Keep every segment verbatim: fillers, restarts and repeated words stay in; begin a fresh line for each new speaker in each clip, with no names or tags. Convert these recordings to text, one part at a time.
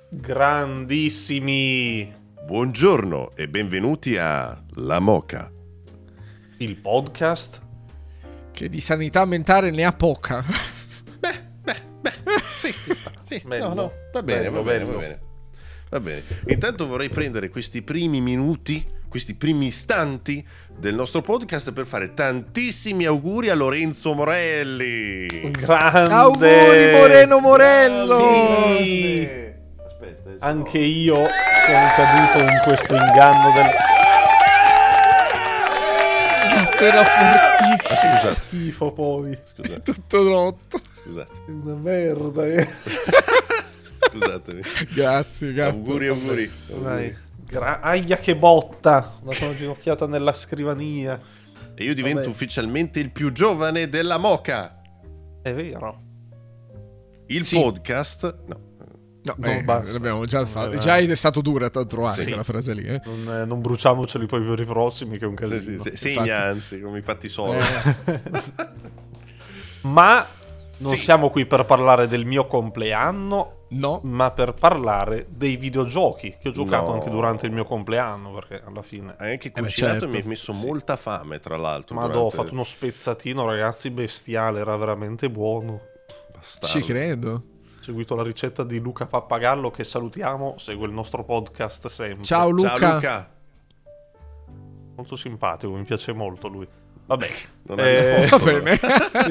Grandissimi!
Buongiorno e benvenuti a La Moca,
il podcast
che di sanità mentale ne ha poca.
Beh, beh, beh, sì, ci sta. Sì,
Bello.
no, no, va bene,
Bello,
va bene,
bello.
va bene. Va bene. Intanto vorrei prendere questi primi minuti, questi primi istanti del nostro podcast per fare tantissimi auguri a Lorenzo Morelli.
grande!
Auguri Moreno Morello!
Sì.
Aspetta,
Anche io sono caduto in questo inganno del...
Era fortissimo.
Scusate,
schifo poi.
scusate,
Tutto rotto.
scusate,
È una merda, eh.
scusatemi.
Grazie, grazie.
Auguri, auguri.
Dai. Gra- Aia che botta! La sono ginocchiata nella scrivania.
E io divento
Vabbè.
ufficialmente il più giovane della Moca.
È vero.
Il
Sì.
podcast... No.
No,
Non
eh,
basta.
l'abbiamo già fatto.
Eh,
Già è stato dura a trovare
Sì.
quella frase lì. Eh.
Non, eh, non bruciamoceli poi per i prossimi, che è un
Sì,
casino.
sì, sì.
Infatti.
Segna anzi, come i fatti solo.
Eh,
Ma non
Sì.
siamo qui per parlare del mio compleanno,
no.
ma per parlare dei videogiochi che ho giocato
No.
anche durante il mio compleanno, perché alla fine...
Hai anche
beh,
cucinato
certo.
e mi hai messo
Sì.
molta fame, tra l'altro.
Ma ho
durante-
fatto uno spezzatino, ragazzi, bestiale, era veramente buono.
Bastardo.
Ci credo.
Ho seguito la ricetta di Luca Pappagallo, che salutiamo, segue il nostro podcast sempre.
Ciao Luca.
Ciao Luca.
Molto simpatico, mi piace molto lui. Vabbè.
Non
Eh,
abbiamo-
Va bene.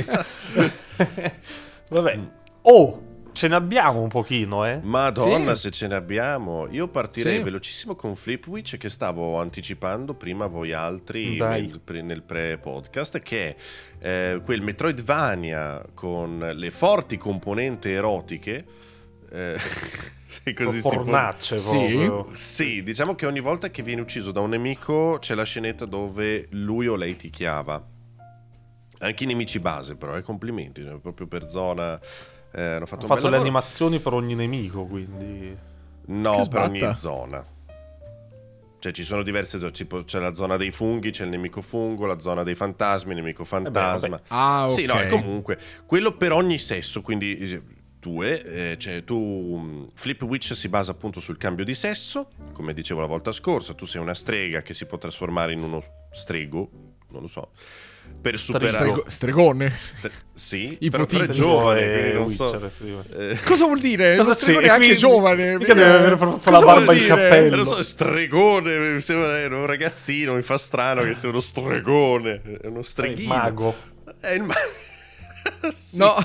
Vabbè. Oh, ce ne abbiamo un pochino, eh.
Madonna,
Sì.
se ce ne abbiamo. Io partirei
Sì.
velocissimo con Flipwitch, che stavo anticipando prima a voi altri
Dai.
nel, pre- nel pre-podcast, che è eh, quel Metroidvania con le forti componenti erotiche. Eh, se così si può...
Fornacce
Sì.
proprio.
Sì, diciamo che ogni volta che viene ucciso da un nemico c'è la scenetta dove lui o lei ti chiava. Anche i nemici base, però, eh, complimenti, eh, proprio per zona. Eh, hanno fatto,
Ho
un
fatto
bel
le
lavoro.
animazioni per ogni nemico, quindi...
No,
Che
per ogni
sbatta.
zona. Cioè ci sono diverse zone, tipo c'è la zona dei funghi, c'è il nemico fungo, la zona dei fantasmi, il nemico fantasma.
vabbè.
Ah, ok.
Sì, no, e comunque, quello per ogni sesso, quindi eh, due, eh, cioè tu, mh, Flip Witch si basa appunto sul cambio di sesso, come dicevo la volta scorsa, tu sei una strega che si può trasformare in uno strego, non lo so, per superare...
Strego- stregone.
Tre- sì,
Ipotizzo.
però tre giovane,
Eh,
quindi non so.
Witcher, prima.
Eh,
Cosa vuol dire?
Cosa
Lo stregone
c'è?
è anche
Quindi-
giovane.
mica deve avere proprio
Cosa
la
vuol
barba e il
dire?
cappello.
non so, stregone, mi sembra un ragazzino, mi fa strano che sia uno stregone, è uno
Il
streghino.
mago.
È il ma- Sì,
No.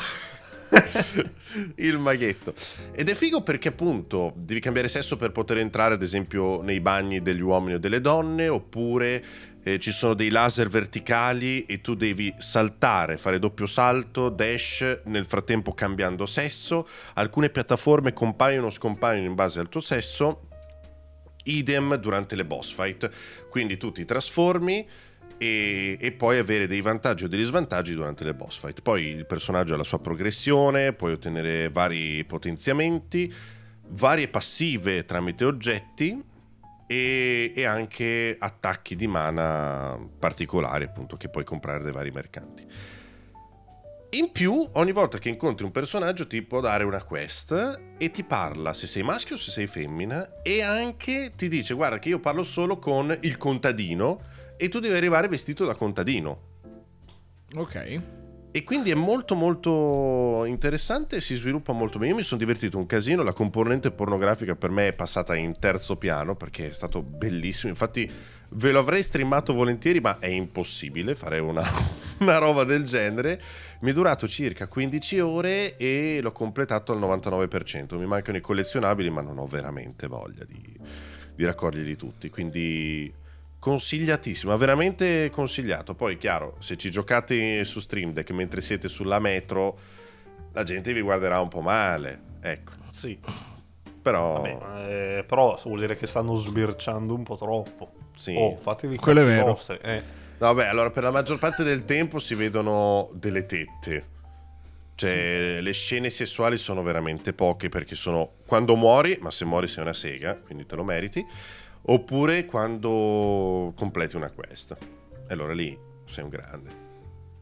il maghetto. Ed è figo perché appunto devi cambiare sesso per poter entrare ad esempio nei bagni degli uomini o delle donne, oppure eh, ci sono dei laser verticali e tu devi saltare, fare doppio salto, dash, nel frattempo cambiando sesso. Alcune piattaforme compaiono o scompaiono in base al tuo sesso, idem durante le boss fight, quindi tu ti trasformi e, e puoi avere dei vantaggi o degli svantaggi durante le boss fight. Poi il personaggio ha la sua progressione, puoi ottenere vari potenziamenti, varie passive tramite oggetti e, e anche attacchi di mana particolari, appunto, che puoi comprare dai vari mercanti. In più, ogni volta che incontri un personaggio ti può dare una quest e ti parla se sei maschio o se sei femmina, e anche ti dice: guarda che io parlo solo con il contadino e tu devi arrivare vestito da contadino.
Ok.
E quindi è molto molto interessante e si sviluppa molto bene. Io mi sono divertito un casino, la componente pornografica per me è passata in terzo piano perché è stato bellissimo. Infatti ve lo avrei streamato volentieri, ma è impossibile fare una, una roba del genere. Mi è durato circa quindici ore e l'ho completato al novantanove per cento. Mi mancano i collezionabili, ma non ho veramente voglia di, di raccoglierli tutti, quindi consigliatissimo, veramente consigliato. Poi chiaro, se ci giocate su Stream Deck mentre siete sulla metro, la gente vi guarderà un po' male, ecco.
Sì.
Però
Vabbè, ma, eh, però vuol dire che stanno sbirciando un po' troppo.
sì.
Oh, fatevi i
Quello è
cazzi
vero.
vostri. Eh.
No, vabbè, allora per la maggior parte del tempo si vedono delle tette. Cioè, le scene sessuali sono veramente poche, perché sono quando muori, ma se muori sei una sega, quindi te lo meriti, oppure quando completi una quest. E allora lì sei un grande.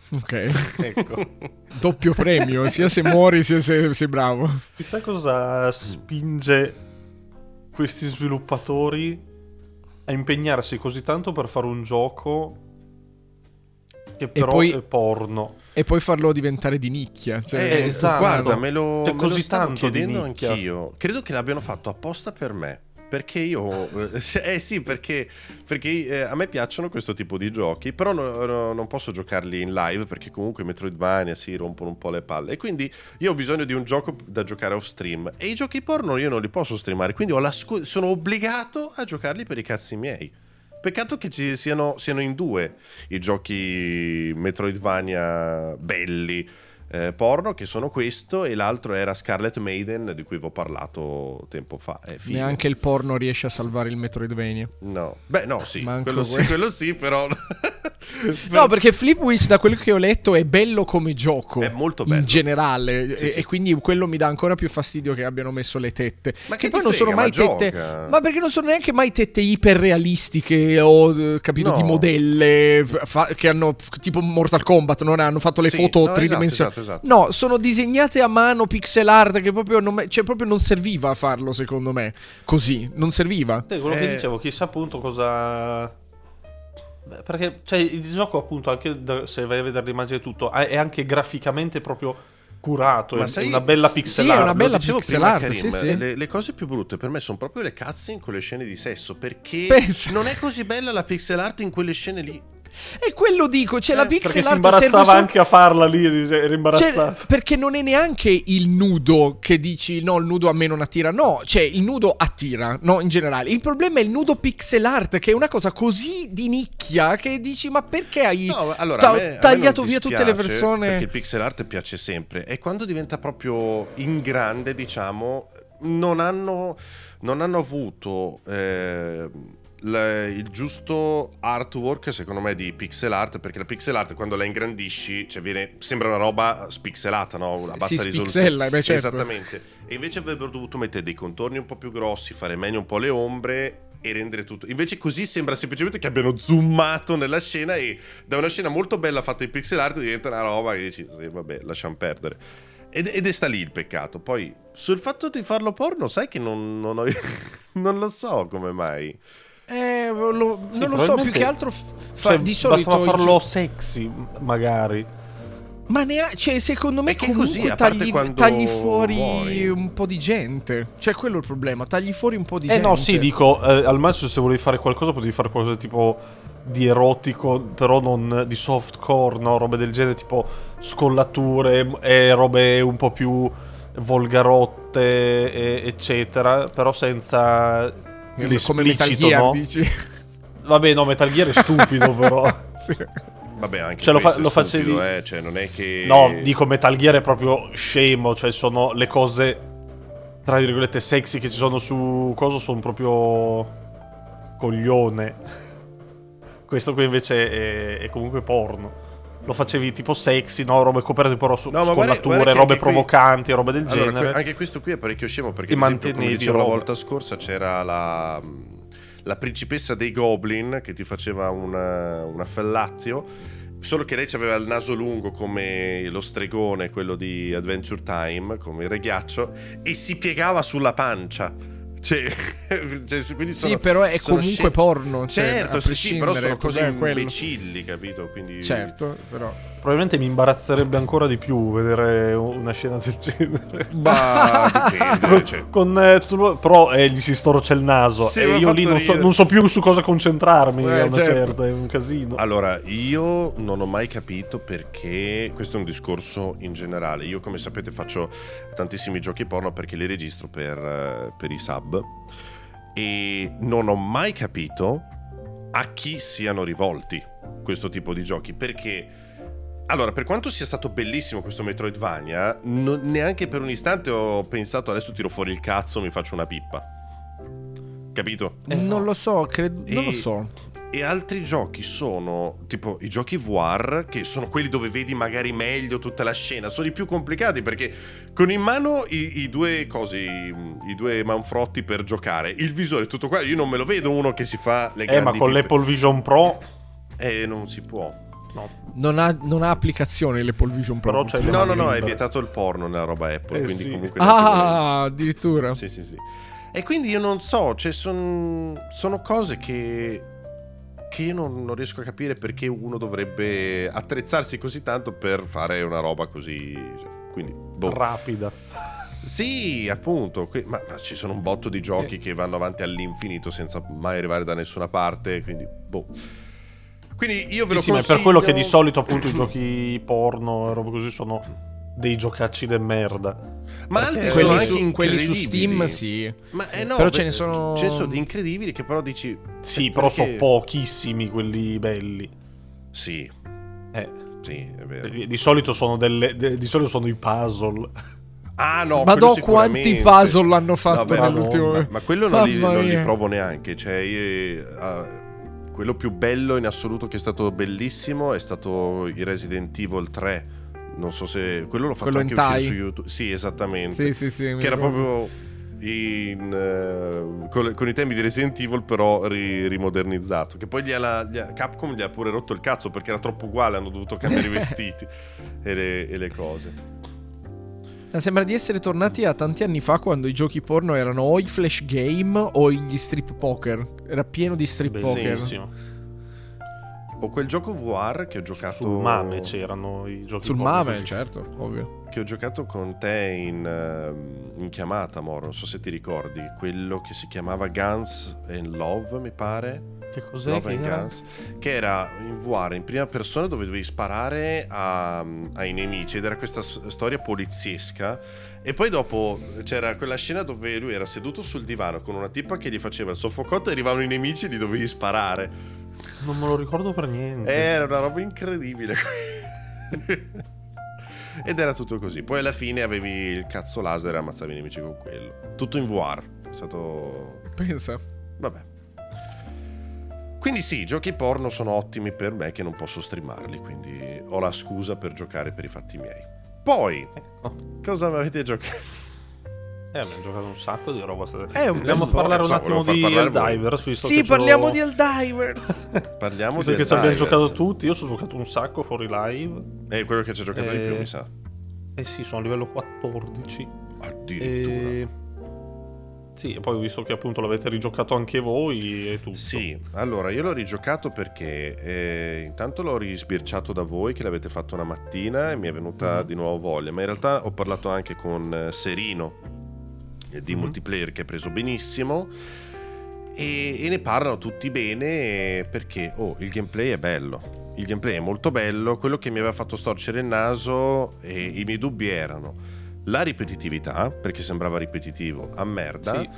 Ok.
Ecco.
Doppio premio, sia se muori sia se sei bravo.
Chissà cosa spinge questi sviluppatori a impegnarsi così tanto per fare un gioco che però
poi-
è porno.
E poi farlo diventare di nicchia. Cioè,
Eh,
è
esatto.
Guarda, me lo,
Cioè,
me
così
lo stavo
tanto di
chiedendo
nicchia.
anch'io. Credo che l'abbiano fatto apposta per me. Perché io, eh sì, perché, perché eh, a me piacciono questo tipo di giochi, però no- no- non posso giocarli in live perché comunque i Metroidvania si rompono un po' le palle. E quindi io ho bisogno di un gioco da giocare off stream. E i giochi porno io non li posso streamare, quindi ho la scu- sono obbligato a giocarli per i cazzi miei. Peccato che ci siano, siano in due i giochi Metroidvania belli. Eh, porno, che sono questo, e l'altro era Scarlet Maiden, di cui vi ho parlato tempo fa. È figo.
neanche il porno riesce a salvare il Metroidvania.
No, beh, no, sì,
Manco
quello sì,
quello.
quello sì, però.
No, perché Flipwitch, da quello che ho letto, è bello come gioco.
È molto bello.
In generale.
Sì,
e,
sì.
e quindi quello mi dà ancora più fastidio che abbiano messo le tette.
Ma che
poi
ti
non sono
frega,
mai
ma
tette.
gioca.
Ma perché non sono neanche mai tette iperrealistiche o eh, capito
No.
di modelle fa- che hanno f- tipo Mortal Kombat, non hanno fatto le
Sì,
foto
no, esatto,
tridimensionali.
esatto, esatto.
No, sono disegnate a mano, pixel art, che proprio non, me- cioè, proprio non serviva a farlo, secondo me. Così, non serviva.
Sì, quello
Eh.
che dicevo, chissà appunto cosa... Beh, perché cioè, il gioco appunto, anche da- se vai a vedere l'immagine e tutto, è è anche graficamente proprio curato,
Ma
è,
sai-
è una bella
sì,
pixel
è
art.
una
Lo
bella
dicevo
pixel
prima,
art,
Karim,
sì, sì.
Le, le cose più brutte per me sono proprio le cutscene con le scene di sesso, perché
Pensa.
non è così bella la pixel art in quelle scene lì.
E quello dico, cioè la
Eh,
Perché
pixel
si
art serve
imbarazzava
solo...
anche a farla lì, era
Cioè,
imbarazzato.
perché non è neanche il nudo che dici no, il nudo a me non attira. No, cioè il nudo attira, no, in generale. Il problema è il nudo pixel art, che è una cosa così di nicchia che dici ma perché hai
No, allora,
ta-
a me- a me
tagliato
non
via tutte le
dispiace,
persone?
Perché il pixel art piace sempre. E quando diventa proprio in grande, diciamo, non hanno, non hanno avuto eh, l- il giusto artwork, secondo me, di pixel art. Perché la pixel art, quando la ingrandisci, cioè viene, sembra una roba spixelata, no? Una
Si-
bassa
si
risoluzione.
spixella, beh, certo.
Esattamente. E invece avrebbero dovuto mettere dei contorni un po' più grossi, fare meglio un po' le ombre e rendere tutto. Invece così sembra semplicemente che abbiano zoomato nella scena, e da una scena molto bella fatta in pixel art diventa una roba che dici sì, vabbè, lasciamo perdere. Ed, ed è sta lì il peccato. Poi sul fatto di farlo porno, sai che non, non, ho- non lo so come mai.
Eh, lo-
Sì,
non lo so, più
probabilmente-
che altro f- fa-
Cioè,
di solito
bastava
i
farlo
gio-
sexy, magari.
Ma neanche, cioè, secondo me
È che
comunque
così, a parte
tagli,
quando
tagli fuori
muori.
un po' di gente. Cioè, quello è il problema, tagli fuori un po' di
Eh
gente.
no, sì, dico, eh, al massimo se volevi fare qualcosa potevi fare qualcosa tipo di erotico, però non di softcore, no? Robe del genere, tipo scollature e robe un po' più volgarotte, e- eccetera, però senza
come Metal
l'esplicito,
Gear,
no?
dici?
Vabbè, no, Metal Gear è stupido, però.
Sì.
Vabbè, anche
Cioè, lo fa-
questo
lo
è stupido,
facevi-
eh, cioè non è che
No, dico Metal Gear è proprio scemo, cioè sono le cose, tra virgolette, sexy che ci sono su coso, sono proprio coglione. Questo qui invece è, è comunque porno. Lo facevi tipo sexy, no? Robe coperte tipo su
No, ma guarda-
scollature,
guarda che
robe
anche qui-
provocanti, robe del
Allora,
genere.
que- anche questo qui è parecchio scemo, perché
E
ad esempio, come
mantenevi
dicevo la
roba.
volta scorsa, c'era la, la principessa dei Goblin che ti faceva una, una fellatio, solo che lei aveva il naso lungo come lo stregone, quello di Adventure Time, come il reghiaccio, e si piegava sulla pancia. Cioè, cioè, quindi
Sì,
sono-
però è
sono
comunque
scen-
porno. Cioè,
Certo,
a
sì, sì, però
prescindere,
sono
il
cose
problema è quello.
imbecilli, capito? Quindi...
Certo, però.
Probabilmente mi imbarazzerebbe ancora di più vedere una scena del genere.
Bah, dipende, cioè.
Con, eh, tu lo- però eh, gli si storce il naso
Sì,
e
mi ha
io lì
fatto
non so,
ridere.
non so più su cosa concentrarmi
Eh,
a una
certo.
certa, è un casino.
Allora, io non ho mai capito perché, questo è un discorso in generale, io come sapete faccio tantissimi giochi porno perché li registro per, eh, per i sub, e non ho mai capito a chi siano rivolti questo tipo di giochi, perché allora, per quanto sia stato bellissimo questo Metroidvania, non- neanche per un istante ho pensato adesso tiro fuori il cazzo, mi faccio una pippa, capito?
Eh,
non
no.
lo so, credo, non
E-
lo so.
E altri giochi sono tipo i giochi V R, che sono quelli dove vedi magari meglio tutta la scena, sono i più complicati perché con in mano i, i due cosi, i, i due manfrotti per giocare, il visore, tutto qua, io non me lo vedo uno che si fa le
Eh,
grandi
ma con
pippe.
l'Apple Vision Pro
Eh, non si può.
No.
Non ha, non ha applicazione l'Apple Vision Pro.
Però c'è le
No,
mani
no, no, è
libere.
vietato il porno nella roba Apple,
Eh,
quindi
sì.
comunque neanche
Ah, addirittura.
volendo. Sì, sì, sì. E quindi io non so, cioè son- sono cose che che io non, non riesco a capire perché uno dovrebbe attrezzarsi così tanto per fare una roba così, cioè, quindi boh.
Rapida.
Sì, appunto, que- ma, ma ci sono un botto di giochi che vanno avanti all'infinito senza mai arrivare da nessuna parte, quindi boh. Quindi io ve
Sì,
lo
sì, ma è
consiglio.
per quello che di solito appunto i giochi porno e robe così sono dei giocacci de merda.
Ma
Perché
altri
Quelli
sono
su,
anche
quelli su
incredibili.
Steam, sì.
Ma eh no,
Però
beh,
ce ne sono-
ce ne sono di incredibili che però dici
Sì,
eh,
però
perché-
sono pochissimi quelli belli.
Sì,
Eh,
sì, è vero.
di, di solito sono delle de- di solito sono i puzzle.
Ah no,
Ma
quello
no, quanti
sicuramente.
puzzle hanno fatto
Vabbè,
nell'ultimo
ma, ma quello non li,
Mamma
non li
mia.
provo neanche. Cioè, io, ah, quello più bello in assoluto che è stato bellissimo è stato il Resident Evil tre. Non so se quello l'ho fatto
Quello
anche
hentai?
uscire su YouTube. Sì, esattamente.
Sì, sì, sì. mi
Che era
ricordo.
proprio in, eh, con, con i temi di Resident Evil, però ri- rimodernizzato. Che poi gli ha la- gli ha- Capcom gli ha pure rotto il cazzo perché era troppo uguale. Hanno dovuto cambiare i vestiti e le, e le cose.
Sembra di essere tornati a tanti anni fa quando i giochi porno erano o i flash game o gli strip poker. Era pieno di strip poker.
Bellissimo.
O quel gioco V R che ho giocato
Sul Mame c'erano i giochi
Sul
porno
Mame,
così.
certo, ovvio.
che ho giocato con te in, ehm, in chiamata, Moro, non so se ti ricordi, quello che si chiamava Guns and Love, mi pare.
Che cos'è
Love
che
and
era?
Guns, che era in V R in prima persona dove dovevi sparare a- ai nemici ed era questa s- storia poliziesca. E poi dopo c'era quella scena dove lui era seduto sul divano con una tipa che gli faceva il soffocotto e arrivavano i nemici e li dovevi sparare.
Non me lo ricordo per niente.
Era una roba incredibile. Ed era tutto così. Poi alla fine avevi il cazzo laser e ammazzavi i nemici con quello. Tutto in V R. È stato...
Pensa.
Vabbè. Quindi sì, i giochi porno sono ottimi per me che non posso streamarli, quindi ho la scusa per giocare per i fatti miei. Poi,
Ecco.
cosa avete giocato?
Eh, abbiamo giocato un sacco di roba.
Eh, un
Vogliamo
bel po'.
parlare un
So,
attimo
volevo
di
far parlare voi.
Helldivers, visto
Sì,
che ce l'ho-
parliamo di Helldivers.
Parliamo
visto
di
che ci abbiamo
Helldivers.
giocato tutti. Io ci ho giocato un sacco fuori live.
È quello che ci ha giocato di più,
Eh,
mi sa.
Eh sì, sono a livello quattordici.
Addirittura.
E... Sì, e poi ho visto che appunto l'avete rigiocato anche voi e tutto.
Sì, allora io l'ho rigiocato perché eh, intanto l'ho risbirciato da voi che l'avete fatto una mattina e mi è venuta
Mm.
di nuovo voglia, ma in realtà ho parlato anche con eh, Serino eh, di
Mhm.
multiplayer che ha preso benissimo e, e ne parlano tutti bene eh, perché oh, il gameplay è bello, il gameplay è molto bello, quello che mi aveva fatto storcere il naso e i miei dubbi erano la ripetitività, perché sembrava ripetitivo a merda,
Sì.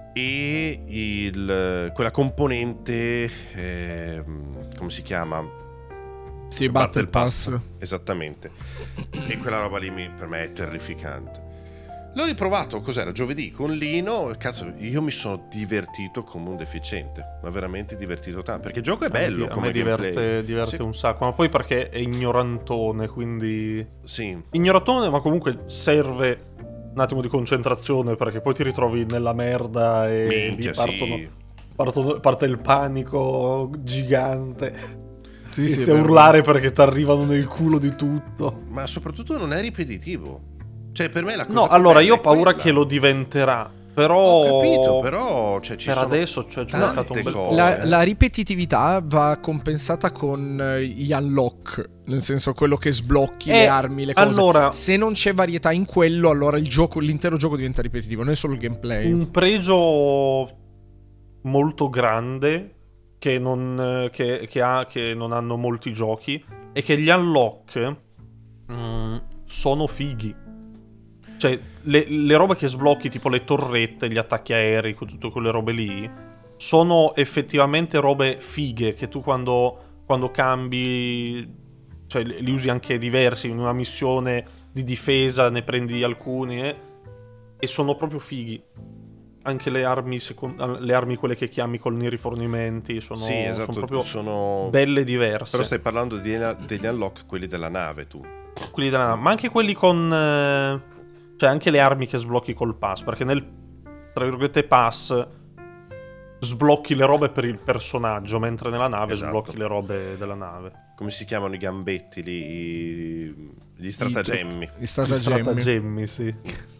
e il, quella componente ehm, come si chiama?
Sì, Battle Pass.
Esattamente. E quella roba lì mi- per me è terrificante. L'ho riprovato, cos'era? Giovedì con Lino, cazzo, io mi sono divertito come un deficiente, ma veramente divertito tanto, perché il gioco è bello,
A me,
come
a me diverte,
gameplay.
diverte
Sì,
un sacco. Ma poi perché è ignorantone, quindi...
sì.
Ignorantone, ma comunque serve un attimo di concentrazione, perché poi ti ritrovi nella merda e
Minchia,
lì partono,
sì.
partono- parte il panico gigante.
Sì, sì,
Inizia a
è vero.
urlare perché ti arrivano nel culo di tutto.
Ma soprattutto non è ripetitivo. Cioè, per me la cosa
No,
più
allora
bella
io ho
è
paura
quella.
che lo diventerà. Però...
Ho capito, però cioè, ci
per
sono
adesso ci ho
tante
giocato un bel po'.
cose.
La, la ripetitività va compensata con eh, gli unlock, nel senso quello che sblocchi
Eh,
le armi, le cose.
allora-
Se non c'è varietà in quello, allora il gioco, l'intero gioco diventa ripetitivo, non è solo il gameplay.
Un pregio molto grande che non, che, che ha, che non hanno molti giochi è che gli unlock mm, sono fighi. Cioè, le, le robe che sblocchi, tipo le torrette, gli attacchi aerei, tutte quelle robe lì, sono effettivamente robe fighe che tu quando, quando cambi, cioè li usi anche diversi in una missione di difesa, ne prendi alcuni eh, e sono proprio fighi. Anche le armi, secon- le armi quelle che chiami con i rifornimenti sono,
Sì, esatto,
sono proprio
sono
belle diverse.
Però stai parlando di- degli unlock, quelli della nave, tu.
Quelli della- ma anche quelli con eh, cioè anche le armi che sblocchi col pass, perché nel tra virgolette pass sblocchi le robe per il personaggio, mentre nella nave
Esatto.
sblocchi le robe della nave.
Come si chiamano i gambetti lì? I- Gli stratagemmi.
I
Gli
stratagemmi.
stratagemmi, sì.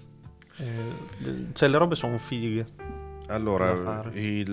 Eh, cioè, le robe sono fighe. Da
Allora,
fare.
il,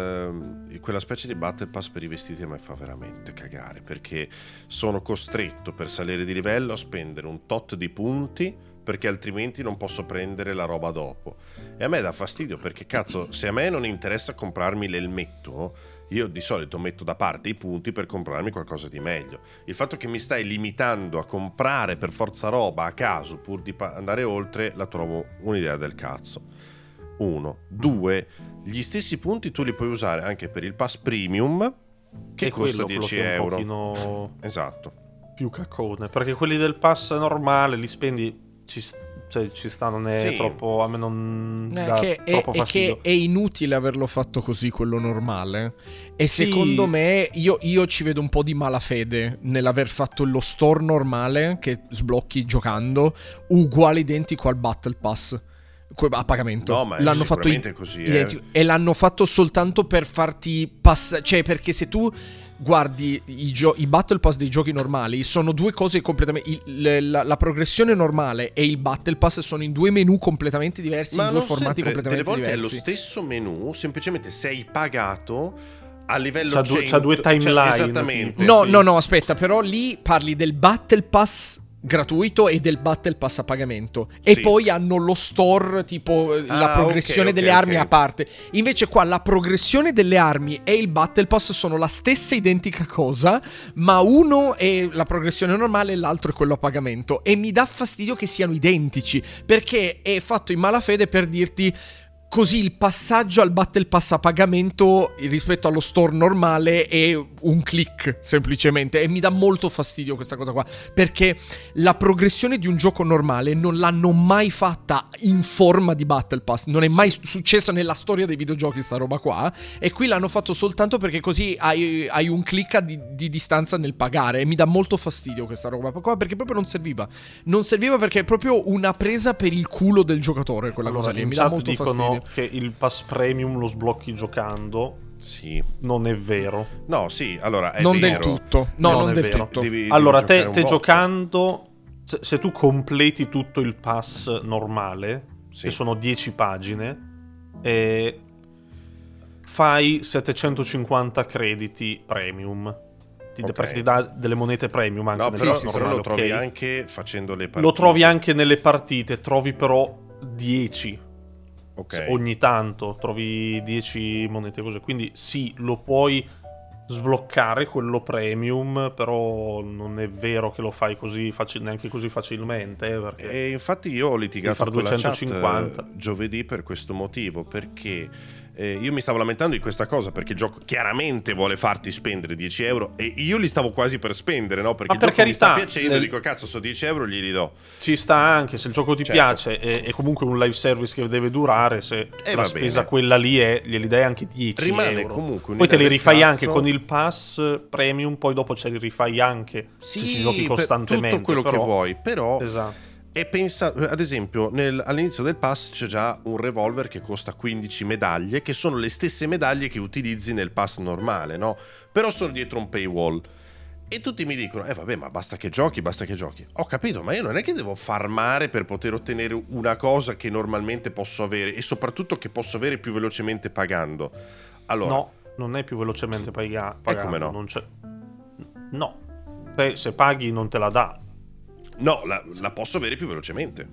eh, quella specie di Battle Pass per i vestiti a me fa veramente cagare, perché sono costretto per salire di livello a spendere un tot di punti, perché altrimenti non posso prendere la roba dopo. E a me dà fastidio, perché cazzo, se a me non interessa comprarmi l'elmetto, io di solito metto da parte i punti per comprarmi qualcosa di meglio. Il fatto che mi stai limitando a comprare per forza roba a caso pur di pa- andare oltre, la trovo un'idea del cazzo. Uno. Due, gli stessi punti tu li puoi usare anche per il pass premium, che
E
costa
quello, quello
dieci
che è un
euro.
pochino
Esatto.
più caccone, perché quelli del pass normale li spendi, ci, s- cioè, ci sta, non è
Sì.
troppo, a me non
Eh,
dà
che è,
troppo
è
fastidio.
che è inutile averlo fatto così, quello normale. E
Sì.
secondo me io, io ci vedo un po' di malafede nell'aver fatto lo store normale che sblocchi giocando, uguale identico al Battle Pass que- a pagamento.
No, ma è
l'hanno fatto
sicuramente così, eh.
identico. E l'hanno fatto soltanto per farti passare, cioè perché se tu guardi i, gio- i Battle Pass dei giochi normali sono due cose completamente il- le- la, la progressione normale e il Battle Pass sono in due menu completamente diversi, in due
non
formati
sempre,
completamente
delle volte
diversi.
è lo stesso menu, semplicemente sei pagato a livello
C'ha due-
cento,
c'ha due timeline,
cioè, esattamente.
No,
sì.
no, no, aspetta, però lì parli del Battle Pass gratuito e del Battle Pass a pagamento. E
Sì.
poi hanno lo store, tipo eh, la
Ah,
progressione
ok, ok,
delle armi
ok.
a parte. Invece qua la progressione delle armi e il Battle Pass sono la stessa identica cosa, ma uno è la progressione normale e l'altro è quello a pagamento. E mi dà fastidio che siano identici, perché è fatto in malafede per dirti... Così il passaggio al Battle Pass a pagamento rispetto allo store normale è un click semplicemente, e mi dà molto fastidio questa cosa qua, perché la progressione di un gioco normale non l'hanno mai fatta in forma di Battle Pass, non è mai successo nella storia dei videogiochi sta roba qua, e qui l'hanno fatto soltanto perché così hai, hai un click di, di distanza nel pagare, e mi dà molto fastidio questa roba qua, perché proprio non serviva, non serviva perché è proprio una presa per il culo del giocatore quella
Allora,
cosa lì,
in
mi dà
chat
molto
dicono
fastidio.
che il pass premium lo sblocchi giocando.
Sì.
Non è vero.
No, sì, allora è
Non del
vero.
tutto, no,
Non
non
è
del
vero.
tutto.
Devi- devi
Allora,
giocare
te,
un
te
botto.
giocando, se, se tu completi tutto il pass normale,
Sì.
che sono dieci pagine, e fai settecentocinquanta crediti premium. Ti,
Ok.
Perché ti dà delle monete premium anche
No,
nel
però,
pass
però
normale,
lo trovi
ok?
anche facendo le partite.
Lo trovi anche nelle partite, trovi però dieci.
Ok.
Ogni tanto trovi dieci monete così. Quindi sì, lo puoi sbloccare quello premium, però non è vero che lo fai così facil- neanche così facilmente, eh, perché
E infatti io ho litigato
Devi far
con la
duecentocinquanta.
chat eh, giovedì per questo motivo, perché eh, io mi stavo lamentando di questa cosa, perché il gioco chiaramente vuole farti spendere dieci euro e io li stavo quasi per spendere, no? Perché
Ma
il
per
gioco mi sta
carità,
piacendo,
nel-
dico cazzo, so dieci euro glieli do.
ci sta anche se il gioco ti
Certo.
piace e è comunque un live service che deve durare, se
Eh,
la
va
spesa
bene.
quella lì è, glieli dai anche dieci
Rimane
euro.
comunque un'idea
Poi te li
del
rifai
cazzo.
anche con il pass premium, poi dopo ce li rifai anche se ci giochi
per
costantemente.
tutto quello
però-
che vuoi, però
Esatto.
e pensa, ad esempio, nel- all'inizio del pass c'è già un revolver che costa quindici medaglie, che sono le stesse medaglie che utilizzi nel pass normale, no? Però sono dietro un paywall. E tutti mi dicono, eh vabbè, ma basta che giochi, basta che giochi. Ho capito, ma io non è che devo farmare per poter ottenere una cosa che normalmente posso avere, e soprattutto che posso avere più velocemente pagando. Allora,
No, non è più velocemente paiga- pagando.
come no?
Non c'è... No. Te, se paghi non te la dà.
no, la, la posso avere più velocemente.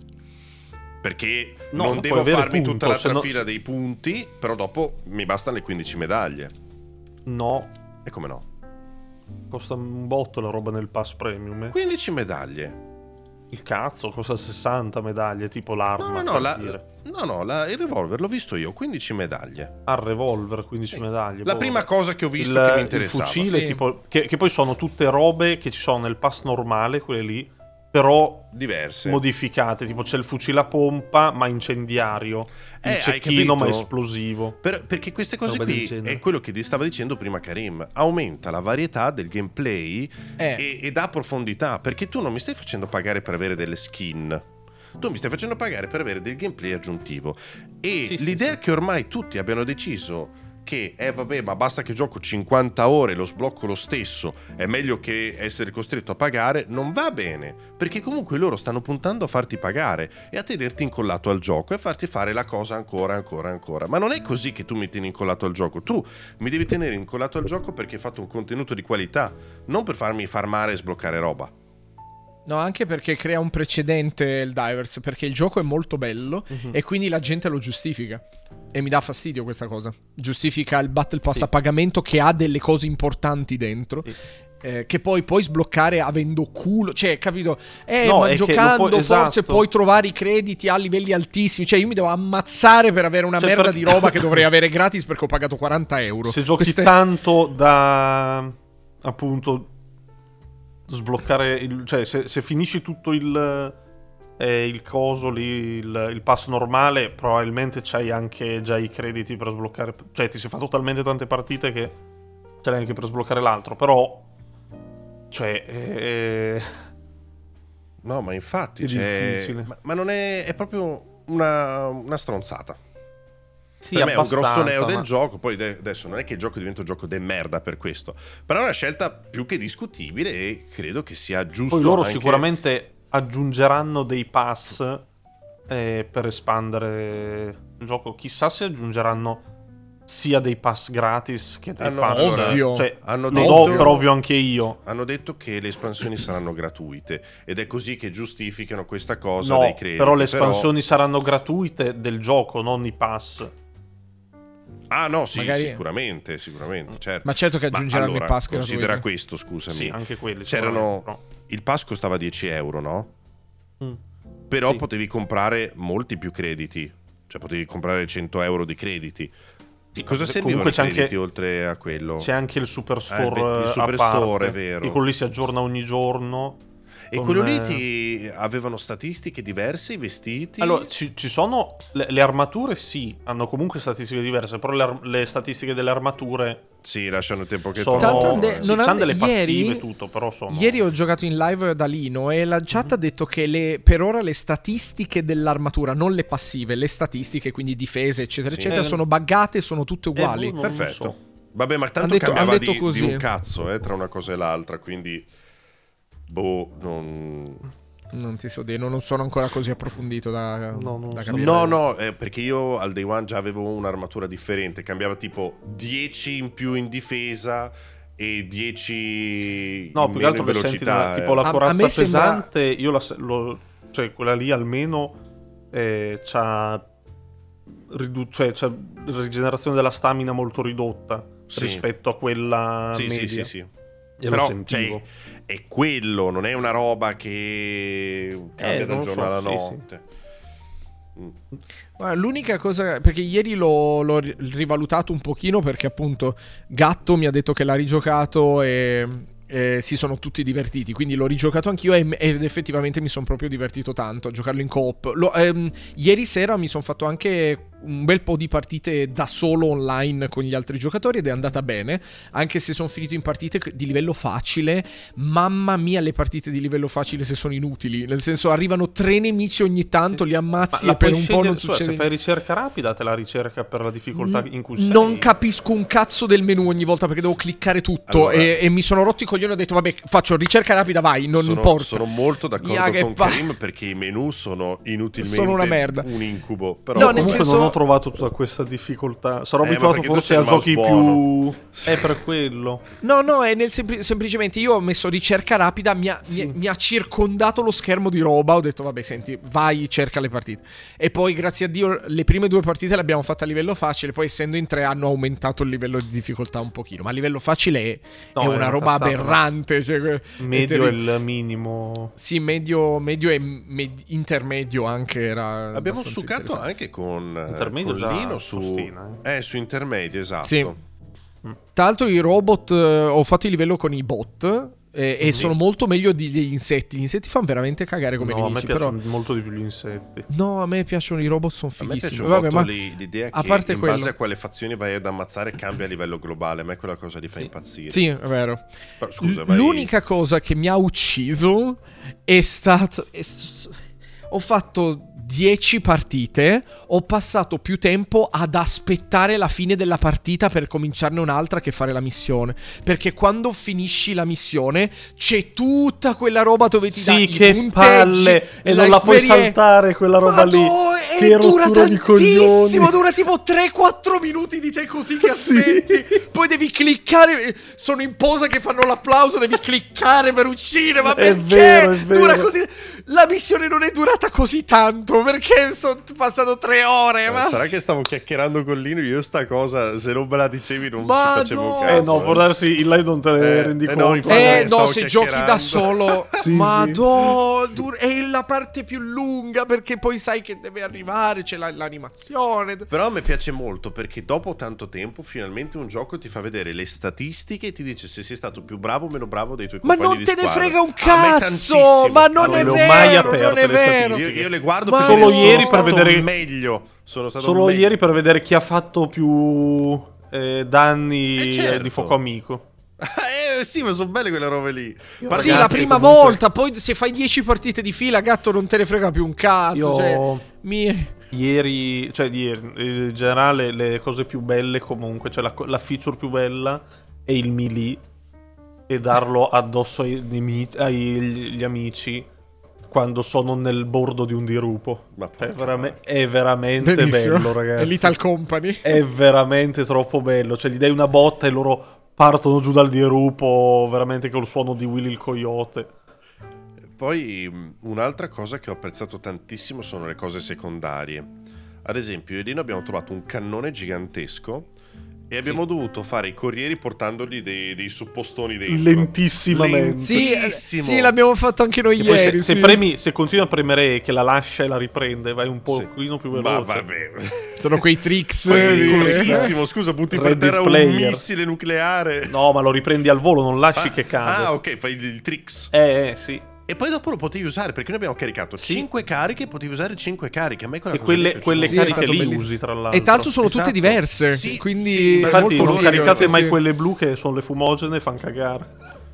Perché
No,
non
lo
devo
puoi avere,
farmi
punto.
tutta la
Se no-
fila dei punti, però dopo mi bastano le quindici medaglie.
No.
E come no?
Costa un botto la roba nel pass premium. eh.
quindici medaglie.
Il cazzo costa sessanta medaglie, tipo l'arma.
No, no, no,
per
la,
dire.
no, no la- il revolver l'ho visto io, quindici medaglie.
Al revolver, quindici medaglie.
La
boh,
prima
vabbè.
cosa che ho visto
il,
che mi
il
interessava.
fucile,
Sì.
tipo, che, che poi sono tutte robe che ci sono nel pass normale, quelle lì, però
Diverse.
modificate. Tipo c'è il fucile a pompa, ma incendiario.
Eh,
Il
hai
cecchino, ma
capito?
esplosivo.
Per- perché queste cose
Roba del
qui
genere.
è quello che ti stava dicendo prima Karim. Aumenta la varietà del gameplay
Eh.
e, e dà profondità. Perché tu non mi stai facendo pagare per avere delle skin. Tu mi stai facendo pagare per avere del gameplay aggiuntivo. E
Sì, sì,
l'idea
sì.
che ormai tutti abbiano deciso che eh vabbè, ma basta che gioco cinquanta ore, lo sblocco lo stesso, è meglio che essere costretto a pagare, non va bene, perché comunque loro stanno puntando a farti pagare e a tenerti incollato al gioco e farti fare la cosa ancora, ancora, ancora. Ma non è così che tu mi tieni incollato al gioco, tu mi devi tenere incollato al gioco perché hai fatto un contenuto di qualità, non per farmi farmare e sbloccare roba.
No, anche perché crea un precedente il Divers, perché il gioco è molto bello uh-huh. e quindi la gente lo giustifica. E mi dà fastidio questa cosa. Giustifica il Battle Pass sì. a pagamento che ha delle cose importanti dentro. Sì. Eh, che poi puoi sbloccare avendo culo. Cioè, capito? Eh, no, ma giocando puoi, forse esatto. puoi trovare i crediti a livelli altissimi. Cioè, io mi devo ammazzare per avere una cioè, merda per... di roba che dovrei avere gratis perché ho pagato quaranta euro.
Se giochi
Queste...
tanto da... appunto... sbloccare il, cioè se, se finisci tutto il eh, il coso lì il, il pass normale probabilmente c'hai anche già i crediti per sbloccare, cioè ti si fa talmente tante partite che ce l'hai anche per sbloccare l'altro, però cioè eh,
no ma infatti è cioè, difficile ma, ma non è è proprio una, una stronzata. Sì, per me è un grosso neo ma... del gioco. Poi adesso non è che il gioco diventa un gioco de merda per questo, però è una scelta più che discutibile e credo che sia giusto.
Poi loro
anche...
sicuramente aggiungeranno dei pass eh, per espandere il gioco. Chissà se aggiungeranno sia dei pass gratis che dei
hanno,
pass
ovvio.
Cioè,
hanno
lo
detto,
do per ovvio anche io.
Hanno detto che le espansioni saranno gratuite ed è così che giustificano questa cosa
no,
dei crediti.
Però le espansioni
però...
saranno gratuite del gioco, non i pass.
Ah no, sì,
Magari...
sicuramente, sicuramente, certo.
Ma certo che aggiungeranno
allora,
i pass
considera
gratuiti.
questo, scusami.
Sì, anche quelli.
C'erano
no.
Il pass costava dieci euro, no?
Mm.
Però
sì.
potevi comprare molti più crediti. Cioè potevi comprare cento euro di crediti. Sì, cosa servivano i crediti anche, oltre a quello?
C'è anche il Superstore eh,
il, il Superstore, è vero.
E quello lì si aggiorna ogni giorno.
E
con...
quello lì ti... avevano statistiche diverse, i vestiti?
Allora, ci, ci sono... Le, le armature sì, hanno comunque statistiche diverse, però le, ar- le statistiche delle armature...
Sì, lasciano il tempo che
sono...
trovano.
Sì,
non hanno delle passive
ieri,
tutto, però sono...
Ieri ho giocato in live da Lino e la chat mm-hmm. ha detto che le, per ora le statistiche dell'armatura, non le passive, le statistiche, quindi difese, eccetera, sì. eccetera, eh, sono buggate, sono tutte uguali.
Eh,
Perfetto.
So.
Vabbè, ma tanto
detto,
cambiava
detto
di,
così.
di un cazzo, eh, tra una cosa e l'altra, quindi... Boh, non...
Non ti so dire, non sono ancora così approfondito da,
no,
da
so.
capire.
No, no, eh, perché io al day one già avevo un'armatura differente. Cambiava tipo dieci in più in difesa e dieci
no,
in
più che altro
in velocità.
Senti, tipo la
a,
corazza
a sembra...
pesante, io la, lo, cioè quella lì almeno eh, c'ha, ridu- cioè, c'ha rigenerazione della stamina molto ridotta sì. rispetto a quella
sì,
media.
Sì, sì, sì.
Io
però
lo sentivo.
Cioè, è quello, non è una roba che cambia
eh,
dal giorno
so,
alla
sì,
notte.
Sì. Mm. L'unica cosa, perché ieri l'ho, l'ho rivalutato un pochino perché appunto Gatto mi ha detto che l'ha rigiocato e, e si sono tutti divertiti, quindi l'ho rigiocato anch'io e, ed effettivamente mi sono proprio divertito tanto a giocarlo in coop. Lo, ehm, ieri sera mi sono fatto anche un bel po' di partite da solo online con gli altri giocatori ed è andata bene, anche se sono finito in partite di livello facile. Mamma mia, le partite di livello facile se sono inutili, nel senso arrivano tre nemici ogni tanto, li ammazzi e per un po' non succede.
Se fai ricerca rapida te la ricerca per la difficoltà in cui sei.
Non capisco un cazzo del menu ogni volta perché devo cliccare tutto allora, e, e mi sono rotto i coglioni e ho detto vabbè faccio ricerca rapida, vai, non
sono,
importa.
Sono molto d'accordo
Ia
con
pa-
Karim perché i menu sono inutilmente
sono una merda,
un incubo. Però
no,
comunque
nel senso...
non ho trovato tutta questa difficoltà. Sarò
eh,
abituato forse a giochi
buono.
più. È per quello.
No, no, è nel sempl- semplicemente io ho messo ricerca rapida, mi ha,
sì.
mi, mi ha circondato lo schermo di roba. Ho detto, vabbè, senti, vai, cerca le partite. E poi, grazie a Dio, le prime due partite le abbiamo fatte a livello facile. Poi, essendo in tre, hanno aumentato il livello di difficoltà un pochino. Ma a livello facile è,
no,
è una,
una
roba
cazzata,
aberrante. Cioè,
medio è il minimo.
Sì, medio, medio e med- intermedio anche era.
Abbiamo succato anche con
intermedio
con
già
Lino su
Sostina, eh.
eh su intermedio, esatto.
Sì. Tra l'altro i robot eh, ho fatto il livello con i bot eh, e
mm-hmm.
sono molto meglio di- degli insetti. Gli insetti fanno veramente cagare come
no,
nemici.
a me piacciono
però...
molto di più gli insetti.
No, a me piacciono i robot, sono
A me piace
fighissimi.
un
Vabbè,
botto
ma
lì, l'idea
a
che
parte
in
quello...
base a quale fazioni vai ad ammazzare cambia a livello globale. A me quella cosa li fa
sì.
impazzire.
Sì, è vero.
Però, scusa,
L-
vai...
L'unica cosa che mi ha ucciso è stato... È s- ho fatto dieci partite, ho passato più tempo ad aspettare la fine della partita per cominciarne un'altra che fare la missione. Perché quando finisci la missione c'è tutta quella roba dove ti
sì,
dà i
che
punteggi,
palle, e non la puoi
esperienza.
saltare quella roba lì.
Madò,
Che
e dura
rottura di
tantissimo,
coglioni.
dura tipo tre quattro minuti di te così che
Sì.
aspetti. Poi devi cliccare, sono in posa che fanno l'applauso, devi cliccare per uscire. Ma
È
perché
vero, è vero.
dura così? La missione non è durata così tanto, perché sono passato tre ore.
Eh,
Ma
Sarà che stavo chiacchierando con Lino. Io sta cosa, se non me la dicevi, non
Madò.
ci facevo caso.
Eh no, può darsi in live non te ne
Eh,
rendi
eh no,
conto.
infatti.
Eh
Vabbè,
no,
stavo
se giochi da
chiacchierando.
solo,
Sì,
madò, dur- è la parte più lunga perché poi sai che deve arrivare, c'è la- l'animazione.
Però a me piace molto perché dopo tanto tempo finalmente un gioco ti fa vedere le statistiche e ti dice se sei stato più bravo o meno bravo dei tuoi
Ma
compagni
non
di
te ne
squadra.
frega un
A me
cazzo,
tantissimo.
ma non
Non
è
le ho
vero,
mai
non
aperte
è
le
vero.
statistiche.
Io, io le guardo
Ma
perché
solo
sono
ieri per
stato
vedere-
meglio. Sono stato
Solo
meglio.
ieri per vedere chi ha fatto più eh, danni
Eh, certo.
di fuoco amico.
Eh sì, ma sono belle quelle robe lì.
Sì,
Ragazzi,
la prima
comunque-
volta, poi se fai dieci partite di fila, gatto, non te ne frega più un cazzo.
Io
Cioè, mi...
ieri, cioè ieri, in generale le cose più belle comunque, cioè la, la feature più bella è il melee e darlo addosso ai nemici, agli amici quando sono nel bordo di un dirupo.
Ma
È, verame- è veramente
Bellissimo.
bello, ragazzi.
È l'Ital Company.
È veramente troppo bello. Cioè, gli dai una botta e loro partono giù dal dirupo, veramente col suono di Willy il coyote.
Poi mh, un'altra cosa che ho apprezzato tantissimo sono le cose secondarie. Ad esempio, io e Lino abbiamo trovato un cannone gigantesco e abbiamo dovuto fare i corrieri portandogli dei, dei suppostoni dentro.
Lentissimamente.
Sì, eh,
Bellissimo.
sì, l'abbiamo fatto anche noi
E poi se,
ieri.
se
sì.
premi, se continui a premere E che la lascia e la riprende, vai un
Sì.
pochino più
Ma
veloce.
vabbè.
Sono quei tricks.
Poi
di-
pericolosissimo. Scusa, butti per
Reddit
terra un
player.
missile nucleare.
No, ma lo riprendi al volo, non lasci
Ah,
che cade.
Ah, ok, fai il, il tricks.
Eh, eh, sì.
E poi dopo lo potevi usare perché noi abbiamo caricato
Sì.
cinque cariche, potevi usare cinque cariche. A me quella
E
cosa mi
quelle,
piace
quelle
molto.
Sì, è
cariche
stato
lì
bellissimo.
usi, tra l'altro.
E tra l'altro sono
Esatto.
tutte diverse.
Sì,
quindi
sì,
è
Infatti
molto
non
figo,
caricate
sì,
mai
sì.
quelle blu che sono le fumogene e fanno cagare.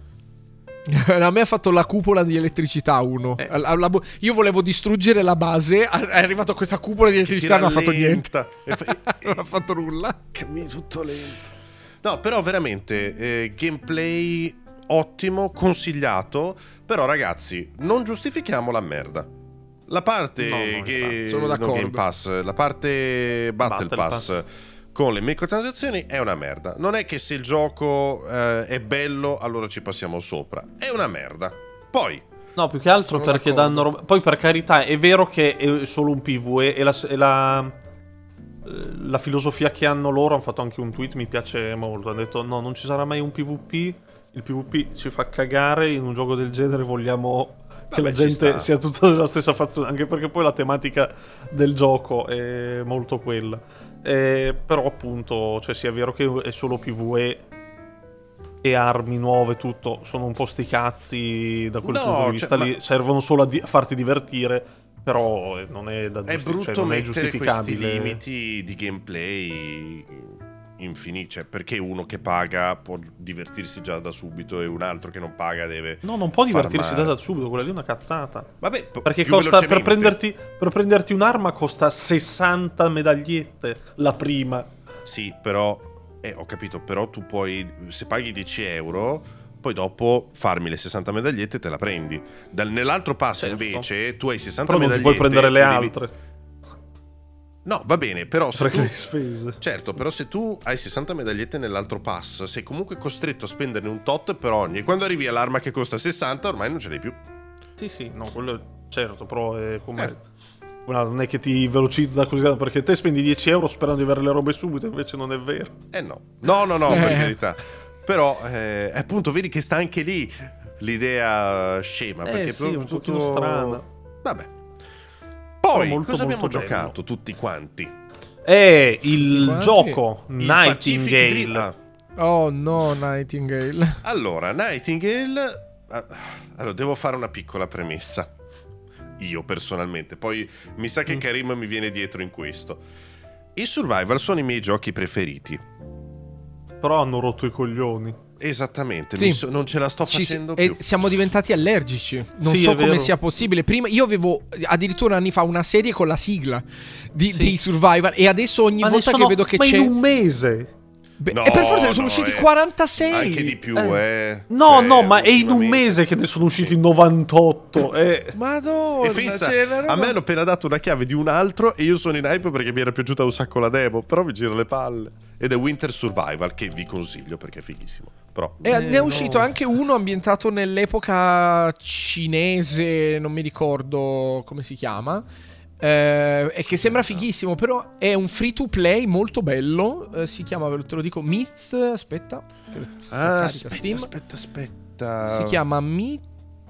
A me ha fatto la cupola di electricità uno.
Eh.
Alla- alla bu- Io volevo distruggere la base. È arrivato questa cupola di elettricità e non ha fatto niente.
E fa-
Non ha fatto nulla.
Cammini tutto lento. No, però veramente eh, gameplay ottimo, consigliato. Però ragazzi, non giustifichiamo la merda. La parte
No, no,
che
infatti, sono
non
d'accordo.
Game Pass, la parte Battle,
Battle
Pass,
Pass.
con le microtransazioni è una merda. Non è che se il gioco eh, è bello, allora ci passiamo sopra. È una merda. Poi
No, più che altro
Sono
perché
d'accordo.
danno roba. Poi per carità, è vero che è solo un PvE e la, e la, la filosofia che hanno loro, hanno fatto anche un tweet, mi piace molto. Hanno detto no, non ci sarà mai un PvP, il PvP ci fa cagare, in un gioco del genere vogliamo che
Vabbè,
la
ci
gente
sta.
sia tutta della stessa fazione, anche perché poi la tematica del gioco è molto quella. Eh, però appunto, cioè sia vero che è solo PvE e armi nuove, tutto, sono un po' sti cazzi da quel
No,
punto di
cioè,
vista
ma-
lì, servono solo a, di- a farti divertire, però eh, non è da
è
giusti-
brutto
cioè, non è
mettere questi
giustificabile.
limiti di gameplay infiniti. Cioè, perché uno che paga può divertirsi già da subito e un altro che non paga deve...
No, non può divertirsi
farmare.
da subito, quella lì è una cazzata.
Vabbè, p-
Perché
più
costa, per
velocemente.
prenderti, per prenderti un'arma costa sessanta medagliette, la prima.
Sì, però... Eh, ho capito, però tu puoi... Se paghi dieci euro... Poi dopo farmi le sessanta medagliette te la prendi. Dal- nell'altro pass
Certo.
invece tu hai sessanta
Però non ti
medagliette.
puoi prendere le
devi-
altre.
No, va bene, però se
Perché
tu...
le spese.
Certo, però se tu hai sessanta medagliette nell'altro pass, sei comunque costretto a spenderne un tot per ogni. E quando arrivi all'arma che costa sessanta, ormai non ce l'hai più.
Sì, sì, no, quello certo, però è come...
Eh.
Una- non è che ti velocizza così tanto, perché te spendi dieci euro sperando di avere le robe subito, invece non è vero.
Eh no. No, no, no, per
Eh.
carità. Però, eh, appunto, vedi che sta anche lì l'idea scema.
Eh,
Perché
sì,
proprio
un
tutto...
pochino strana.
Vabbè.
Però
Poi,
molto,
cosa abbiamo
molto
giocato tutti quanti?
È il
Tutti quanti?
gioco
Il Pacific
Nightingale.
Dream- ah,
Oh no, Nightingale.
Allora, Nightingale... ah, Allora, devo fare una piccola premessa. Io, personalmente. Poi, mi sa che
Mm.
Karim mi viene dietro in questo. I survival sono i miei giochi preferiti.
Però hanno rotto i coglioni.
Esattamente,
Sì.
mi so- non ce la sto
Ci-
facendo
e
più.
siamo diventati allergici. Non
Sì,
so
è
come
vero.
sia possibile. Prima io avevo addirittura anni fa una serie con la sigla di,
Sì.
di Survival, e adesso ogni
Ma ne
volta
sono-
che vedo che
ma
c'è
in un mese.
Beh,
No,
e per forza ne sono
no,
usciti
eh,
quarantasei.
Anche di più,
Eh.
eh.
No,
Cioè,
no, ma è in un
ultimamente.
mese che ne sono usciti novantotto. eh.
Madonna,
E pensa,
c'è una roba-
a me hanno appena dato una chiave di un altro e io sono in hype perché mi era piaciuta un sacco la demo, però mi gira le palle. Ed è Winter Survival, che vi consiglio perché è fighissimo. Però
E
Eh,
ne è
no.
uscito anche uno ambientato nell'epoca cinese, non mi ricordo come si chiama. eh, e che sembra fighissimo, però è un free to play molto bello. eh, si chiama, te lo dico, Myth. Aspetta, che si
Ah,
carica
aspetta,
Steam.
aspetta, aspetta.
Si chiama Myth.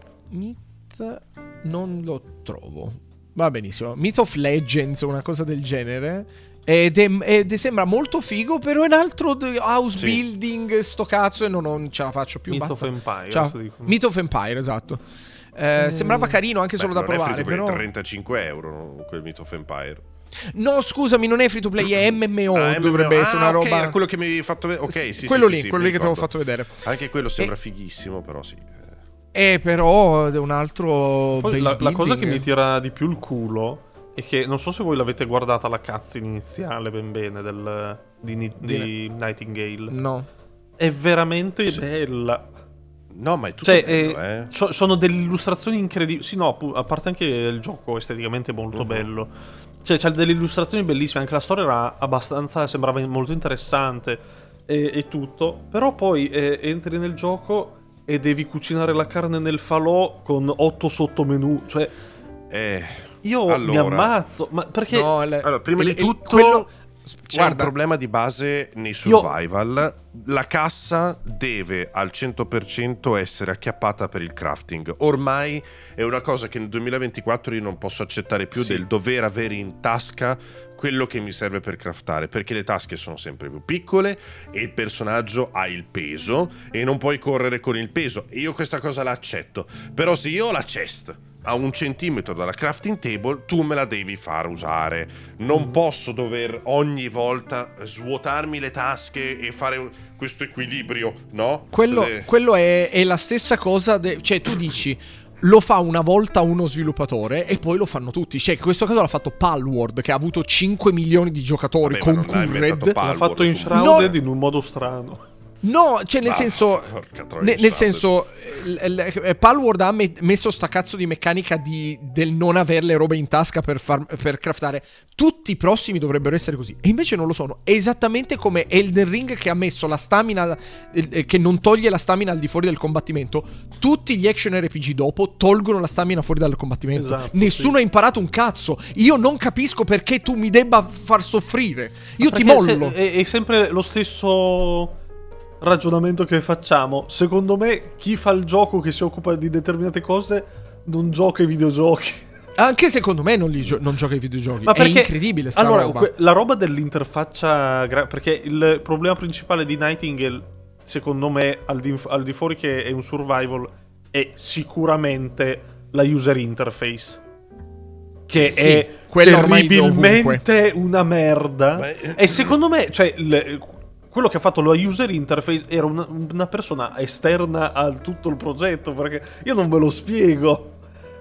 Myth. Non lo trovo. Va benissimo. Myth of Legends, una cosa del genere. Ed, è, ed è- sembra molto figo, però è un altro d- house
Sì.
building, sto cazzo, e non, non ce la faccio più.
Myth
basta.
of Empire.
Ciao.
adesso dico.
Myth of Empire, esatto. Eh, Sembrava carino anche
Beh,
solo da
non è
provare,
free to play,
però.
trentacinque euro quel Myth of Empire.
No, scusami, non è free to play, è M M O.
Ah,
dovrebbe
M M O.
essere
Ah,
una
ok,
roba.
era quello che mi avevi fatto vedere. Ok,
Sì,
sì,
quello
sì,
lì,
sì,
quello
mi
lì che ti avevo
ricordo.
fatto vedere.
Anche quello sembra fighissimo, però sì.
Eh, però è un altro.
Poi
base
la, la cosa
building.
che mi tira di più il culo è che non so se voi l'avete guardata la cutscene iniziale ben bene del, di, Ni- di Nightingale.
No.
È veramente bella.
No, ma è tutto
Cioè,
bello,
eh,
eh.
so- sono delle illustrazioni incredibili. Sì, no, pu- a parte anche il gioco esteticamente molto
Mhm.
bello. Cioè, c'ha delle illustrazioni bellissime. Anche la storia era abbastanza. Sembrava molto interessante e, e tutto. Però poi eh, entri nel gioco e devi cucinare la carne nel falò con otto sottomenu. Cioè,
Eh,
io mi
allora,
ammazzo. Ma perché.
No, il-
Allora, prima
il-
di
il-
tutto
quello-
c'è
guarda,
un problema di base nei survival. La cassa deve al cento per cento essere acchiappata per il crafting. Ormai è una cosa che nel duemilaventiquattro io non posso accettare più,
Sì.
del dover avere in tasca quello che mi serve per craftare, perché le tasche sono sempre più piccole e il personaggio ha il peso e non puoi correre con il peso. E io questa cosa la accetto. Però se io ho la chest a un centimetro dalla crafting table, tu me la devi far usare. Non posso dover ogni volta svuotarmi le tasche e fare un- questo equilibrio, no?
Quello,
Eh,
quello è, è la stessa cosa. de- cioè, tu dici. Lo fa una volta uno sviluppatore e poi lo fanno tutti. Cioè, in questo caso l'ha fatto Palworld, che ha avuto cinque milioni di giocatori
Vabbè, ma non
con
l'ha inventato
Curred.
Pal-
L'ha fatto in
Palworld,
Shrouded
no.
in un modo strano.
No, cioè nel
Ah,
senso
porca troia,
ne- nel
Shrouded.
senso l- l- eh, Palworld ha me- messo sta cazzo di meccanica di, del non avere le robe in tasca per, far, per craftare. Tutti i prossimi dovrebbero essere così e invece non lo sono. È esattamente come Elden Ring, che ha messo la stamina eh, che non toglie la stamina al di fuori del combattimento. Tutti gli action R P G dopo tolgono la stamina fuori dal combattimento.
Esatto,
Nessuno
sì.
ha imparato un cazzo. Io non capisco perché tu mi debba far soffrire. Io ti
Perché se-
mollo.
è, è sempre lo stesso ragionamento che facciamo. Secondo me, chi fa il gioco, che si occupa di determinate cose, non gioca ai videogiochi.
Anche secondo me non, li gio- non gioca ai videogiochi.
Ma
È
perché-
incredibile sta
allora,
roba.
que- la roba dell'interfaccia gra- perché il problema principale di Nightingale, secondo me, al di, al di fuori che è un survival, è sicuramente la user interface, che
Sì,
è
quella ormai
terribilmente una merda.
Ma-
E secondo me, cioè, il- quello che ha fatto la user interface era una, una persona esterna a tutto il progetto, perché io non ve lo spiego.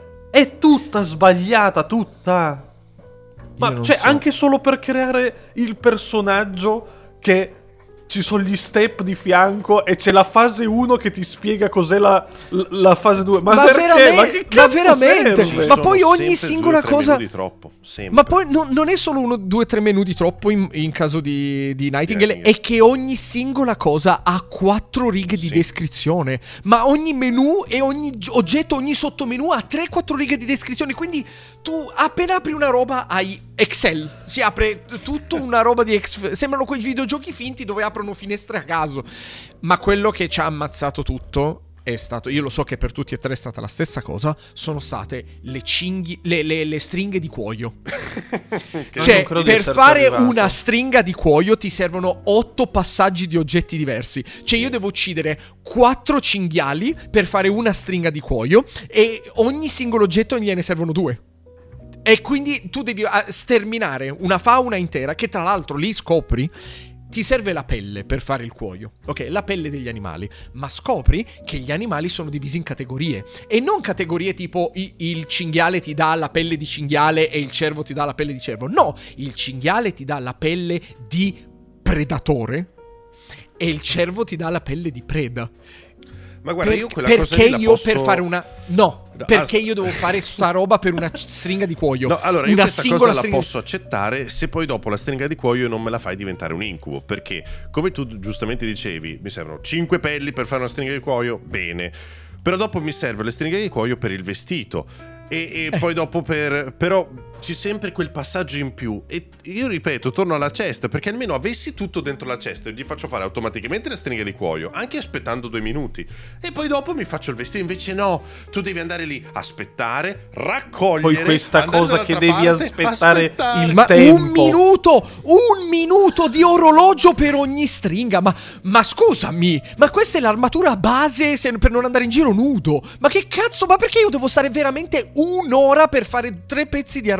È tutta sbagliata, tutta. Ma
non
cioè,
so.
anche solo per creare il personaggio, che ci sono gli step di fianco e c'è la fase uno che ti spiega cos'è la, la fase due. Ma,
Ma
perché?
veramente-
Ma che
ma
cazzo
veramente?
serve?
Ma
sono
poi ogni
sempre
singola
due o tre
cosa-
menu di troppo, sempre.
Ma poi non, non è solo uno, due, tre menu di troppo in, in caso di, di Nightingale,
Nightingale.
è che ogni singola cosa ha quattro righe di
Sì.
descrizione. Ma ogni menu e ogni gi- oggetto, ogni sottomenu ha tre quattro righe di descrizione. Quindi tu appena apri una roba hai Excel. Si apre tutto una roba di Excel. Sembrano quei videogiochi finti dove aprono finestre a caso. Ma quello che ci ha ammazzato tutto è stato, io lo so che per tutti e tre è stata la stessa cosa, sono state le cinghi, le, le- le stringhe di cuoio.
Che-
Cioè,
non credo di
per
esserci
fare
arrivato.
una stringa di cuoio ti servono otto passaggi di oggetti diversi. Cioè, io devo uccidere quattro cinghiali per fare una stringa di cuoio e ogni singolo oggetto gliene servono due. E quindi tu devi ah, sterminare una fauna intera, che tra l'altro lì scopri, ti serve la pelle per fare il cuoio, ok? La pelle degli animali, ma scopri che gli animali sono divisi in categorie, e non categorie tipo i- il cinghiale ti dà la pelle di cinghiale e il cervo ti dà la pelle di cervo. No, il cinghiale ti dà la pelle di predatore e il cervo ti dà la pelle di preda.
Ma guarda,
Per-
io quella
perché
cosa lì la
io
posso...
per fare una no,
No,
perché
as-
io devo fare sta roba per una c- stringa di cuoio.
No, allora io
una
questa
singola
cosa la
stringa.
posso accettare se poi dopo la stringa di cuoio non me la fai diventare un incubo, perché come tu giustamente dicevi, mi servono cinque pelli per fare una stringa di cuoio, bene, però dopo mi serve le stringhe di cuoio per il vestito e, e
Eh.
poi dopo per... però c'è sempre quel passaggio in più e io ripeto, torno alla cesta, perché almeno avessi tutto dentro la cesta e gli faccio fare automaticamente le stringhe di cuoio, anche aspettando due minuti, e poi dopo mi faccio il vestito. Invece no, tu devi andare lì, aspettare, raccogliere,
Poi questa
andare
cosa che
dall'altra
devi
parte,
aspettare
aspettare.
il
Ma
tempo.
un minuto, un minuto di orologio per ogni stringa. Ma, ma scusami, ma questa è l'armatura base se- per non andare in giro nudo. Ma che cazzo, ma perché io devo stare veramente un'ora per fare tre pezzi di armatura?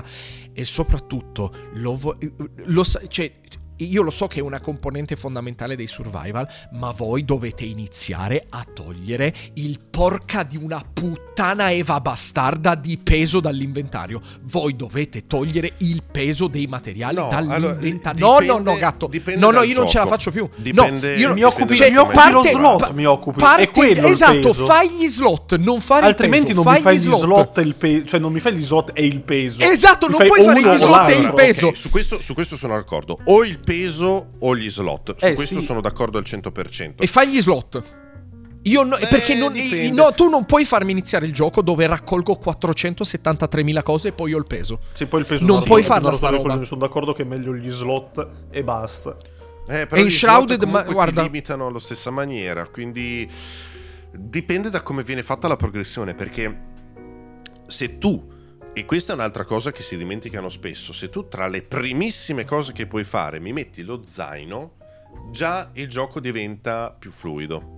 E soprattutto, lo, vo- lo sa- cioè, io lo so che è una componente fondamentale dei survival, ma voi dovete iniziare a togliere il porca di una puttana Eva bastarda di peso dall'inventario. Voi dovete togliere il peso dei materiali
No,
dall'inventario.
allora,
No, no, no,
dipende-
gatto.
dipende
No, no,
dal
io non ce la
gioco.
faccio più.
Dipende-
no, io
Mi occupi,
dipende
mi
da
occupi
come
lo
giochi.
slot,
pa-
mi occupi.
parte-
è quello
esatto,
il peso.
fai gli slot, non fare
Altrimenti
il
non
peso.
mi fai gli
slot.
slot e il peso. Cioè non mi fai gli slot e il peso.
Esatto,
Mi
non puoi
o
fare
uno
gli
o
slot e il
l'altro.
peso.
Ok, su, questo, su questo sono d'accordo. O il peso o gli slot. Su
Eh,
questo
sì.
sono d'accordo al cento per cento.
E fai gli slot. Io no,
Beh,
perché non,
dipende.
no, tu non puoi farmi iniziare il gioco dove raccolgo quattrocentosettantatremila cose e poi ho il peso.
Sì, poi il peso
Non
no,
puoi
no,
farla
no,
sta
no,
roba.
Sono d'accordo che è meglio gli slot e basta.
Eh, però
E in
gli
Shrouded,
slot
ma-
comunque
guarda-
ti limitano alla stessa maniera. Quindi dipende da come viene fatta la progressione. Perché se tu, e questa è un'altra cosa che si dimenticano spesso, se tu tra le primissime cose che puoi fare mi metti lo zaino, già il gioco diventa più fluido.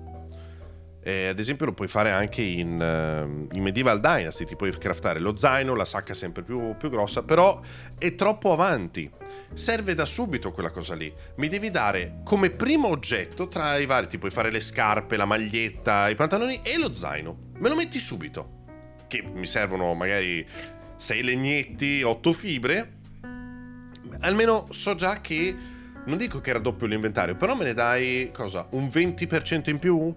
Eh, ad esempio lo puoi fare anche in, ehm, in Medieval Dynasty, ti puoi craftare lo zaino, la sacca sempre più, più grossa, però è troppo avanti. Serve da subito quella cosa lì. Mi devi dare come primo oggetto tra i vari, ti puoi fare le scarpe, la maglietta, i pantaloni e lo zaino. Me lo metti subito. Che mi servono magari sei legnetti, otto fibre. Almeno so già che, non dico che raddoppio l'inventario, però me ne dai, cosa, un venti per cento in più?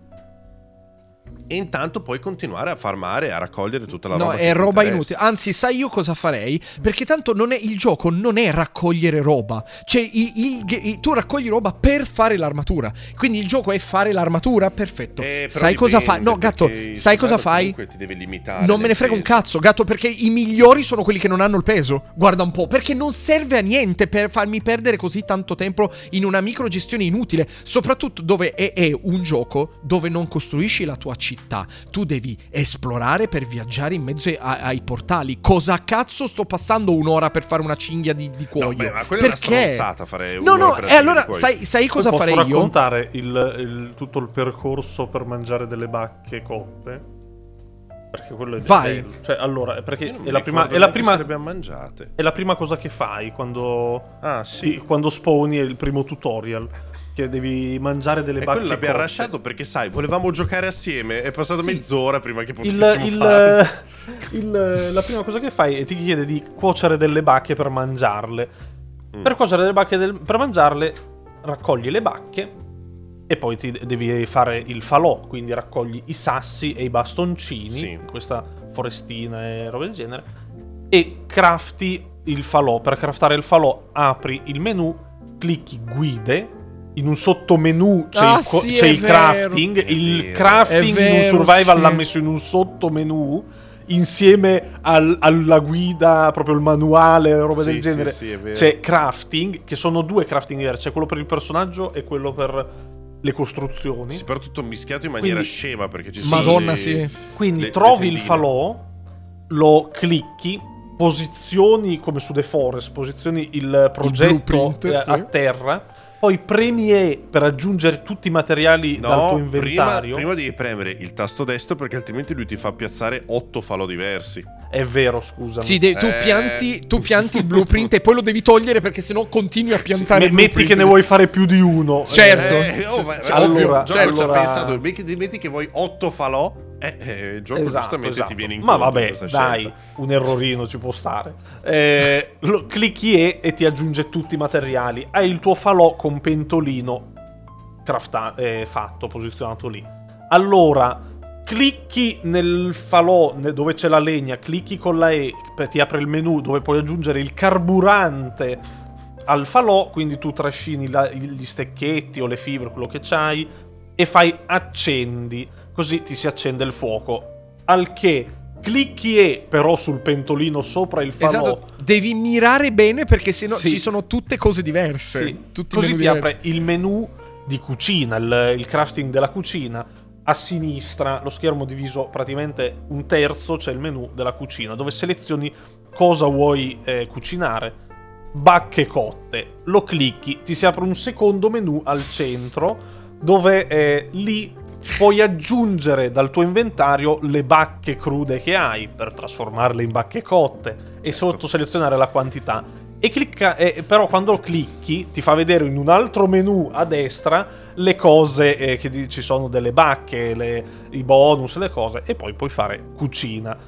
E intanto puoi continuare a farmare, a raccogliere tutta la
No,
roba. che
è
ti
roba
interessa.
inutile. Anzi, sai io cosa farei? Perché tanto non è, il gioco non è raccogliere roba. Cioè, il- il- il- tu raccogli roba per fare l'armatura. Quindi il gioco è fare l'armatura? Perfetto.
Eh, però
sai cosa
dipende,
fai? No, gatto,
perché il
sai cosa
survival
fai?
comunque ti deve limitare
Non me ne
nel
frega un
peso.
cazzo, gatto, perché i migliori sono quelli che non hanno il peso. Guarda un po', perché non serve a niente per farmi perdere così tanto tempo in una microgestione inutile. Soprattutto dove è, è un gioco dove non costruisci la tua città. Tu devi esplorare per viaggiare in mezzo a- ai portali. Cosa cazzo sto passando un'ora per fare una cinghia di, di cuoio?
No, beh, ma quella è una
perché?
stronzata fare
No,
un'ora
no,
per
e
la
allora
cinghia di
sai, sai cosa
Poi
farei
posso
io?
raccontare il, il- tutto il percorso per mangiare delle bacche cotte? Perché quello è
Vai.
bello. Cioè, allora, perché
Io non
è
mi
la, prima,
ricordo
è, la
neanche
prima,
se le abbiamo mangiate.
è la prima cosa che fai quando,
Ah, sì.
ti- quando spawni, è il primo tutorial. Che devi mangiare delle
E
bacche
quello l'abbiamo
cotte.
rasciato perché, sai, volevamo giocare assieme. È passata
Sì.
mezz'ora prima che
Il,
potessimo
il-
farlo.
il- la prima cosa che fai è ti chiede di cuocere delle bacche per mangiarle.
Mm.
Per cuocere delle bacche del- per mangiarle, raccogli le bacche e poi ti devi fare il falò. Quindi raccogli i sassi e i bastoncini
Sì.
in questa forestina e roba del genere. E crafti il falò. Per craftare il falò, apri il menu, clicchi guide. In un sottomenu c'è,
Ah,
il, co-
sì,
c'è
è
il
vero.
crafting.
È
Il
vero.
crafting
È
in un
vero,
survival
sì.
l'ha messo in un sottomenu insieme al- alla guida, proprio il manuale, roba
Sì,
del
sì,
genere.
sì, è vero.
C'è crafting, che sono due crafting diversi. C'è quello per il personaggio e quello per le costruzioni.
Sì, però tutto mischiato in maniera
Quindi-
scema perché ci sono
Madonna,
le-
sì.
Quindi
le-
trovi
le
il
tendine.
falò, lo clicchi posizioni come su The Forest, posizioni il progetto
blueprint,
eh,
sì.
a terra, poi premi E per aggiungere tutti i materiali
No,
dal tuo
prima,
inventario.
prima devi premere il tasto destro perché altrimenti lui ti fa piazzare otto falò diversi.
È vero, scusami.
Sì, de- tu,
Eh.
pianti, tu pianti il blueprint e poi lo devi togliere perché sennò continui a piantare
Me-
il
metti
blueprint.
che ne vuoi fare più di uno.
Certo.
Eh, oh, ma-
Allora,
ovvio,
cioè,
gioco ci ha
allora-
pensato, metti, metti che vuoi otto falò, eh, eh, il gioco
Esatto,
giustamente
esatto.
ti viene
Ma
incontro
vabbè,
questa
dai,
scelta.
un errorino ci può stare. Eh, lo, clicchi E e ti aggiunge tutti i materiali. Hai il tuo falò con pentolino crafta- eh, fatto, posizionato lì. Allora, clicchi nel falò ne- dove c'è la legna, clicchi con la E, per- ti apre il menu dove puoi aggiungere il carburante al falò, quindi tu trascini la- gli stecchetti o le fibre, quello che c'hai, e fai accendi, così ti si accende il fuoco. Al che clicchi E però sul pentolino sopra il falò.
Esatto, devi mirare bene perché sennò
Sì.
ci sono tutte cose diverse.
Sì.
Tutti
Così
menu
ti
diversi.
apre il menu di cucina, il, il crafting della cucina. A sinistra lo schermo diviso praticamente un terzo, c'è il menu della cucina dove selezioni cosa vuoi eh, cucinare. Bacche cotte, lo clicchi, ti si apre un secondo menu al centro dove eh, lì puoi aggiungere dal tuo inventario le bacche crude che hai per trasformarle in bacche cotte e sotto selezionare la quantità. E clicca, eh, però quando clicchi ti fa vedere in un altro menu a destra le cose eh, che di- ci sono delle bacche, le- i bonus, le cose, e poi puoi fare cucina.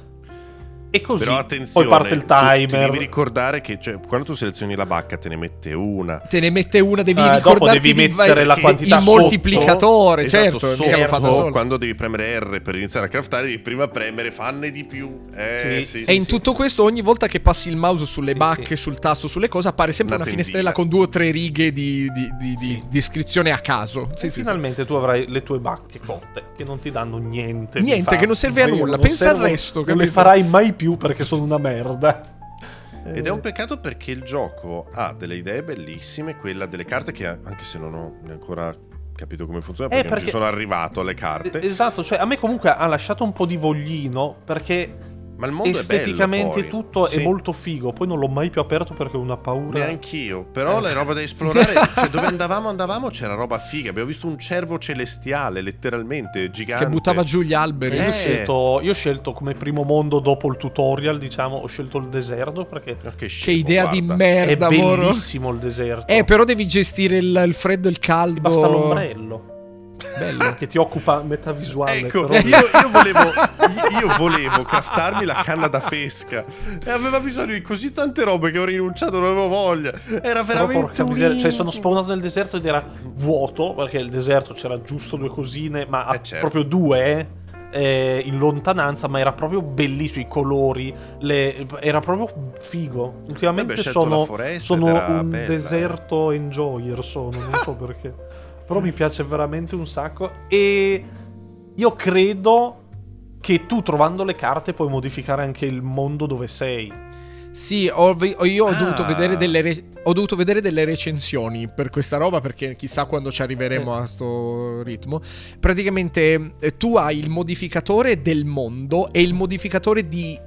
E così
Però attenzione,
poi parte il
tu- ti
timer.
devi ricordare che cioè, quando tu selezioni la bacca te ne mette una.
Te ne mette una, devi
Eh, dopo
ricordarti
devi
di
mettere la
il
quantità
moltiplicatore,
Esatto,
certo,
sotto,
mica lo fa da solo.
quando devi premere R per iniziare a craftare devi prima premere fanne di più. Eh,
Sì,
sì,
sì,
E in
sì.
tutto questo, ogni volta che passi il mouse sulle
Sì,
bacche,
sì.
sul tasto, sulle cose, appare sempre
Una
una,
tendina.
finestrella con due o tre righe di, di, di, di-
Sì.
di iscrizione a caso. Sì,
E
sì, sì.
finalmente tu avrai le tue bacche cotte che non ti danno niente. di
Niente,
fare.
che non serve a
Zero,
nulla,
non
pensa al
servono-
resto,
Non le
capito?
farai mai più perché sono una merda.
Ed è un peccato perché il gioco ha delle idee bellissime, quella delle carte che anche se non ho ancora capito come funziona
Eh,
perché, non ci
perché-
sono arrivato alle carte.
Esatto, cioè a me comunque ha lasciato un po' di voglino perché
Ma il mondo
esteticamente
è bello, poi.
tutto
Sì.
è molto figo. Poi non l'ho mai più aperto perché ho una paura.
Neanch'io, però
Eh.
la roba da esplorare, cioè dove andavamo andavamo c'era roba figa, abbiamo visto un cervo celestiale, letteralmente, gigante.
Che buttava giù gli alberi.
Io, ho
Eh.
scelto, io ho scelto come primo mondo dopo il tutorial, diciamo, ho scelto il deserto perché
Ma che,
Che
scemo,
idea di
guarda.
è
merda, moro.
bellissimo il deserto.
Eh, però devi gestire il, il freddo e il
Ti
caldo.
basta l'ombrello
Bello.
che ti occupa metà visuale.
Ecco,
però-
io, io volevo io volevo craftarmi la canna da pesca e aveva bisogno di così tante robe che ho rinunciato, non avevo voglia. Era
Però
veramente
porca
un
miseria, cioè sono
incubo.
spawnato nel deserto ed era vuoto perché il deserto c'era giusto due cosine, ma
Eh,
a-
certo.
proprio due eh, in lontananza, ma era proprio bellissimo i colori, le- era proprio figo. Ultimamente
Beh, scelto la
sono,
foresta
sono
ed era
un
bella,
deserto enjoyer, sono, non so perché. Però mi piace veramente un sacco e io credo che tu trovando le carte puoi modificare anche il mondo dove sei.
Sì, ho, vi- ho- io ho,
Ah.
dovuto vedere delle re- ho dovuto vedere delle recensioni per questa roba perché chissà quando ci arriveremo
Eh.
a sto ritmo. Praticamente eh, tu hai il modificatore del mondo e il modificatore di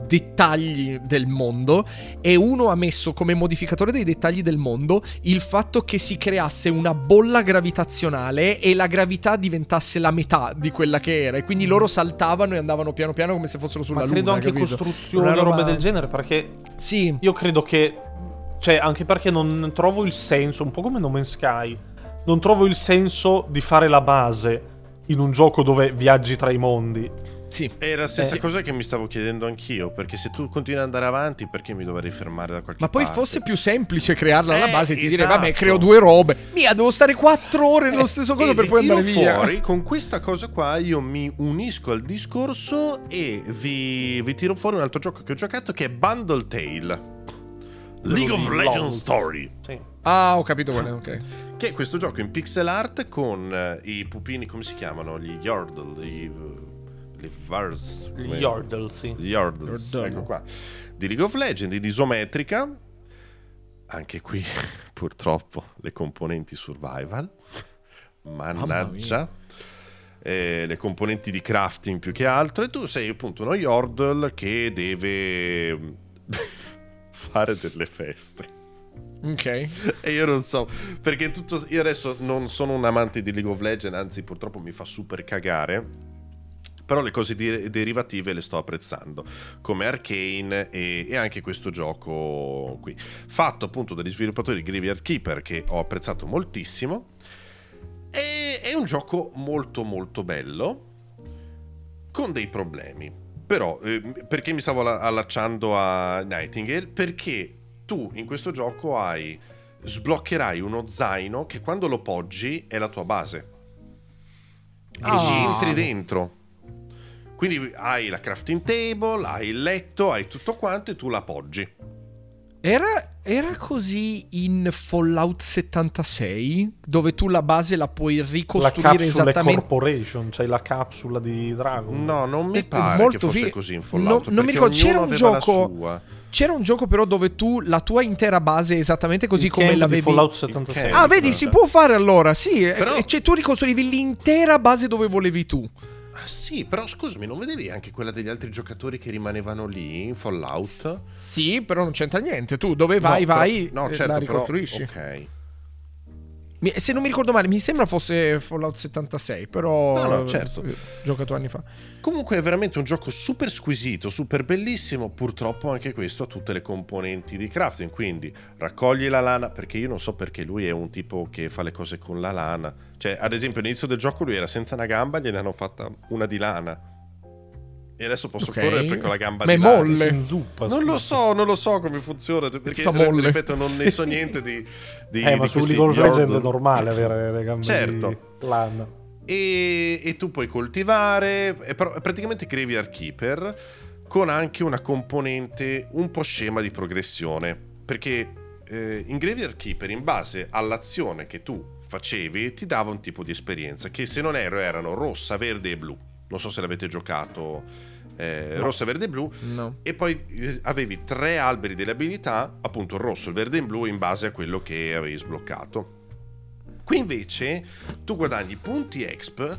dettagli del mondo e uno ha messo come modificatore dei dettagli del mondo il fatto che si creasse una bolla gravitazionale e la gravità diventasse la metà di quella che era e quindi loro saltavano e andavano piano piano come se fossero sulla
Ma credo
luna,
anche
capito?
costruzioni
Una
e
roba-
robe del genere perché
Sì.
io credo che, cioè, anche perché non trovo il senso, un po' come No Man's Sky, non trovo il senso di fare la base in un gioco dove viaggi tra i mondi.
Sì.
È la stessa
Eh.
cosa che mi stavo chiedendo anch'io, perché se tu continui ad andare avanti, perché mi dovrei fermare da qualche
Ma poi
parte?
fosse più semplice crearla alla
Eh,
base e ti dire
esatto.
vabbè creo due robe. Mia, devo stare quattro ore nello stesso coso
E
per
vi
poi
tiro
andare via.
fuori, con questa cosa qua io mi unisco al discorso e vi, vi tiro fuori un altro gioco che ho giocato che è Bundle Tale. League of
Lol.
Legends Story.
Sì.
Ah, ho capito qual è, ok.
Che è questo gioco in pixel art con eh, i pupini, come si chiamano? Gli Yordle, i, i Vars,
Gli
come-
Yordle, sì.
Gli Yordles,
Yordle.
ecco qua. Di League of Legends, in isometrica. Anche qui, purtroppo, le componenti survival. Mannaggia. Eh, le componenti di crafting più che altro. E tu sei appunto uno Yordle che deve fare delle feste.
Ok.
E io non so, perché tutto, io adesso non sono un amante di League of Legends, anzi purtroppo mi fa super cagare. Però le cose di- derivative le sto apprezzando, come Arcane e, e anche questo gioco qui, fatto appunto dagli sviluppatori Graveyard Keeper, che ho apprezzato moltissimo. E, è un gioco molto molto bello, con dei problemi. Però, eh, perché mi stavo alla- allacciando a Nightingale? Perché tu in questo gioco hai sbloccherai uno zaino che quando lo poggi è la tua base. E
Ah.
ci entri dentro. Quindi hai la crafting table, hai il letto, hai tutto quanto e tu la poggi.
Era, era così in Fallout settantasei, dove tu la base la puoi
La
ricostruire
Capsule
esattamente.
Corporation, c'hai la capsula di Dragon.
No, non mi
È
pare
molto
che fosse
fi-
così in Fallout.
No, non mi
perché
ricordo, c'era
ognuno
un
aveva la
gioco-
sua.
C'era un gioco però dove tu la tua intera base è esattamente così
Il
come
camp di
l'avevi.
Fallout settantasei.
Ah, vedi, si può fare allora, sì.
Però-
E cioè tu ricostruivi l'intera base dove volevi tu.
Ah, sì, però scusami, non vedevi anche quella degli altri giocatori che rimanevano lì in Fallout?
S- sì, però non c'entra niente. Tu dove vai,
No, però-
vai,
no,
eh,
certo,
la
però-
ricostruisci.
ok.
Mi- Se non mi ricordo male, mi sembra fosse Fallout settantasei, però
No, no, certo.
eh, giocato anni fa.
Comunque è veramente un gioco super squisito, super bellissimo. Purtroppo anche questo ha tutte le componenti di crafting. Quindi raccogli la lana, perché io non so perché lui è un tipo che fa le cose con la lana. Cioè, ad esempio, all'inizio del gioco lui era senza una gamba, gliene hanno fatta una di lana. E adesso posso
Ok.
correre perché ho la gamba
Ma
di
è
lana.
molle.
Si inzuppa,
Non
scusa.
lo so, non lo so come funziona. Perché,
fa molle.
ripeto, non ne so niente di, di,
Eh, ma
di
su
questi
League of Legends è
Yordle.
normale avere le gambe
Certo.
di lana.
E, e tu puoi coltivare. È pr- praticamente Graveyard Keeper con anche una componente un po' scema di progressione. Perché eh, in Graveyard Keeper, in base all'azione che tu facevi, ti dava un tipo di esperienza. Che se non erro erano rossa, verde e blu. Non so se l'avete giocato. Eh,
No.
rossa, verde e blu.
No.
E poi eh, avevi tre alberi delle abilità, appunto il rosso, il verde e il blu, in base a quello che avevi sbloccato. Qui invece tu guadagni punti exp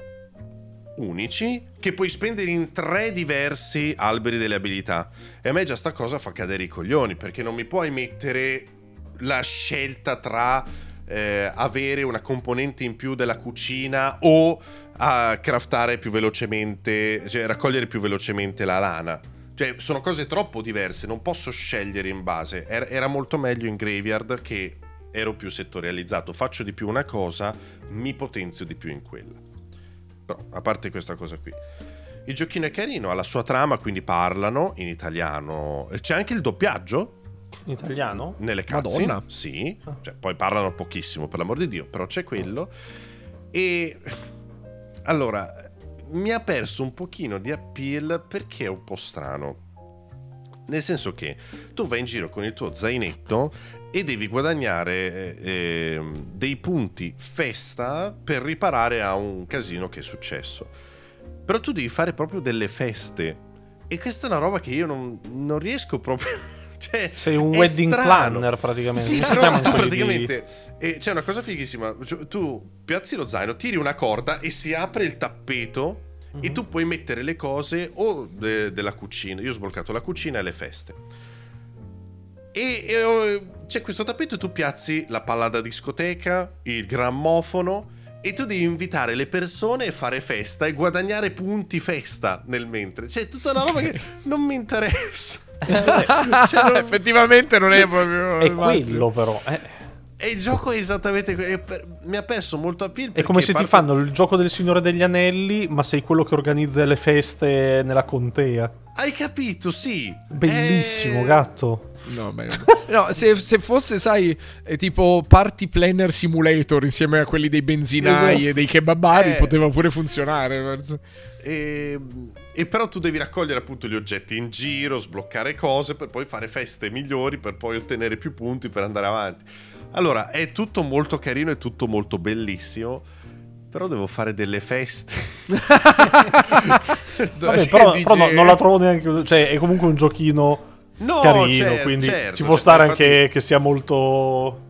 unici che puoi spendere in tre diversi alberi delle abilità. E a me già sta cosa fa cadere i coglioni, perché non mi puoi mettere la scelta tra eh, avere una componente in più della cucina o a craftare più velocemente, cioè raccogliere più velocemente la lana. Cioè sono cose troppo diverse, non posso scegliere in base. Era, era molto meglio in Graveyard, che ero più settorializzato, faccio di più una cosa, mi potenzio di più in quella. Però a parte questa cosa qui, il giochino è carino, ha la sua trama, quindi parlano in italiano. C'è anche il doppiaggio
In italiano?
nelle cutscene.
Madonna.
Sì, cioè, poi parlano pochissimo, per l'amor di Dio, però c'è quello. E allora mi ha perso un pochino di appeal perché è un po' strano. Nel senso che tu vai in giro con il tuo zainetto e devi guadagnare eh, eh, dei punti festa per riparare a un casino che è successo. Però tu devi fare proprio delle feste. E questa è una roba che io non, non riesco proprio... Cioè,
Sei un
è
wedding
strano.
planner praticamente.
Sì,
Non
però
siamo
tu
quelli
praticamente eh, c'è una cosa fighissima. Cioè, tu piazzi lo zaino, tiri una corda e si apre il tappeto
Mhm.
e tu puoi mettere le cose o de- della cucina. Io ho sbloccato la cucina e le feste. E, e oh, c'è questo tappeto e tu piazzi la palla da discoteca, il grammofono, e tu devi invitare le persone e fare festa e guadagnare punti festa nel mentre. C'è tutta una roba che non mi interessa. Cioè, non-
Effettivamente non è proprio
È
il massimo.
quello però. eh.
E il gioco è esattamente quello. E per- Mi ha perso molto appeal.
È come se
perché
ti
parte-
fanno il gioco del Signore degli Anelli, ma sei quello che organizza le feste nella contea.
Hai capito, sì.
Bellissimo,
Eh,
gatto.
No, beh, no, se, se fosse, sai, è tipo Party Planner Simulator insieme a quelli dei benzinai
Esatto.
e dei kebabari,
Eh.
poteva pure funzionare.
E, e però tu devi raccogliere appunto gli oggetti in giro, sbloccare cose per poi fare feste migliori, per poi ottenere più punti per andare avanti. Allora, è tutto molto carino, è tutto molto bellissimo, però devo fare delle feste.
Vabbè, però, però no, non la trovo neanche. Cioè, è comunque un giochino
No,
carino.
cer-
quindi
certo,
ci può
certo,
stare
infatti-
anche che sia molto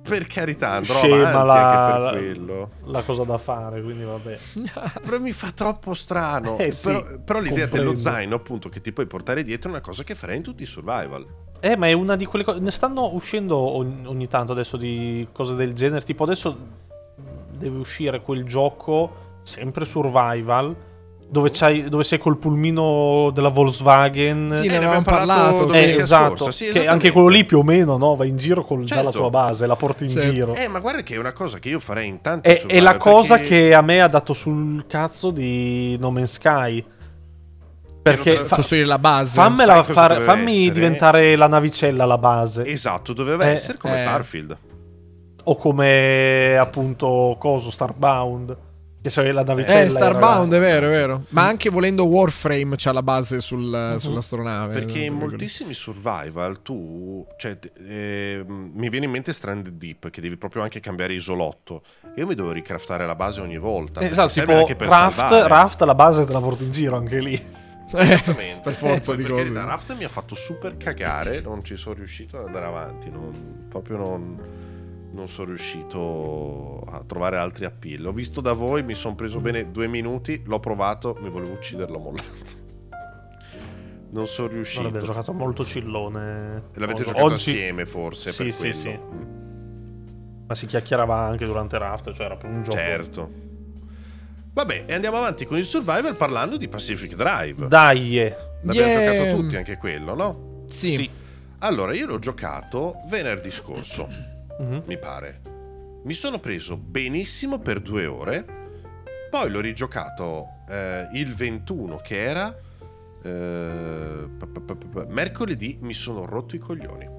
per carità, andrò
scema
avanti
la,
anche per
la,
quello.
la cosa da fare, quindi vabbè.
Però mi fa troppo strano.
Eh sì,
però, però l'idea
comprendo.
dello zaino, appunto, che ti puoi portare dietro è una cosa che farei in tutti i survival.
Eh, ma è una di quelle cose. Ne stanno uscendo ogni, ogni tanto adesso di cose del genere. Tipo, adesso deve uscire quel gioco, sempre survival, dove, c'hai, dove sei col pulmino della Volkswagen.
Sì,
Eh,
ne
ne
avevamo
abbiamo parlato
parlato.
Eh,
sì.
domenica
esatto.
scorsa, sì,
che
esattamente.
anche quello lì più o meno, no? Vai in giro con già la
Certo.
tua base, la porti in
Sì.
giro.
Eh, ma guarda che è una cosa che io farei in tanti
È, è
survival,
la cosa
perché-
che a me ha dato sul cazzo di No Man's Sky. Perché
non te-
fa-
Costruire la base.
fammela
sai cosa
fare,
doveva
fammi
essere?
diventare la navicella la base.
Esatto, doveva
Eh,
essere come
eh.
Starfield.
O come appunto coso Starbound. Che c'è la navicella.
Eh, Starbound,
era-
è vero, è vero. Ma anche volendo Warframe c'ha la base sul, sull'astronave.
Perché in
Non so
moltissimi survival tu, cioè, eh, mi viene in mente Stranded Deep, che devi proprio anche cambiare isolotto. Io mi devo ricraftare la base ogni volta.
Eh,
perché
esatto,
serve
tipo
anche per
Raft,
salvare.
Raft la base te la porti in giro anche lì.
Esattamente.
per forza
Poi,
di
per
cose.
carità, Raft mi ha fatto super cagare, non ci sono riuscito ad andare avanti, non, proprio non, non sono riuscito a trovare altri appeal. L'ho visto da voi, mi sono preso bene due minuti, l'ho provato, mi volevo uccidere, l'ho mollato. Non sono riuscito.
Non abbiamo giocato molto cillone.
L'avete
Coso.
giocato
Oggi-
assieme forse,
Sì,
per
sì,
quello.
sì. Ma si chiacchierava anche durante Raft, cioè era per un gioco.
Certo. Vabbè, e andiamo avanti con il survival parlando di Pacific Drive.
Dai. eh.
L'abbiamo
Yeah.
giocato tutti anche quello, no?
Sì.
Sì.
Allora, io l'ho giocato venerdì scorso,
Mhm.
mi pare. Mi sono preso benissimo per due ore. Poi l'ho rigiocato eh, il ventuno, che era eh, p- p- p- p- mercoledì. Mi sono rotto i coglioni.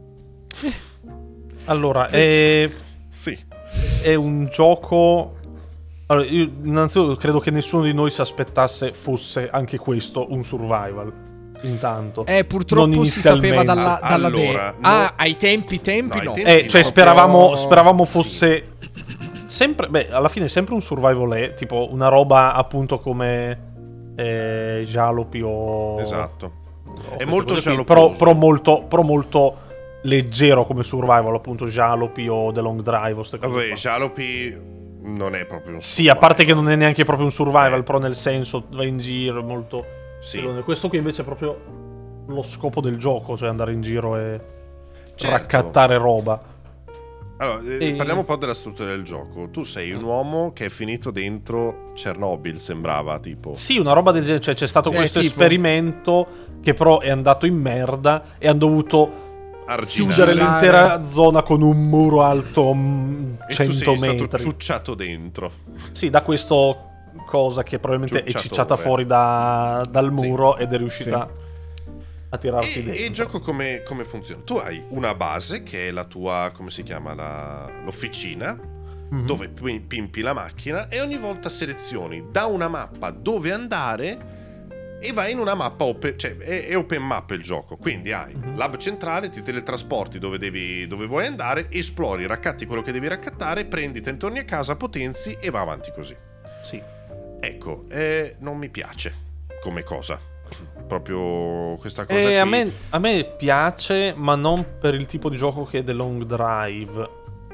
Allora, è,
Sì.
è un gioco. Allora, io innanzitutto credo che nessuno di noi si aspettasse fosse anche questo un survival. Intanto.
Eh, purtroppo
Non
si sapeva
inizialmente.
dalla, dalla
Allora,
de- Ah,
no.
ai tempi, tempi
No, ai
no.
tempi-
Eh, cioè,
proprio-
speravamo, speravamo fosse sempre. Beh, alla fine è sempre un survival è, tipo una roba appunto come eh, Jalopy o.
Esatto.
o
È
queste
molto
cose qui,
jaloposo.
però, però molto, però molto leggero come survival, appunto Jalopy o The Long Drive o ste cose
Vabbè,
qua.
Jalopy non è proprio un
Sì, a parte che
survival.
non è neanche proprio un survival,
Eh.
però nel senso vai in giro, è molto.
Sì.
Questo qui invece è proprio lo scopo del gioco, cioè andare in giro e
Certo.
raccattare roba.
Allora, eh,
E-
parliamo un po' della struttura del gioco. Tu sei un uomo che è finito dentro Chernobyl, sembrava, tipo.
Sì, una roba del genere, cioè c'è stato
Eh,
questo
tipo-
esperimento che però è andato in merda e hanno dovuto
Arginare.
chiudere
Arginare.
l'intera zona con un muro alto mm,
E tu
cento
sei stato
metri.
ciucciato dentro.
Sì, da questo cosa che probabilmente è
Ciucciatore.
cicciata fuori da- dal muro ed è riuscita a tirarti
E,
dentro.
e il gioco come, come funziona? Tu hai una base che è la tua, come si chiama, la- l'officina,
Mhm.
dove pi- pimpi la macchina e ogni volta selezioni da una mappa dove andare e vai in una mappa open, cioè è, è open map il gioco, quindi hai
Mhm.
l'hub centrale, ti teletrasporti dove, devi, dove vuoi andare, esplori, raccatti quello che devi raccattare, prendi, te ne torni a casa, potenzi e va avanti così.
Sì.
Ecco, eh, non mi piace come cosa. Proprio questa cosa
Eh,
qui.
a, me, a me piace, ma non per il tipo di gioco che è The Long Drive.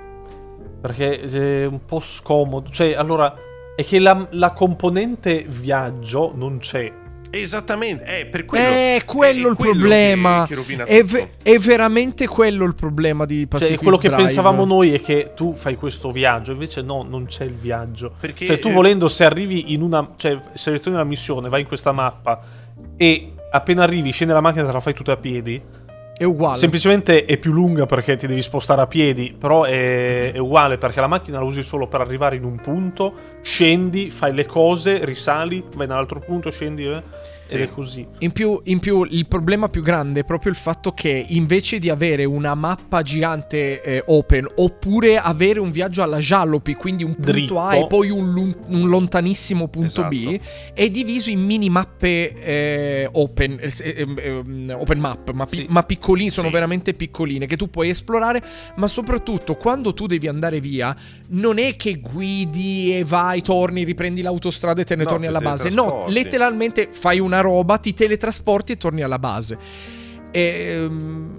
Perché è un po' scomodo. Cioè, allora, è che la, la componente viaggio non c'è.
Esattamente, è per quello.
È quello
è
il
quello
problema.
Che, che rovina
È,
tutto.
ve- è veramente quello il problema di Pacific
Cioè, quello che
Drive.
pensavamo noi è che tu fai questo viaggio, invece no, non c'è il viaggio.
Perché,
Cioè, tu
eh,
volendo, se arrivi in una. Cioè, selezioni una missione, vai in questa mappa e appena arrivi, scendi la macchina e te la fai tutta a piedi.
È uguale.
Semplicemente è più lunga perché ti devi spostare a piedi, però è, è uguale perché la macchina la usi solo per arrivare in un punto, scendi, fai le cose, risali, vai nell'altro punto, scendi eh, ed
Sì.
è così.
In più, in più, il problema più grande è proprio il fatto che invece di avere una mappa gigante eh, open, oppure avere un viaggio alla Jalopy, quindi un punto
Dritto.
A e poi un, lun- un lontanissimo punto B,
Esatto.
è diviso in mini mappe eh, open, eh, eh, eh, open map, ma, pi-
Sì.
ma piccoline, sono
Sì.
veramente piccoline, che tu puoi esplorare, ma soprattutto quando tu devi andare via, non è che guidi e vai, torni, riprendi l'autostrada e te ne
No,
torni
ti
alla base. No,
teletrasporti.
letteralmente fai una roba, ti teletrasporti e torni alla base. E, ehm,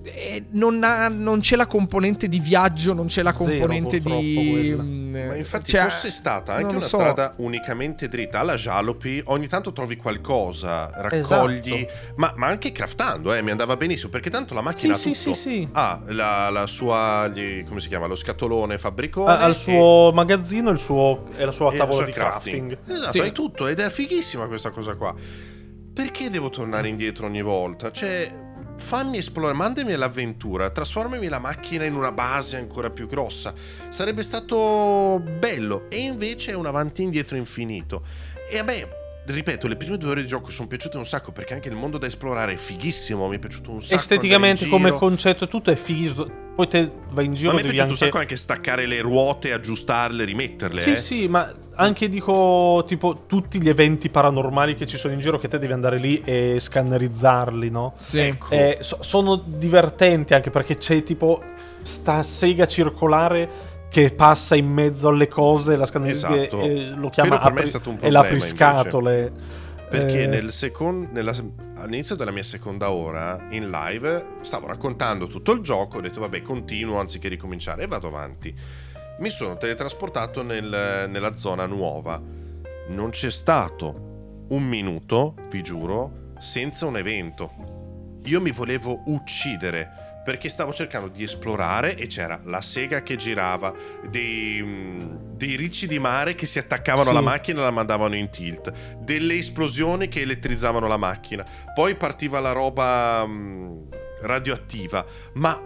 eh, non, ha, non c'è la componente di viaggio, non c'è la componente
Zero,
di...
mh,
Ma infatti
cioè,
fosse stata anche
non lo
una
so.
strada unicamente dritta alla Jalopy, ogni tanto trovi qualcosa, raccogli,
Esatto.
ma, ma anche craftando, eh, mi andava benissimo, perché tanto la macchina
Sì,
ha
sì,
tutto.
sì, sì.
Ha la, la sua, gli- come si chiama, lo scatolone fabbricone.
Ha, ha il
e-
suo magazzino e, il suo, e la sua
e la
tavola
sua
di crafting.
Esatto,
Sì.
hai tutto ed è fighissima questa cosa qua. Perché devo tornare indietro ogni volta? Cioè, fammi esplorare, mandami all'avventura, trasformami la macchina in una base ancora più grossa. Sarebbe stato bello. E invece è un avanti e indietro infinito. E a me, ripeto, le prime due ore di gioco sono piaciute un sacco, perché anche il mondo da esplorare è fighissimo. Mi è piaciuto un sacco.
Esteticamente,
andare in
come
giro.
concetto e tutto è fighissimo. Poi te vai in giro
Ma
e
a me è
devi
piaciuto
anche...
un sacco anche staccare le ruote, aggiustarle, rimetterle.
Sì,
eh.
sì, ma anche dico, tipo, tutti gli eventi paranormali che ci sono in giro, che te devi andare lì e scannerizzarli, no?
Sì.
Ecco.
Eh, so- sono divertenti anche perché c'è tipo sta sega circolare che passa in mezzo alle cose, la scannerizzi
Esatto.
e lo chiama
Quello per me è
apri-
stato un
e
problema,
l'apriscatole.
Perché
Eh,
nel secon- nella- all'inizio della mia seconda ora in live stavo raccontando tutto il gioco, ho detto vabbè continuo anziché ricominciare e vado avanti. Mi sono teletrasportato nel- nella zona nuova. Non c'è stato un minuto, vi giuro, senza un evento. Io mi volevo uccidere perché stavo cercando di esplorare e c'era la sega che girava, dei, mh, dei ricci di mare che si attaccavano
Sì.
alla macchina e la mandavano in tilt, delle esplosioni che elettrizzavano la macchina, poi partiva la roba mh, radioattiva, ma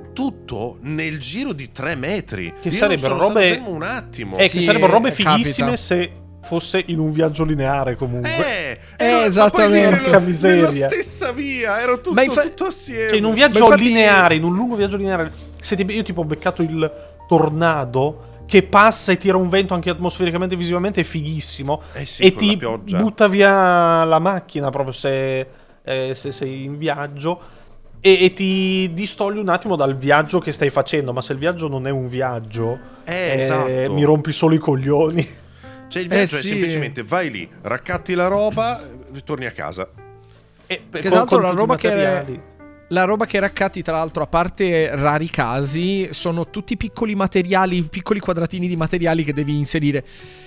tutto nel giro di tre metri.
Che
Io
sarebbero
non sono
robe-
stato fermo un attimo.
eh,
Sì,
che sarebbero robe
capita.
fighissime se fosse in un viaggio lineare comunque.
Eh,
Eh,
ero- ma poi
esattamente.
lì
Porca
nello-
miseria.
nella stessa via, ero tutto,
Ma infa-
tutto assieme.
Cioè in un
Ma
viaggio
infatti-
lineare, in un lungo viaggio lineare, se ti- io tipo ho beccato il tornado che passa e tira un vento anche atmosfericamente e visivamente, è fighissimo.
Eh sì,
e
con
ti
la pioggia.
butta via la macchina proprio se, eh, se sei in viaggio. E, e ti distogli un attimo dal viaggio che stai facendo. Ma se il viaggio non è un viaggio,
Eh, esatto.
mi rompi solo i coglioni.
Cioè il viaggio
Eh,
è
sì.
semplicemente vai lì, raccatti la roba, ritorni a casa.
E,
Che tra l'altro la roba che
materiali.
La roba che raccatti, tra l'altro, a parte rari casi, sono tutti piccoli materiali, piccoli quadratini di materiali che devi inserire.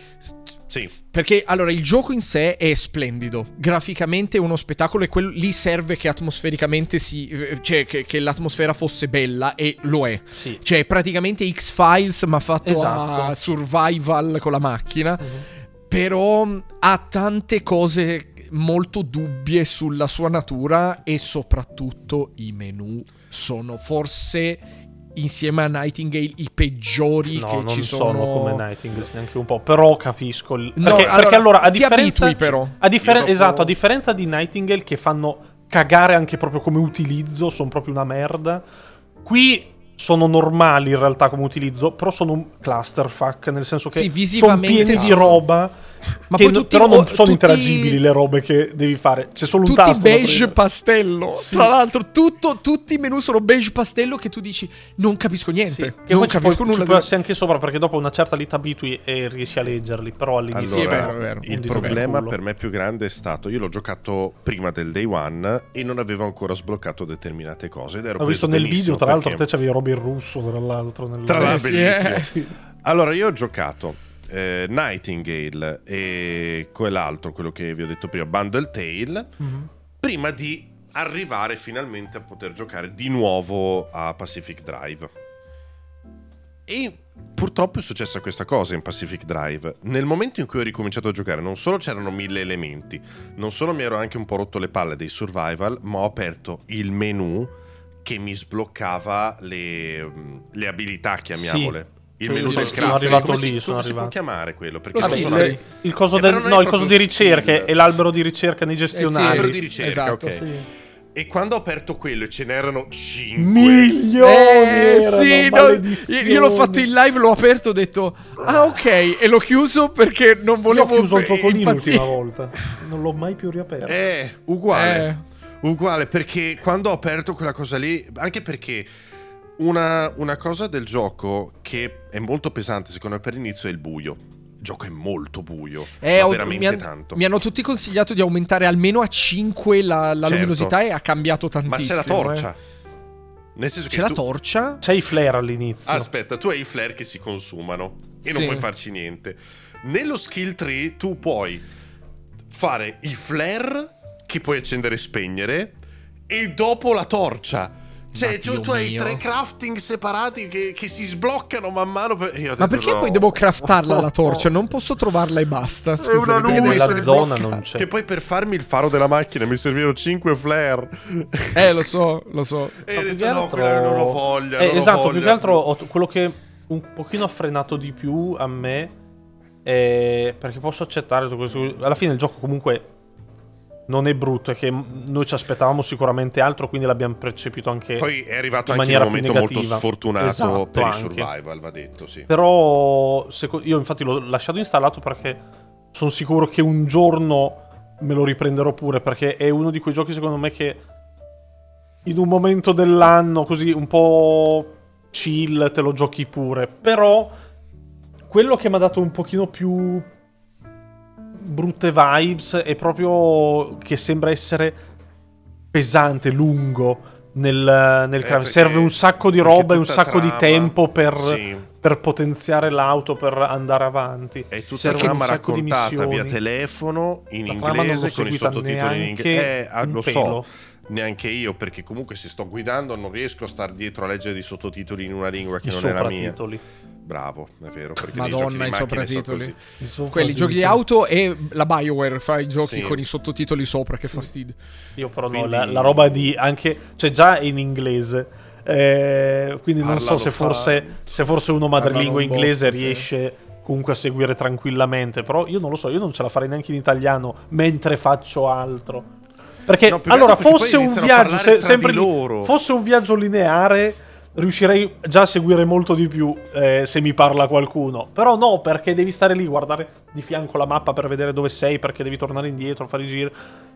Sì.
Perché allora il gioco in sé è splendido, graficamente è uno spettacolo e quello lì serve che atmosfericamente si, cioè che, che l'atmosfera fosse bella, e lo è.
Sì.
Cioè praticamente X-Files ma fatto
Esatto.
a survival con la macchina.
Mhm.
Però ha tante cose molto dubbie sulla sua natura, e soprattutto i menu sono forse, insieme a Nightingale, i peggiori
No,
che
non
ci
sono
sono.
come Nightingale neanche un po', però capisco il...
No,
perché,
allora,
perché allora a
ti
differenza
abitui, però.
a differen-
Io dopo-
esatto, a differenza di Nightingale, che fanno cagare anche proprio come utilizzo, sono proprio una merda. Qui sono normali in realtà come utilizzo, però sono un clusterfuck, nel senso che
Sì,
sono
visivamente
pieni di
sono-
roba.
Ma
che
poi
no-
tutti
però non
mo-
sono
tutti-
interagibili le robe che devi fare. C'è solo un
Tutti
tasto da
beige
premere.
pastello.
Sì.
Tra l'altro, tutto, tutti i menu sono beige pastello, che tu dici non capisco niente.
Sì, che
non
poi ci
capisco
puoi-
nulla.
ci puoi passi anche sopra, perché dopo una certa lì t'abitui e riesci a leggerli. Però all'inizio
Sì, è
Allora,
vero, è vero.
il
Un dito nel
problema
culo.
per me più grande è stato, io l'ho giocato prima del day one e non avevo ancora sbloccato determinate cose ed ero
Ho visto
preso
nel
benissimo
video, tra l'altro,
perché-
te c'avevi roba in russo, tra l'altro. Nel...
Tra l'altro,
Eh, sì, eh.
bellissimo.
Sì.
Allora, io ho giocato eh, Nightingale e quell'altro, quello che vi ho detto prima, Bundle Tale,
Mhm.
prima di arrivare finalmente a poter giocare di nuovo a Pacific Drive. E purtroppo è successa questa cosa in Pacific Drive. Nel momento in cui ho ricominciato a giocare, non solo c'erano mille elementi, non solo mi ero anche un po' rotto le palle dei survival, ma ho aperto il menu che mi sbloccava le, le abilità, chiamiamole. Il
Sì,
menu
sì,
del
sono
crafting.
arrivato
Come
lì,
si,
sono
come si può
arrivato.
chiamare quello? Perché
Lo
non
Vabbè,
sono
skill.
il, il coso
Eh,
del,
però non è
no, il coso di
proprio
ricerca
skill.
è l'albero di ricerca nei
Eh sì,
gestionali.
albero di ricerca,
Esatto,
ok.
Sì.
E quando ho aperto quello e ce n'erano cinque.
Milioni
Eh,
erano,
sì, no,
maledizioni.
io, io l'ho fatto in live, l'ho aperto, ho detto ah ok, e l'ho chiuso perché non
Io
volevo
ho chiuso il
eh,
giocolino
impazzire.
l'ultima volta. Non l'ho mai più riaperto.
Eh, uguale.
Eh.
Uguale, perché quando ho aperto quella cosa lì, anche perché una, una cosa del gioco che è molto pesante secondo me per l'inizio è il buio. Il gioco è molto buio,
Eh,
ma
ho-
veramente
mi, han-
tanto.
mi hanno tutti consigliato di aumentare almeno a cinque la, la
Certo.
luminosità, e ha cambiato
Ma
tantissimo.
c'è la torcia. Nel senso
C'è
che
la
tu...
torcia.
C'è i flare all'inizio.
Aspetta, tu hai i flare che si consumano e
Sì.
non puoi farci niente. Nello skill tree tu puoi fare i flare che puoi accendere e spegnere e dopo la torcia. Cioè,
Ma
tu,
Dio
tu hai
mio.
tre crafting separati che, che si sbloccano man mano. Per... Io ho
Ma
detto,
perché
no.
poi devo craftarla la torcia? Non posso trovarla e basta.
È una
Scusami, perché
nuvola.
deve
Nella
essere
zona
bloccata.
non c'è.
Che poi per farmi il faro della macchina mi servirono cinque flare.
Eh, lo so, lo so.
E
Ma
ho
più
detto
che
no,
altro-
quella è loro foglia.
Eh,
loro
esatto,
foglia.
più che altro ho- quello che un pochino ha frenato di più a me è perché posso accettare tutto questo. Alla fine il gioco comunque non è brutto, è che noi ci aspettavamo sicuramente altro, quindi l'abbiamo percepito anche
Poi è arrivato
in
anche un
maniera
momento
più
molto
negativa.
sfortunato
Esatto,
per il
anche.
survival, va detto, sì.
Però seco- io infatti l'ho lasciato installato perché sono sicuro che un giorno me lo riprenderò pure, perché è uno di quei giochi secondo me che in un momento dell'anno così un po' chill te lo giochi pure. Però quello che mi ha dato un pochino più brutte vibes è proprio che sembra essere pesante, lungo nel, nel
Eh,
craft.
perché-
Serve un sacco di
perché
roba e un
tutta
sacco di
trama-
tempo per,
Sì.
per potenziare l'auto, per andare avanti.
È tutta
Serve
trama
un sacco di
raccontata via
missioni.
telefono in
La trama non l'ho
inglese con i
seguita
sottotitoli in inglese.
neanche
Eh, ah,
un
lo
pelo.
so, neanche io, perché comunque se sto guidando non riesco a star dietro a leggere i sottotitoli in una lingua che
I
non è la mia.
sopratitoli.
Bravo, è vero, perché nei
Madonna,
giochi di
i
macchine sono
sottotitoli.
così.
I sopratitoli.
Quelli giochi di auto e la BioWare fa i giochi
Sì.
con i sottotitoli sopra, che fastidio.
Io però no,
Quindi-
la, la roba di anche, cioè già è in inglese, eh, quindi non
Parla
so
lo
se
fa.
forse, se forse uno madrelingua
Parlano un
inglese
botto, sì.
riesce comunque a seguire tranquillamente, però io non lo so, io non ce la farei neanche in italiano mentre faccio altro. Perché
No, più che
allora
altro perché
fosse
poi
un
iniziano a
viaggio
parlare
se-
tra
sempre
di
lì-
loro.
fosse un viaggio lineare riuscirei già a seguire molto di più eh, se mi parla qualcuno. Però no, perché devi stare lì, guardare di fianco la mappa per vedere dove sei, perché devi tornare indietro, fare i giri.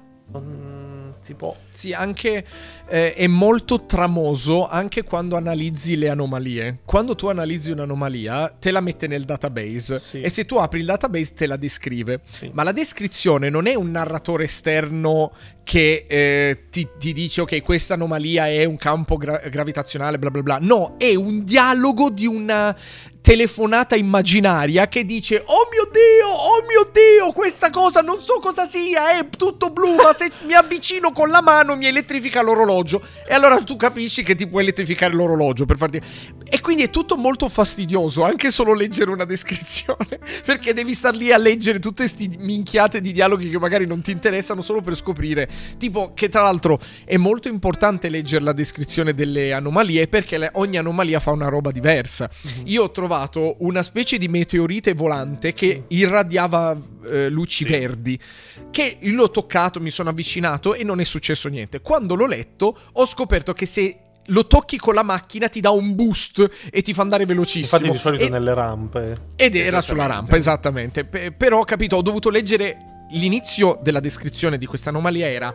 Non si può.
Sì, anche eh, è molto tramoso anche quando analizzi le anomalie. Quando tu analizzi un'anomalia, te la mette nel database
Sì.
e se tu apri il database te la descrive.
Sì.
Ma la descrizione non è un narratore esterno che eh, ti, ti dice ok, questa anomalia è un campo gra- gravitazionale, bla bla bla. No, è un dialogo di una telefonata immaginaria che dice oh mio Dio, oh mio Dio, questa cosa non so cosa sia, è tutto blu, ma se mi avvicino con la mano mi elettrifica l'orologio. E allora tu capisci che ti può elettrificare l'orologio per farti... E quindi è tutto molto fastidioso, anche solo leggere una descrizione, perché devi star lì a leggere tutte queste minchiate di dialoghi che magari non ti interessano solo per scoprire. Tipo che tra l'altro è molto importante leggere la descrizione delle anomalie, perché le- ogni anomalia fa una roba diversa. Io ho trovato una specie di meteorite volante che irradiava eh, luci
Sì.
verdi, che l'ho toccato, mi sono avvicinato e non è successo niente. Quando l'ho letto ho scoperto che se lo tocchi con la macchina ti dà un boost e ti fa andare velocissimo.
Infatti di solito
E-
nelle rampe.
ed era sulla
Esattamente.
rampa, esattamente. Pe- però, capito, ho dovuto leggere l'inizio della descrizione di questa anomalia era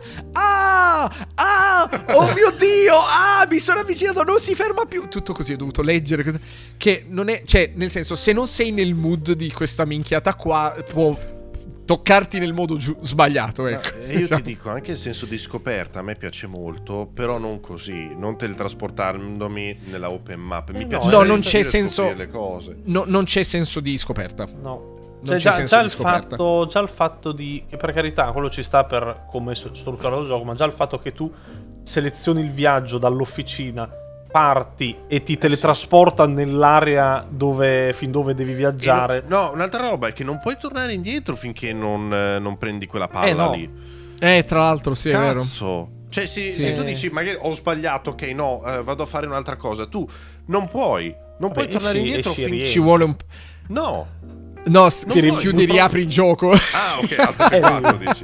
ah, ah, oh mio Dio, ah, mi sono avvicinato, non si ferma più. Tutto così, ho dovuto leggere. cos- Che non è, cioè, nel senso, se non sei nel mood di questa minchiata qua, può toccarti nel modo giu- sbagliato, ecco.
Eh, io
Diciamo.
ti dico, anche il senso di scoperta a me piace molto, però non così, non teletrasportandomi nella open map. Mi
Eh no,
piace
no, non c'è senso-
le cose.
No, non c'è senso di scoperta.
No.
Non
Cioè,
c'è
già,
senso
già
di
il
scoperta.
fatto, già il fatto di che per carità quello ci sta per come è strutturato il gioco, ma già il fatto che tu selezioni il viaggio dall'officina, parti e ti teletrasporta nell'area dove fin dove devi viaggiare.
E no, no, un'altra roba è che non puoi tornare indietro finché non, eh, non prendi quella palla
Eh, no.
lì.
Eh, tra l'altro, sì, è vero.
Cazzo. Cioè, se,
Sì.
se tu dici magari ho sbagliato, ok, no, eh, vado a fare un'altra cosa, tu non puoi, non puoi
Vabbè,
tornare
esci-
indietro
esci e
finché...
rientri.
Ci vuole un... p-
No.
No, s-
Non
si
puoi,
richiudi e
non
riapri il gioco.
Ah, ok, alto F quattro dici.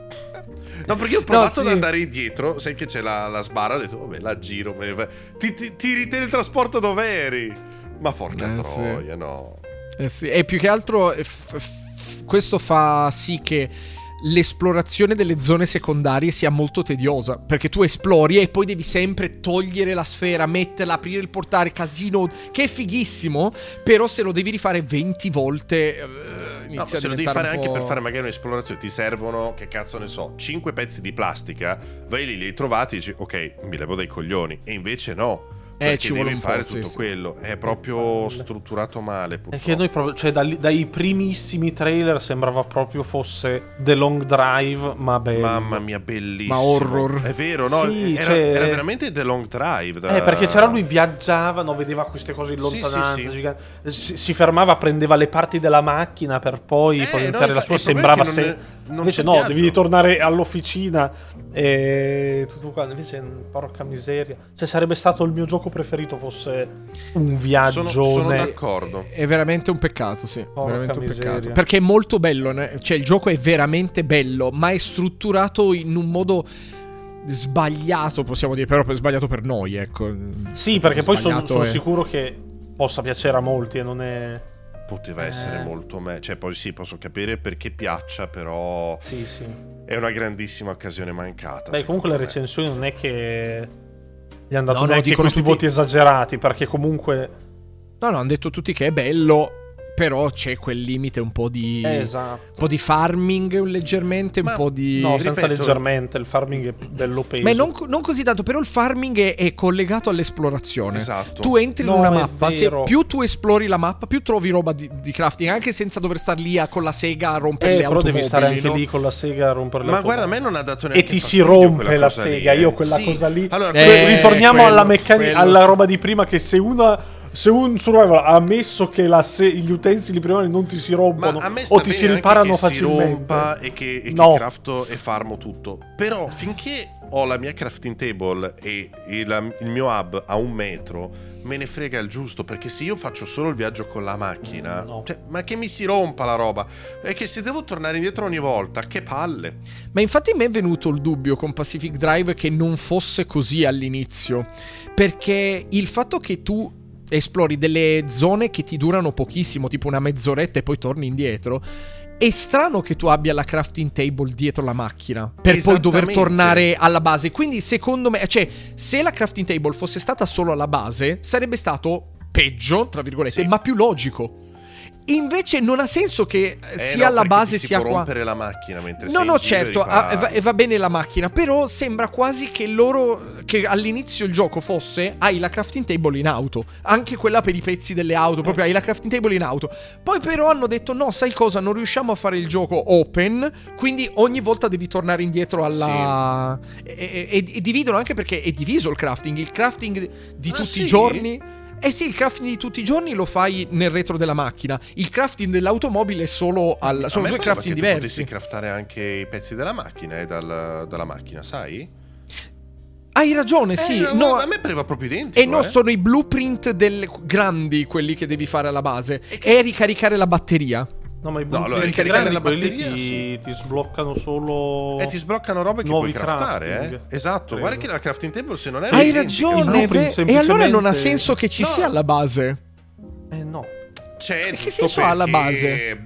No, perché io ho provato
sì.
ad andare indietro, sai che c'è la, la sbarra, ho detto, vabbè, la giro, me ne va- ti, ti, ti riteletrasporta dove eri. Ma porca
Eh, sì.
troia, no.
Eh sì, e più che altro eh, f- f- questo fa sì che l'esplorazione delle zone secondarie sia molto tediosa, perché tu esplori e poi devi sempre togliere la sfera, metterla, aprire il portale, casino, che è fighissimo, però se lo devi rifare venti volte eh, inizia
No, ma
a
se lo devi
diventare
fare
un
anche
po'...
per fare magari un'esplorazione, ti servono, che cazzo ne so, cinque pezzi di plastica, vai lì, li hai trovati e dici ok, mi levo dai coglioni, e invece no.
Eh,
Perché
ci vuole
devi
un po',
fare
sì,
tutto
sì.
quello. È proprio strutturato male,
È
purtroppo.
che noi proprio, cioè dal- dai primissimi trailer sembrava proprio fosse The Long Drive, ma bello.
Mamma mia, bellissimo.
Ma horror.
È vero, no?
Sì,
era,
cioè-
era veramente The Long Drive. da-
Eh, perché c'era lui, viaggiava, no, vedeva queste cose in
Sì,
lontananza,
sì, sì.
giganti. Si, si fermava, prendeva le parti della macchina per poi
Eh,
potenziare
no,
la
infa-
sua.
il problema
Sembrava
è che
se.
non è- non
Invece
c'è
no,
viaggio.
devi ritornare all'officina e tutto qua. Invece, porca miseria. Cioè, sarebbe stato il mio gioco preferito fosse un viaggio.
Sono, sono d'accordo.
È veramente un peccato, sì.
Porca
veramente un
miseria.
peccato. Perché è molto bello, né? Cioè il gioco è veramente bello, ma è strutturato in un modo sbagliato, possiamo dire, però sbagliato per noi, ecco.
Sì, perché poi sono
Sbagliato è-
sicuro che possa piacere a molti e non è.
Poteva essere
Eh.
molto meglio. Cioè, poi sì, posso capire perché piaccia, però
Sì, sì.
è una grandissima occasione mancata.
Beh, comunque le
secondo me.
recensioni non è che gli hanno dato
No, no,
neanche
dicono
questi
tutti-
voti esagerati, perché comunque.
No, no, hanno detto tutti che è bello, però c'è quel limite un po' di...
Esatto.
un po' di farming leggermente,
Ma
un po' di...
No, senza
ripeto-
leggermente, il farming è bello peso.
Ma non, non così tanto, però il farming è, è collegato all'esplorazione.
Esatto.
Tu entri
No,
in una
è
mappa, se
vero.
più tu esplori la mappa, più trovi roba di, di crafting, anche senza dover star lì a- con la sega a rompere
Eh,
le
però
automobili.
devi stare anche
no?
lì con la sega a rompere le
Ma guarda, a me
automobili.
non ha dato
E
neanche
ti si
fastidio
rompe
quella
la
cosa lì,
sega.
eh.
Io quella
Sì.
cosa lì.
Allora,
Eh,
ritorniamo
quello-
alla meccanica,
quello
alla
sì.
roba di prima. Che se una. Se un survival ha ammesso che la se- gli utensili primari non ti si rompono
ma a me sta
o ti
bene
si
anche
riparano
che
facilmente,
si rompa e che, e
no.
che crafto e farmo tutto. Però finché ho la mia crafting table e il, il mio hub a un metro, me ne frega il giusto. Perché se io faccio solo il viaggio con la macchina,
No.
cioè, ma che mi si rompa la roba, e che se devo tornare indietro ogni volta, che palle.
Ma infatti mi è venuto il dubbio con Pacific Drive che non fosse così all'inizio, perché il fatto che tu esplori delle zone che ti durano pochissimo, tipo una mezz'oretta e poi torni indietro, è strano che tu abbia la crafting table dietro la macchina per poi dover
Esattamente.
tornare alla base. Quindi secondo me, cioè, se la crafting table fosse stata solo alla base, sarebbe stato peggio, tra virgolette,
Sì.
ma più logico. Invece non ha senso che
Eh,
sia
no,
alla
perché
base
ti si
sia
può
qua.
rompere la macchina mentre
No,
sei
no,
in giro e
certo,
ripari.
ah, e va, e va bene la macchina, però sembra quasi che loro, che all'inizio il gioco fosse hai la crafting table in auto, anche quella per i pezzi delle auto, proprio hai la crafting table in auto. Poi però hanno detto no, sai cosa, non riusciamo a fare il gioco open, quindi ogni volta devi tornare indietro alla... E, e- e dividono anche perché è diviso il crafting, il crafting di
Ah,
tutti
sì?
i giorni... Eh sì, il crafting di tutti i giorni lo fai nel retro della macchina. Il crafting dell'automobile è solo al...
A
sono
me
due
pareva
crafting
che tu
diversi.
potessi craftare anche i pezzi della macchina, eh, dal- dalla macchina, sai?
Hai ragione, sì.
Eh,
no,
a me pareva proprio identico.
e no,
eh.
sono i blueprint del grandi quelli che devi fare alla base.
E che-
E ricaricare la batteria.
No, ma i
No,
blueprint
allora,
ricaricare
grandi,
la
quelli
batteria,
ti, ti sbloccano solo.
E ti sbloccano robe che
Nuovi
puoi craftare,
crafting,
eh? Esatto,
credo.
guarda che la crafting table se non è
Hai
identica,
ragione.
Il blueprint
ve- E
semplicemente-
allora non ha senso che ci
No.
sia alla base.
Eh no.
C'è
Che
giusto
senso ha alla
perché,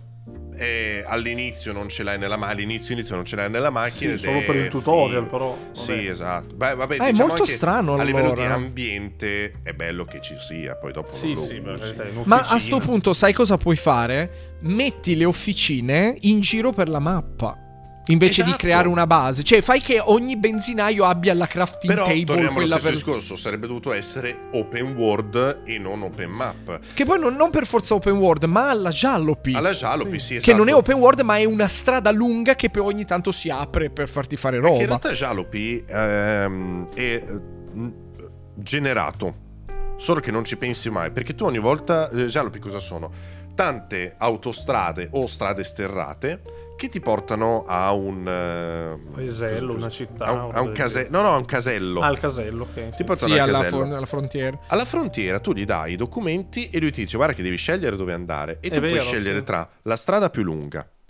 eh, all'inizio non ce l'hai nella macchina, all'inizio inizio non ce l'hai nella macchina.
Sì,
ed
solo
è
per il tutorial,
figo.
però.
Sì,
vabbè.
esatto. Beh, vabbè,
Ah, è
diciamo
molto
anche
strano,
a livello di
allora.
ambiente è bello che ci sia, poi dopo
Sì,
non lo
sì, per
usi.
carità, in
Ma a
officina.
sto punto sai cosa puoi fare? Metti le officine in giro per la mappa. Invece di
Esatto.
creare una base. Cioè fai che ogni benzinaio abbia la crafting
Però
table,
torniamo allo
quella
stesso
per...
discorso, sarebbe dovuto essere open world e non open map.
Che poi non, non per forza open world, ma alla Jalopy.
Alla Jalopy,
Sì.
sì, esatto.
Che non è open world, ma è una strada lunga che poi ogni tanto si apre per farti fare
Che in
roba.
realtà Jalopy ehm, è eh, mh, generato, solo che non ci pensi mai, perché tu ogni volta eh, Jalopy cosa sono? Tante autostrade o strade sterrate che ti portano a un eh,
Paesello, una città,
a un, a
una
un
del
casello,
genere.
no no, a un casello.
Ah, il casello, ok.
Ti portano
Sì,
al
alla,
casello.
fron- alla frontiera.
Alla frontiera tu gli dai i documenti e lui ti dice guarda che devi scegliere dove andare e
È
tu
vero,
puoi scegliere
sì.
tra la strada più lunga,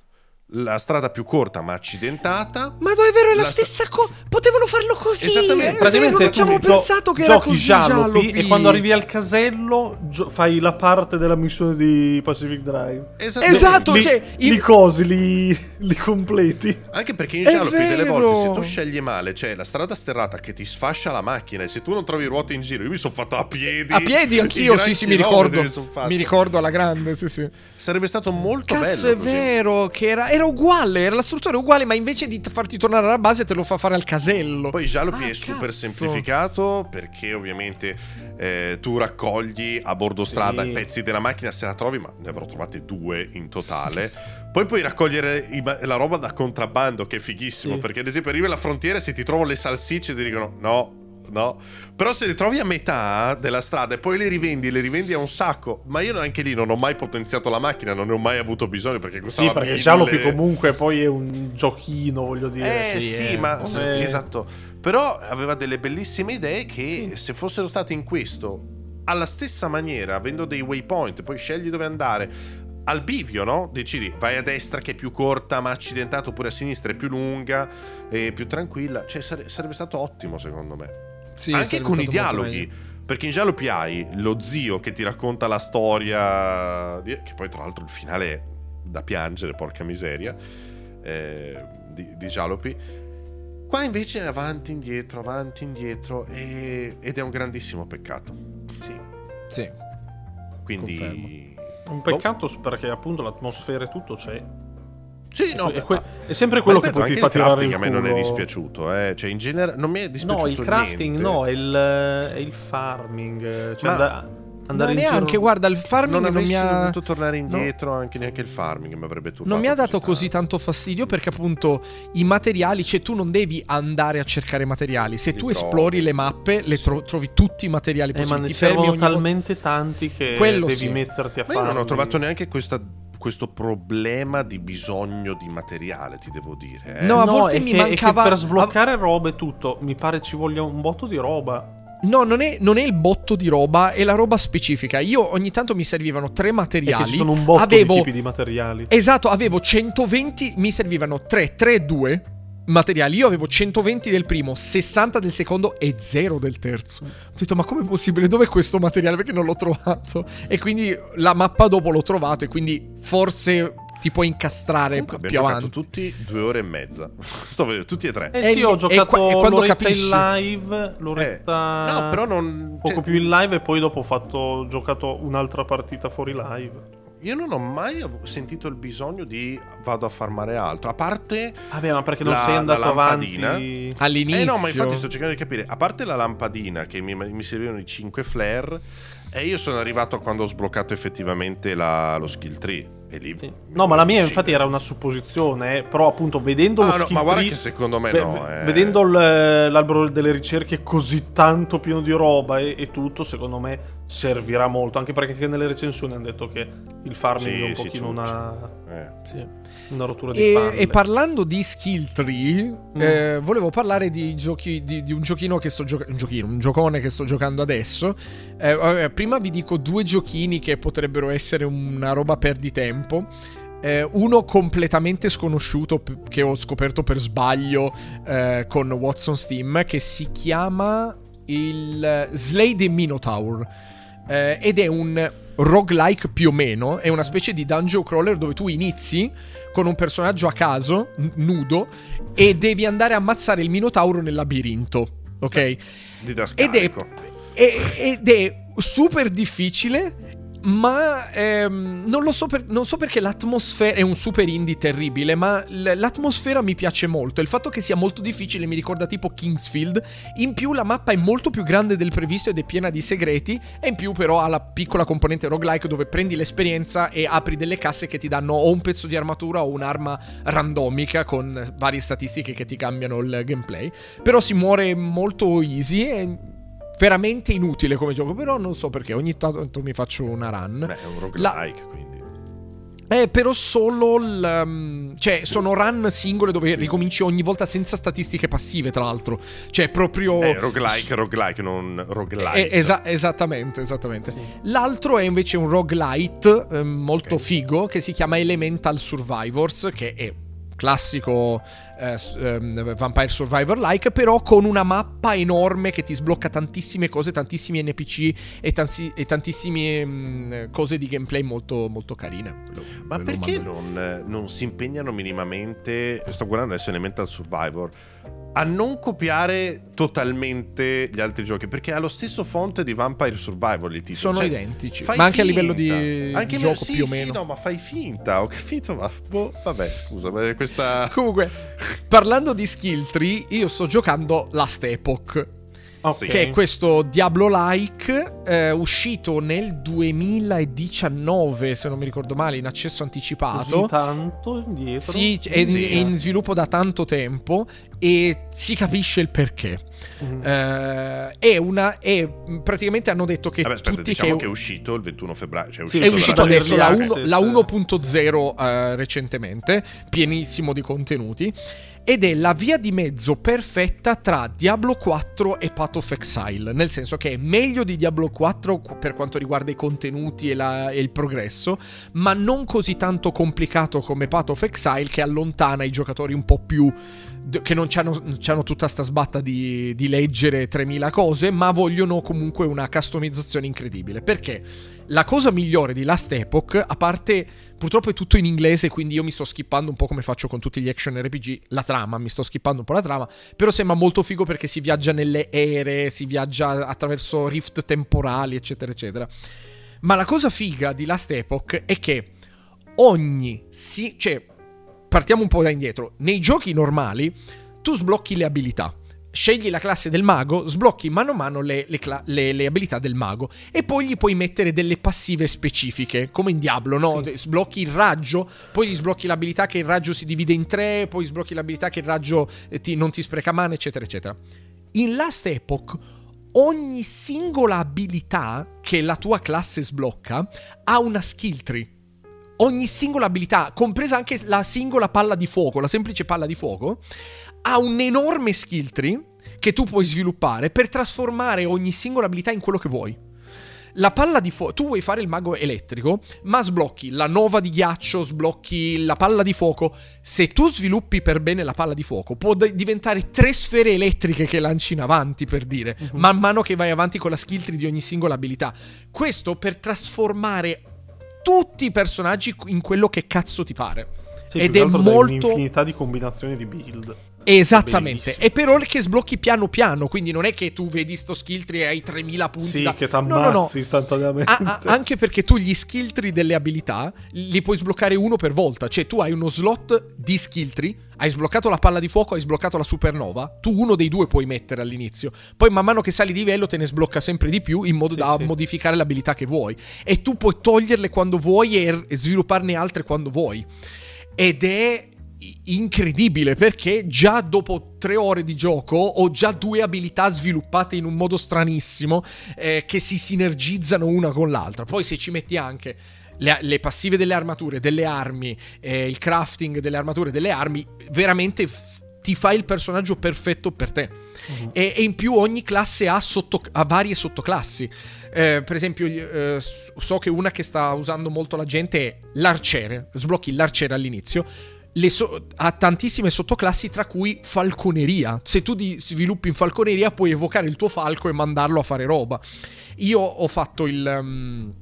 la strada più corta ma accidentata.
Ma no, è vero, è la,
La sta-
stessa cosa. Potevano farlo così.
Esattamente.
È
Praticamente
vero, non ci
tu
avevo
gio-
pensato che era
giochi
così
Jalopy,
Jalopy.
e quando arrivi al casello gio- fai la parte della missione di Pacific Drive.
Esattamente.
Esatto,
li,
cioè,
li
in-
cosi, li, li completi.
Anche perché in
È
Jalopy delle
vero.
volte se tu scegli male c'è la strada sterrata che ti sfascia la macchina, e se tu non trovi ruote in giro, io mi sono fatto a piedi.
A piedi
i
anch'io,
gran
sì, sì, mi
chilometri
ricordo.
mi son fatto.
Mi ricordo alla grande, sì, sì.
Sarebbe stato molto
Cazzo,
bello
è
così.
vero che era, era uguale, era la struttura uguale, ma invece di t- farti tornare alla base te lo fa fare al casello.
Poi Jalopy
Ah,
è super
cazzo.
semplificato perché ovviamente eh, tu raccogli a bordo
Sì.
strada i pezzi della macchina se la trovi, ma ne avrò trovate due in totale. Poi puoi raccogliere i ma- la roba da contrabbando, che è fighissimo,
Sì.
perché ad esempio arrivi alla frontiera e se ti trovano le salsicce ti dicono no. No, però se le trovi a metà della strada e poi le rivendi, le rivendi a un sacco. Ma io anche lì non ho mai potenziato la macchina, non ne ho mai avuto bisogno perché costava
Sì, perché
mille.
Jalopy comunque poi è un giochino, voglio dire.
Eh sì,
Sì, eh.
ma
Come-
esatto. Però aveva delle bellissime idee che se fossero state in questo alla stessa maniera, avendo dei waypoint, poi scegli dove andare. Al bivio, no? Decidi, vai a destra che è più corta ma accidentata, oppure a sinistra è più lunga e più tranquilla. Cioè sare- sarebbe stato ottimo secondo me.
Sì,
Anche
sarebbe
con i
stato molto
dialoghi.
meglio.
Perché in Jalopy hai lo zio che ti racconta la storia di- che poi tra l'altro il finale è da piangere, porca miseria, eh, di, di Jalopy. Qua invece è avanti, indietro, avanti, indietro e- ed è un grandissimo peccato. Sì.
Sì.
Quindi
Confermo.
Un peccato perché appunto l'atmosfera e tutto c'è.
Sì, no,
è,
ma-
que- è sempre quello
ma
che
ripeto,
poi ti
anche
fa
il
tirare il
crafting
culo.
a me non è dispiaciuto, eh. Cioè in genere non mi è dispiaciuto
No, il crafting
niente.
no, è il, è il farming. Cioè
Ma-
and- andare
No,
in
neanche,
giro.
guarda, il farming
Non
non,
avessi
mi ha
dovuto tornare indietro, anche neanche il farming mi avrebbe turbato.
non mi ha dato
così
così tanto fastidio perché appunto i materiali, cioè tu non devi andare a cercare materiali, se
Li
tu
trovi.
esplori le mappe le
Sì.
tro- trovi tutti i materiali
Eh, ma
possibili,
ne
ti fermi
servono
ogni volta.
talmente tanti che
Quello
devi
sì.
metterti a
Ma
fare.
io non ho trovato neanche questa, questo problema di bisogno di materiale, ti devo dire. eh.
No, a volte
è
mi
che, è che
mancava-
per sbloccare robe e tutto, mi pare ci voglia un botto di roba.
No, non è, non è il botto di roba, è la roba specifica. Io ogni tanto mi servivano tre
È
materiali.
che ci sono un botto
avevo,
di tipi di materiali.
Esatto, avevo centoventi, mi servivano tre, tre e due materiali. Io avevo centoventi del primo, sessanta del secondo e zero del terzo. Ho detto, ma com'è possibile? Dov'è questo materiale? Perché non l'ho trovato. E quindi la mappa dopo l'ho trovato e quindi forse ti puoi incastrare
Comunque
più
abbiamo
avanti.
giocato tutti due ore e mezza. Sto vedendo, tutti e tre.
Eh
E
sì, ho
lì- e
giocato
qua- e quando
l'oretta
capisci-
in live, l'oretta
Eh, no, però non-
poco
cioè-
più in live, e poi dopo ho fatto ho giocato un'altra partita fuori live.
Io non ho mai av- sentito il bisogno di vado a farmare altro. A parte
Vabbè, ma perché non
La-
sei andato
la lampadina?
avanti?
All'inizio.
Eh no, ma infatti sto cercando di capire. A parte la lampadina che mi, mi servivano i cinque flare, e io sono arrivato a quando ho sbloccato effettivamente la- lo skill tree. E lì
Sì.
mi
No, ma la mia
cinque.
infatti era una supposizione, eh, però appunto vedendo
Ah,
lo
no,
skill
ma guarda
tree-
che secondo me
ve-
no,
ve-
eh.
vedendo l- l'albero delle ricerche così tanto pieno di roba e, e tutto, secondo me servirà molto, anche perché anche nelle recensioni hanno detto che il farming
Sì,
è un
sì,
pochino
ciuccia.
una,
Eh.
Sì.
una rottura di
E,
palle.
e parlando di skill tree, eh, volevo parlare di giochi di, di un giochino che sto giocando. Un giochino, un giocone che sto giocando adesso. Eh, vabbè, prima vi dico due giochini che potrebbero essere una roba perditempo. Eh, uno completamente sconosciuto p- che ho scoperto per sbaglio eh, con Watson Steam, che si chiama il Slay the Minotaur. Eh, ed è un roguelike più o meno, è una specie di dungeon crawler dove tu inizi con un personaggio a caso, n- nudo, e devi andare a ammazzare il minotauro nel labirinto, ok? Ed è,
Didascalico.
è- ed è super difficile, ma ehm, non lo so, per- non so perché l'atmosfera è un super indie terribile, ma l- l'atmosfera mi piace molto. Il fatto che sia molto difficile mi ricorda tipo Kingsfield. In più la mappa è molto più grande del previsto ed è piena di segreti, e in più però ha la piccola componente roguelike dove prendi l'esperienza e apri delle casse che ti danno o un pezzo di armatura o un'arma randomica con varie statistiche che ti cambiano il gameplay. Però si muore molto easy e veramente inutile come gioco, però non so perché ogni tanto mi faccio una run.
Beh, è un roguelike, quindi.
Eh, però solo l, um, cioè sono run singole dove ricominci ogni volta senza statistiche passive, tra l'altro. Cioè proprio
eh, roguelike, roguelike, non roguelite.
Eh, esa- esattamente, esattamente. Sì. L'altro è invece un roguelite eh, molto okay. figo, che si chiama Elemental Survivors, che è classico eh, um, Vampire Survivor like, però con una mappa enorme che ti sblocca tantissime cose, tantissimi N P C e, tanti, e tantissime um, cose di gameplay molto, molto carine. Lo,
Ma perché non, non si impegnano minimamente, sto guardando adesso Elemental Survivor, a non copiare totalmente gli altri giochi? Perché ha lo stesso font di Vampire Survivor gli titoli.
Sono
cioè,
identici, ma anche finta. A livello di,
anche
di gioco
sì,
più o
sì,
meno.
No, ma fai finta, ho capito, ma boh, vabbè, scusa, questa...
Comunque, parlando di skill tree, io sto giocando Last Epoch. Okay. Che è questo Diablo-like eh, uscito nel duemiladiciannove, se non mi ricordo male, in accesso anticipato.
Così tanto indietro?
Sì, è in, è in sviluppo da tanto tempo e si capisce il perché. Mm-hmm. Eh, è una è praticamente hanno detto che
Vabbè, aspetta,
tutti
diciamo
che...
che è uscito il ventuno febbraio, cioè è
sì,
uscito,
è uscito adesso la, uno,
access.
la uno punto zero eh, recentemente, pienissimo di contenuti. Ed è la via di mezzo perfetta tra Diablo quattro e Path of Exile, nel senso che è meglio di Diablo quattro per quanto riguarda i contenuti e, la, e il progresso, ma non così tanto complicato come Path of Exile, che allontana i giocatori un po' più che non c'hanno tutta sta sbatta di, di leggere tremila cose, ma vogliono comunque una customizzazione incredibile. Perché la cosa migliore di Last Epoch, a parte purtroppo è tutto in inglese, quindi io mi sto skippando un po' come faccio con tutti gli action R P G, la trama, mi sto skippando un po' la trama, però sembra molto figo perché si viaggia nelle ere, si viaggia attraverso rift temporali, eccetera eccetera. Ma la cosa figa di Last Epoch è che ogni si, cioè partiamo un po' da indietro, nei giochi normali tu sblocchi le abilità, scegli la classe del mago, sblocchi mano a mano le, le, le, le abilità del mago e poi gli puoi mettere delle passive specifiche, come in Diablo, no? Sì. Sblocchi il raggio, poi gli sblocchi l'abilità che il raggio si divide in tre, poi sblocchi l'abilità che il raggio ti, non ti spreca mana, eccetera eccetera. In Last Epoch ogni singola abilità che la tua classe sblocca ha una skill tree. Ogni singola abilità, compresa anche la singola palla di fuoco, la semplice palla di fuoco, ha un enorme skill tree che tu puoi sviluppare per trasformare ogni singola abilità in quello che vuoi. La palla di fuoco, tu vuoi fare il mago elettrico, ma sblocchi la nova di ghiaccio, sblocchi la palla di fuoco. Se tu sviluppi per bene la palla di fuoco, può d- diventare tre sfere elettriche che lanci in avanti, per dire, uh-huh. man mano che vai avanti con la skill tree di ogni singola abilità. Questo per trasformare tutti i personaggi in quello che cazzo ti pare.
Sì,
ed è molto
un'infinità di combinazioni di build.
Esattamente. E però che sblocchi piano piano, quindi non è che tu vedi sto skill tree e hai tremila punti
sì,
da...
che t'ammazzi
no, no, no.
istantaneamente.
A- a- anche perché tu gli skill tree delle abilità li puoi sbloccare uno per volta. Cioè tu hai uno slot di skill tree, hai sbloccato la palla di fuoco, hai sbloccato la supernova, tu uno dei due puoi mettere all'inizio, poi man mano che sali di livello te ne sblocca sempre di più in modo sì, da sì. modificare l'abilità che vuoi, e tu puoi toglierle quando vuoi e svilupparne altre quando vuoi. Ed è incredibile perché già dopo tre ore di gioco ho già due abilità sviluppate in un modo stranissimo eh, che si sinergizzano una con l'altra. Poi se ci metti anche le, le passive delle armature, delle armi, eh, il crafting delle armature e delle armi, veramente f- ti fai il personaggio perfetto per te. Uh-huh. e, e in più ogni classe ha, sotto, ha varie sottoclassi. Eh, per esempio eh, so che una che sta usando molto la gente è l'arciere. Sblocchi l'arciere all'inizio. Le so- ha tantissime sottoclassi, tra cui falconeria. Se tu di- sviluppi in falconeria puoi evocare il tuo falco e mandarlo a fare roba. Io ho fatto il, um,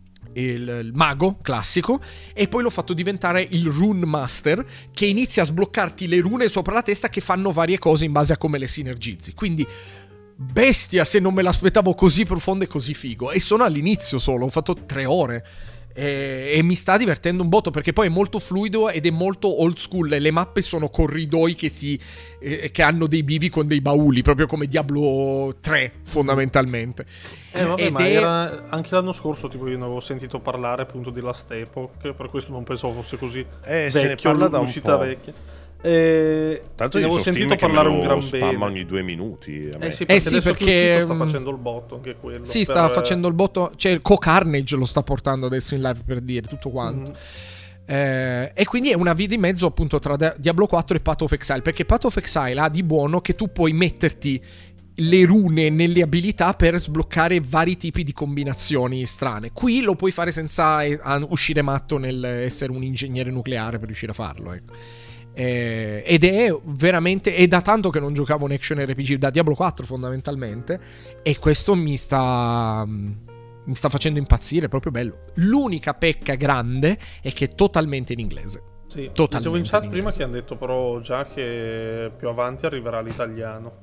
il, il mago classico e poi l'ho fatto diventare il rune master, che inizia a sbloccarti le rune sopra la testa che fanno varie cose in base a come le sinergizzi. Quindi bestia, se non me l'aspettavo così profondo e così figo. E sono all'inizio solo, ho fatto tre ore e, e mi sta divertendo un botto perché poi è molto fluido ed è molto old school. Le mappe sono corridoi che si eh, che hanno dei bivi con dei bauli, proprio come Diablo tre fondamentalmente.
Eh vabbè,
ed
ma
è...
era anche l'anno scorso, tipo, io ne avevo sentito parlare appunto di Last Epoch, per questo non pensavo fosse così
eh,
vecchio,
se ne parla da un
l'uscita
po'.
vecchia. Eh,
Tanto
ne
io
avevo
so
sentito
Steam
parlare
che me
un
lo
gran
spamma
bene.
ogni due minuti a me.
Eh sì, perché,
eh sì,
adesso
perché
che è uscito sta facendo il botto anche quello.
Sì,
per...
sta facendo il botto. Cioè, Co Carnage lo sta portando adesso in live, per dire tutto quanto. Mm. Eh, e quindi è una via di mezzo appunto tra Diablo quattro e Path of Exile, perché Path of Exile ha di buono che tu puoi metterti le rune nelle abilità per sbloccare vari tipi di combinazioni strane. Qui lo puoi fare senza uscire matto nel essere un ingegnere nucleare per riuscire a farlo, ecco. Eh, ed è veramente, è da tanto che non giocavo un action R P G, da Diablo quattro fondamentalmente, e questo mi sta mi sta facendo impazzire, è proprio bello. L'unica pecca grande è che è totalmente in inglese.
Sì,
totalmente
dicevo in chat
in
prima
inglese.
che hanno detto però già che più avanti arriverà l'italiano.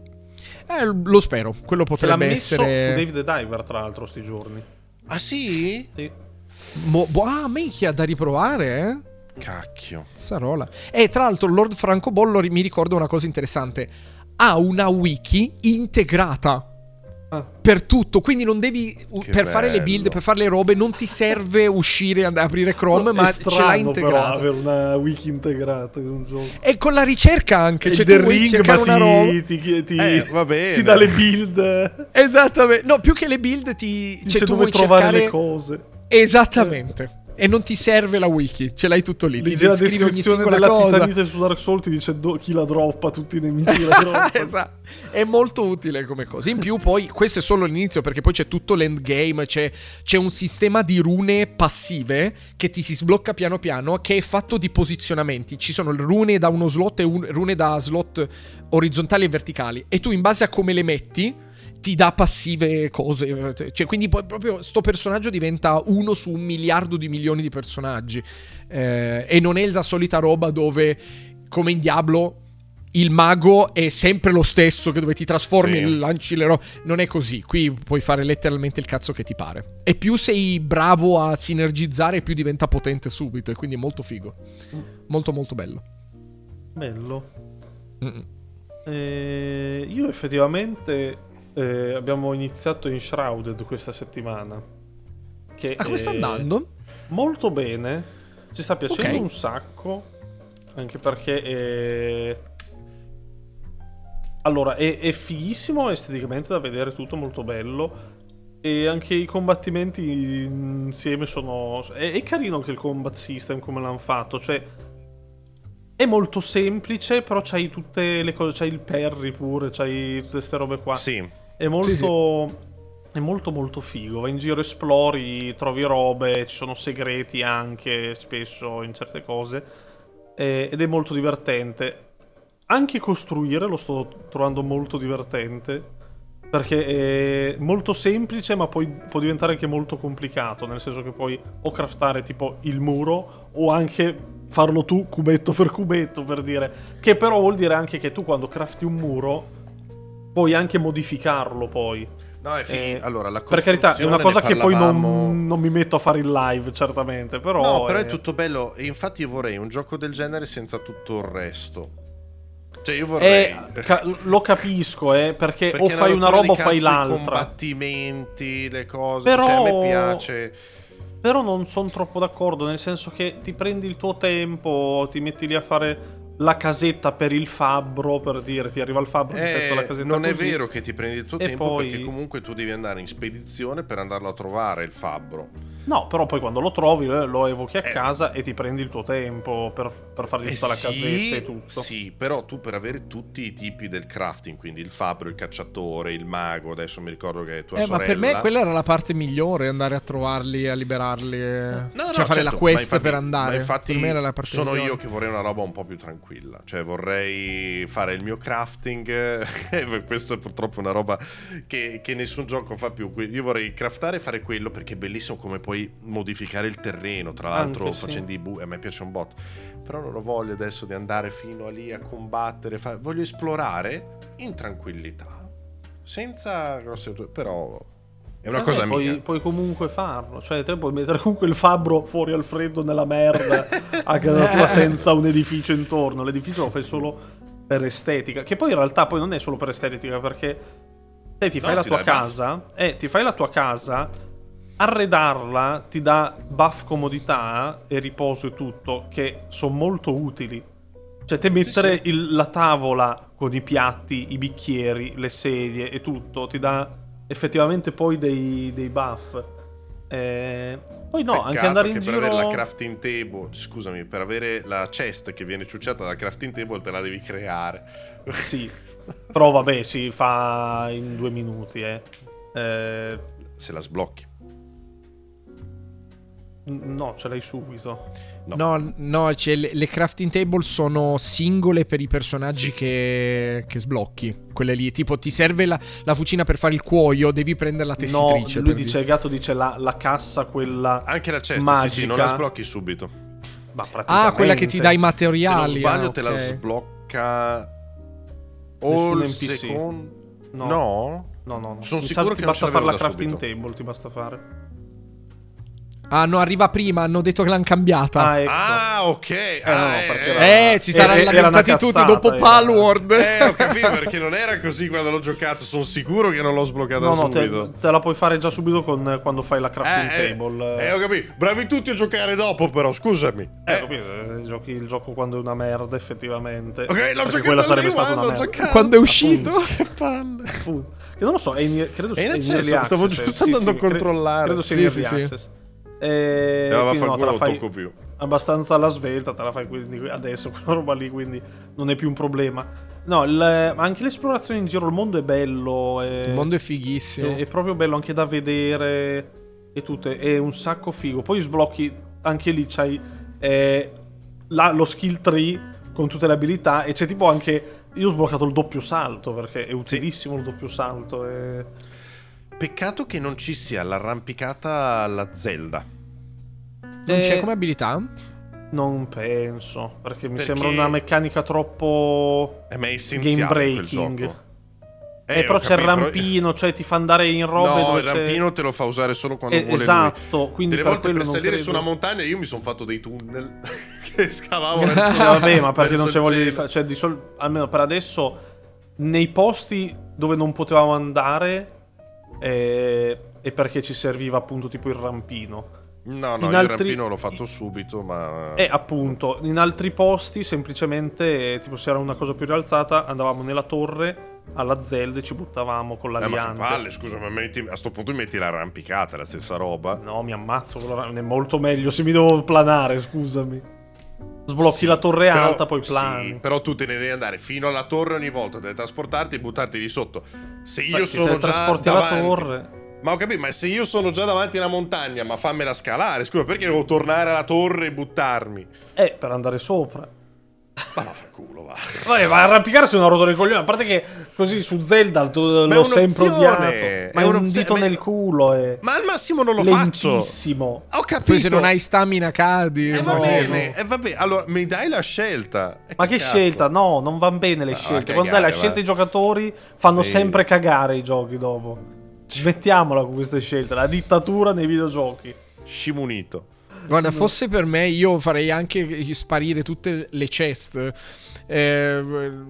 Eh, lo spero, quello
Che l'ha
potrebbe
messo
essere
su Dave the Diver tra l'altro sti giorni.
Ah sì?
Sì.
Mo- bo- ah, minchia, da riprovare, eh?
Cacchio.
Zzarola. E tra l'altro Lord Francobollo mi ricorda una cosa interessante. Ha una wiki integrata
Ah.
per tutto, quindi non devi
Che
per fare le build,
bello.
per fare le robe non ti serve uscire e aprire Chrome, ma
È
ce l'ha
strano però
integrata.
avere una wiki integrata in un gioco.
E con la ricerca anche,
E
cioè
The
tu vuoi
Ring,
cercare
ma
una roba.
ti, ti, ti,
Eh, va bene.
ti dà le build,
Esattamente. No, più che le build ti
dice
cioè tu
dove
vuoi
trovare
cercare
le cose.
esattamente. E non ti serve la wiki, ce l'hai tutto lì. Ti
Legge la
descrive ogni
descrizione
singola
della
cosa.
titanite su Dark Souls, ti dice do- chi la droppa, tutti i nemici la droppano.
Esatto. È molto utile come cosa. In più poi questo è solo l'inizio, perché poi c'è tutto l'endgame, c'è, c'è un sistema di rune passive che ti si sblocca piano piano, che è fatto di posizionamenti. Ci sono rune da uno slot e un, rune da slot orizzontali e verticali, e tu in base a come le metti ti dà passive cose, cioè, quindi poi proprio sto personaggio diventa uno su un miliardo di milioni di personaggi, eh, e non è la solita roba dove, come in Diablo, il mago è sempre lo stesso, che dove ti trasformi,
Sì.
lanci le robe. Non è così, qui puoi fare letteralmente il cazzo che ti pare, e più sei bravo a sinergizzare più diventa potente subito, e quindi è molto figo, molto molto bello.
Bello.
Mm-mm.
Eh, io effettivamente eh, abbiamo iniziato Enshrouded questa settimana. Che
Ah, come sta
è
andando?
molto bene. Ci sta piacendo
Ok.
un sacco. Anche perché è... Allora, è, è fighissimo esteticamente da vedere, tutto molto bello. E anche i combattimenti insieme sono... È, è carino anche il combat system come l'hanno fatto. Cioè, è molto semplice, però c'hai tutte le cose. C'hai il parry pure, c'hai tutte queste robe qua.
Sì.
È molto...
Sì, sì.
È molto molto figo. Vai in giro, esplori, trovi robe, ci sono segreti anche spesso in certe cose. Eh, ed è molto divertente. Anche costruire lo sto trovando molto divertente, perché è molto semplice, ma poi può diventare anche molto complicato, nel senso che puoi o craftare tipo il muro o anche farlo tu cubetto per cubetto, per dire. Che però vuol dire anche che tu quando crafti un muro puoi anche modificarlo poi.
No, è figo.
Eh,
Allora, la
per carità, è una cosa
costruzione
che poi
ne
non,
parlavamo-
non mi metto a fare in live, certamente, però...
No, però è tutto bello. E infatti io vorrei un gioco del genere senza tutto il resto. Cioè io vorrei...
Eh, ca- lo capisco, eh, perché,
Perché
o fai una
rottura
roba o
di
fai
cazzo, i
l'altra.
combattimenti, le cose.
Però-
Cioè a me piace.
Però non sono troppo d'accordo, nel senso che ti prendi il tuo tempo, ti metti lì a fare la casetta per il fabbro, per dire, ti arriva il fabbro, ti fai
Eh,
la casetta
non è
così.
vero che ti prendi il tuo
E
tempo,
poi-
perché comunque tu devi andare in spedizione per andarlo a trovare il fabbro.
No, però poi quando lo trovi eh, lo evochi a
Eh.
casa e ti prendi il tuo tempo per, per fargli
Eh
tutta la
sì,
casetta e tutto.
Sì, però tu per avere tutti i tipi del crafting, quindi il fabbro, il cacciatore, il mago, adesso mi ricordo che è tua
Eh, ma
sorella.
per me quella era la parte migliore, andare a trovarli, a liberarli, e...
No, no,
cioè fare
certo,
la quest
ma infatti-
per andare.
Ma infatti
Per me era la parte
sono
migliore.
io che vorrei una roba un po' più tranquilla. Cioè vorrei fare il mio crafting. eh, Questo è purtroppo una roba che, che nessun gioco fa più. Io vorrei craftare e fare quello, perché è bellissimo come puoi modificare il terreno. Tra l'altro
Anche sì.
facendo i bu. A me piace un botto. Però non ho voglia adesso di andare fino a lì a combattere. fa- Voglio esplorare in tranquillità. Senza grosse... Però è una
Eh,
cosa
puoi,
mia.
puoi comunque farlo, cioè te puoi mettere comunque il fabbro fuori al freddo nella merda a casa tua senza un edificio intorno. L'edificio lo fai solo per estetica, che poi in realtà poi non è solo per estetica, perché te ti fai
No,
la
ti
tua
dai buff.
casa, eh, ti fai la tua casa, arredarla ti dà buff comodità e riposo e tutto, che sono molto utili. Cioè te mettere
sì.
il- la tavola con i piatti, i bicchieri, le sedie e tutto ti dà effettivamente poi dei, dei buff. Eh, poi no,
Peccato
anche andare in
che
giro...
per avere la crafting table, scusami, per avere la chest che viene ciucciata dalla crafting table te la devi creare.
Sì, però vabbè, si fa in due minuti, eh. eh
Se la sblocchi.
No, ce l'hai subito.
No,
No, no, cioè, le, le crafting table sono singole per i personaggi che, che sblocchi. Quelle lì, tipo ti serve la, la fucina per fare il cuoio, devi prendere la
No,
tessitrice.
lui
per
dice, il gatto dice la, la cassa, quella
anche la chest,
magica.
sì, sì, non la sblocchi subito.
Ma
Ah, quella che ti dà i
Se
materiali.
non sbaglio
ah,
te la
ok.
sblocca
Nessun
o
N
il
P C.
secondo.
No.
No?
No, no, no.
Sono
Mi
sicuro
sa
che
ti
non
basta
ce
fare la
l'avevo da
crafting
subito.
table, ti basta fare.
Ah, no, arriva prima, hanno detto che l'hanno cambiata.
Ah, ecco.
Ah, ok.
Eh,
ah,
no,
eh,
perché
eh.
era-
Eh, si saranno
era- era una
lamentati tutti
cazzata,
dopo
era-
Palworld.
Eh, ho capito perché non era così quando l'ho giocato. Sono sicuro che non l'ho sbloccata
No, no,
subito.
te, te la puoi fare già subito con, quando fai la crafting
Eh, eh,
table.
eh, ho capito. Bravi tutti a giocare dopo, però, scusami.
Eh,
Eh,
capito, eh, giochi il gioco quando è una merda, effettivamente.
ok, l'ho
Perché
giocato
quella
al
sarebbe
day
stata
one,
una
l'ho
merda.
giocato.
Quando è uscito?
Che palle.
Appunto. Che non lo so, è in, credo
È in
sia in
accesso,
early
stavo
access,
giusto
sì,
andando
sì,
a controllare.
Credo sia
Sì,
in early
sì, sì.
access. E
Eh, ma
quindi no, te
fa
la
non
fai
tocco più.
abbastanza alla svelta, te la fai quindi adesso quella roba lì, quindi non è più un problema. No, il- anche l'esplorazione in giro, il mondo è bello, è,
Il mondo è fighissimo.
è, è proprio bello anche da vedere e tutto, è un sacco figo. Poi sblocchi, anche lì c'hai eh, la- lo skill tree con tutte le abilità e c'è tipo anche... Io ho sbloccato il doppio salto perché è utilissimo il doppio salto. E...
Peccato che non ci sia l'arrampicata alla Zelda.
Non c'è
Eh,
come abilità?
Non penso, perché mi
Perché-
sembra una meccanica troppo
Eh, ma è essenziale
game
quel
breaking.
gioco.
Eh,
Eh,
però
ho
c'è il
capito, però-
rampino, cioè ti fa andare in robe
No,
dove
il
c'è...
rampino te lo fa usare solo quando
Eh,
vuole
esatto,
lui.
quindi
Delle
per
volte
quello
per
non
salire
credo.
su una montagna io mi sono fatto dei tunnel che scavavo
Eh,
verso
vabbè, ma perché
verso
non c'è
il
voglia di
cielo.
fare... Cioè, di sol- almeno per adesso, nei posti dove non potevamo andare, eh, è perché ci serviva appunto tipo il rampino.
No, no,
in
il
altri-
rampino l'ho fatto subito, ma
E appunto, in altri posti, semplicemente, eh, tipo se era una cosa più rialzata, andavamo nella torre alla Zelda e ci buttavamo con
Eh, ma che
l'aliante.
palle, scusa, ma metti, a sto punto mi metti l'arrampicata, è la stessa roba.
No, mi ammazzo, quello è molto meglio se mi devo planare, scusami. Sblocchi
Sì,
la torre
però-
alta, poi
sì,
plani.
però tu te ne devi andare fino alla torre ogni volta, devi trasportarti e buttarti di sotto. Se io
Beh, ti
sono già
trasporti alla
davanti,
torre.
ma ho capito, ma se io sono già davanti alla montagna, ma fammela scalare, scusa, perché devo tornare alla torre e buttarmi?
Eh, per andare sopra.
Ma no, fa culo, va.
Vabbè, ma arrampicarsi è una rottura di coglione. A parte che così su Zelda tu-
Ma è
l'ho sempre
un'opzione,
odiato.
è
Ma è un
un'opzione,
dito
ma-
nel culo. È
Ma al massimo non lo faccio.
lentissimo.
Ho capito.
Poi se non hai stamina cadi.
Eh, va
no,
bene,
no.
eh, vabbè, allora mi dai la scelta. E
Ma che
cazzo?
scelta? No, non vanno bene le
Ah,
scelte.
a
Quando dai la
cagare,
scelta
va.
ai giocatori, fanno
Sì.
sempre cagare i giochi dopo. Smettiamola con queste scelte. La dittatura nei videogiochi.
Scimunito.
Guarda, fosse per me, io farei anche sparire tutte le chest. Eh,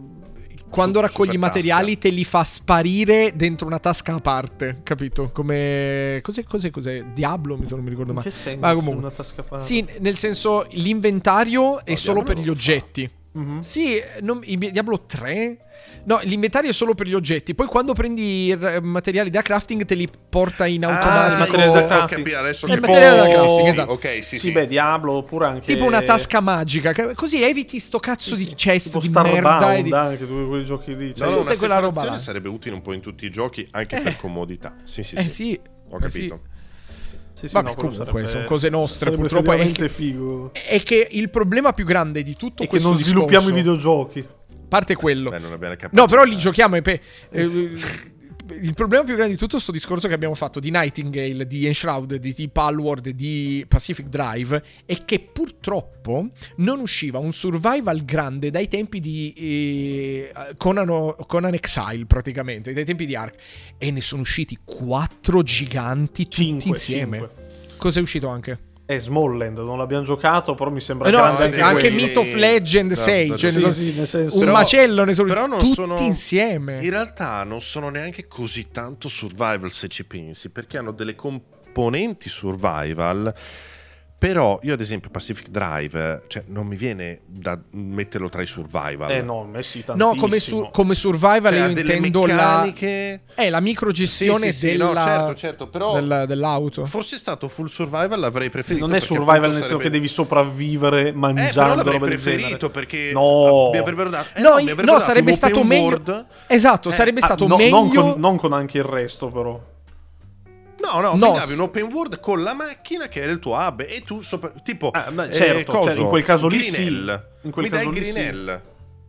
quando
Su-
raccogli i
super
materiali,
tasca.
te li fa sparire dentro una tasca a parte. Capito? Come. Cos'è, cos'è, cos'è? Diablo, mi, se non mi ricordo
In
mai.
che senso?
Ma comunque.
Una tasca parte?
Sì, nel senso, l'inventario è
No,
solo
Diablo
per
non
gli
lo fa.
oggetti.
Mhm.
Sì, non- i- Diablo tre? No, l'inventario è solo per gli oggetti. Poi quando prendi i r- materiali da crafting te li porta in
Ah,
automatico.
il materiale da
ho
crafting.
capito, adesso
Il
tipo-
materiale da crafting,
Sì,
esatto.
ok, sì,
Sì,
sì.
beh, Diablo, oppure anche...
Tipo una tasca magica. che- Così eviti sto cazzo di chest
tipo
di merda.
Starbound,
e di-
anche tu quei giochi lì.
No,
Cioè,
no,
tutte
una
quella roba
separazione
là.
sarebbe utile un po' in tutti i giochi, anche per comodità. Sì, sì,
Eh
sì.
sì.
Ho
eh sì.
capito.
sì, sì,
Vabbè,
quello
comunque,
sarebbe-
sono cose nostre,
sarebbe
purtroppo, è
effettivamente
che-
figo.
È che il problema più grande di tutto
E che
questo
non sviluppiamo
discorso,
i videogiochi.
a parte quello.
Beh, non abbiamo capito.
No, però li giochiamo e pe- eh, il problema più grande di tutto è sto discorso che abbiamo fatto di Nightingale, di Enshrouded, di T Palworld, di Pacific Drive è che purtroppo non usciva un survival grande dai tempi di eh, Conan, Conan Exile praticamente, dai tempi di Ark, e ne sono usciti quattro giganti tutti
Cinque,
insieme.
cinque.
Cos'è uscito anche?
È Smallland, non l'abbiamo giocato, però mi sembra
Eh no,
grande
anche,
anche,
anche
quello.
Myth of Legend
No,
sei,
no,
cioè
sì,
ne sono-
sì, nel senso-
un
Però-
macello, ne sono
però non
tutti
sono-
insieme.
In realtà non sono neanche così tanto survival se ci pensi, perché hanno delle componenti survival, Però io ad esempio Pacific Drive, cioè non mi viene da metterlo tra i survival.
Eh no, messi tantissimo.
No, come, su, come survival
Cioè,
io
ha delle
intendo
meccaniche...
la è la microgestione
Sì, sì, sì,
della,
no, certo, certo, però
del- dell'auto.
forse è stato full survival, l'avrei preferito.
Non è
perché
survival
appunto
nel senso
sarebbe-
che devi sopravvivere
Eh,
mangiando
però l'avrei
roba del
preferito
genere.
perché
No.
mi avrebbero dato eh,
no,
mi
i-
avrebbero
no,
dato
sarebbe
un
stato
open
meglio.
world.
Esatto,
Eh,
sarebbe
Ah,
stato
no,
meglio.
non, con, non con anche il resto, però.
No, no,
No,
mi davi
s-
un open world con la macchina che era il tuo hub e tu sopra... tipo
Ah, beh,
eh,
certo,
coso,
cioè, in quel caso lì sì.
Grinell.
In quel
mi
caso
dai
lì sì.
Grinell.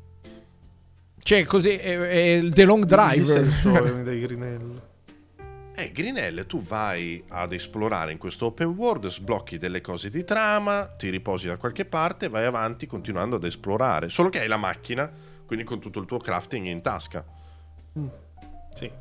Cioè, così è, è il The Long
In
Drive.
senso, eh, dei Grinell.
Eh, Grinell, tu vai ad esplorare in questo open world, sblocchi delle cose di trama, ti riposi da qualche parte, vai avanti continuando ad esplorare. Solo che hai la macchina, quindi con tutto il tuo crafting in tasca.
Sì.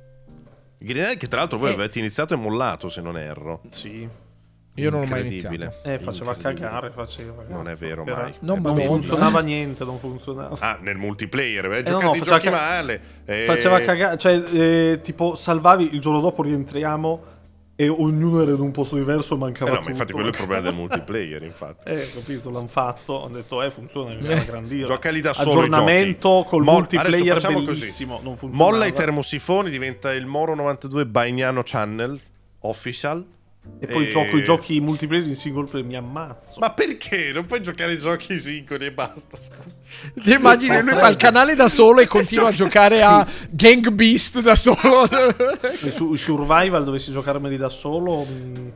Grinell che tra l'altro voi
Eh.
avete iniziato e mollato, se non erro.
Sì.
Io non ho mai
Incredibile.
iniziato.
Eh, faceva
Incredibile.
cagare, faceva.
Non è vero
Era-
mai.
Non
Eh,
Madonna.
funzionava niente, non funzionava.
Ah, nel multiplayer, eh,
Eh, no,
giocate
no,
i
faceva
giochi
ca-
male. eh.
Faceva cagare, cioè, eh, tipo, salvavi, il giorno dopo rientriamo e ognuno era in un posto diverso e
Eh
mancava
no,
tutto.
ma infatti quello è il problema del multiplayer, infatti.
Eh, capito, l'hanno fatto, hanno detto, eh, funziona, era
Eh.
grandioso.
Giocali da solo
Aggiornamento
i giochi.
col
Mo-
multiplayer
adesso facciamo
bellissimo,
così.
non funzionava.
Molla i termosifoni, diventa il Moro novantadue Bainiano Channel Official.
E poi gioco i giochi multiplayer in single player, mi ammazzo.
Ma perché? Non puoi giocare i giochi singoli e basta.
Ti immagini, lui fa il canale da solo e continua a giocare a Gang Beast da solo.
E su survival dovessi giocarmeli da solo, mi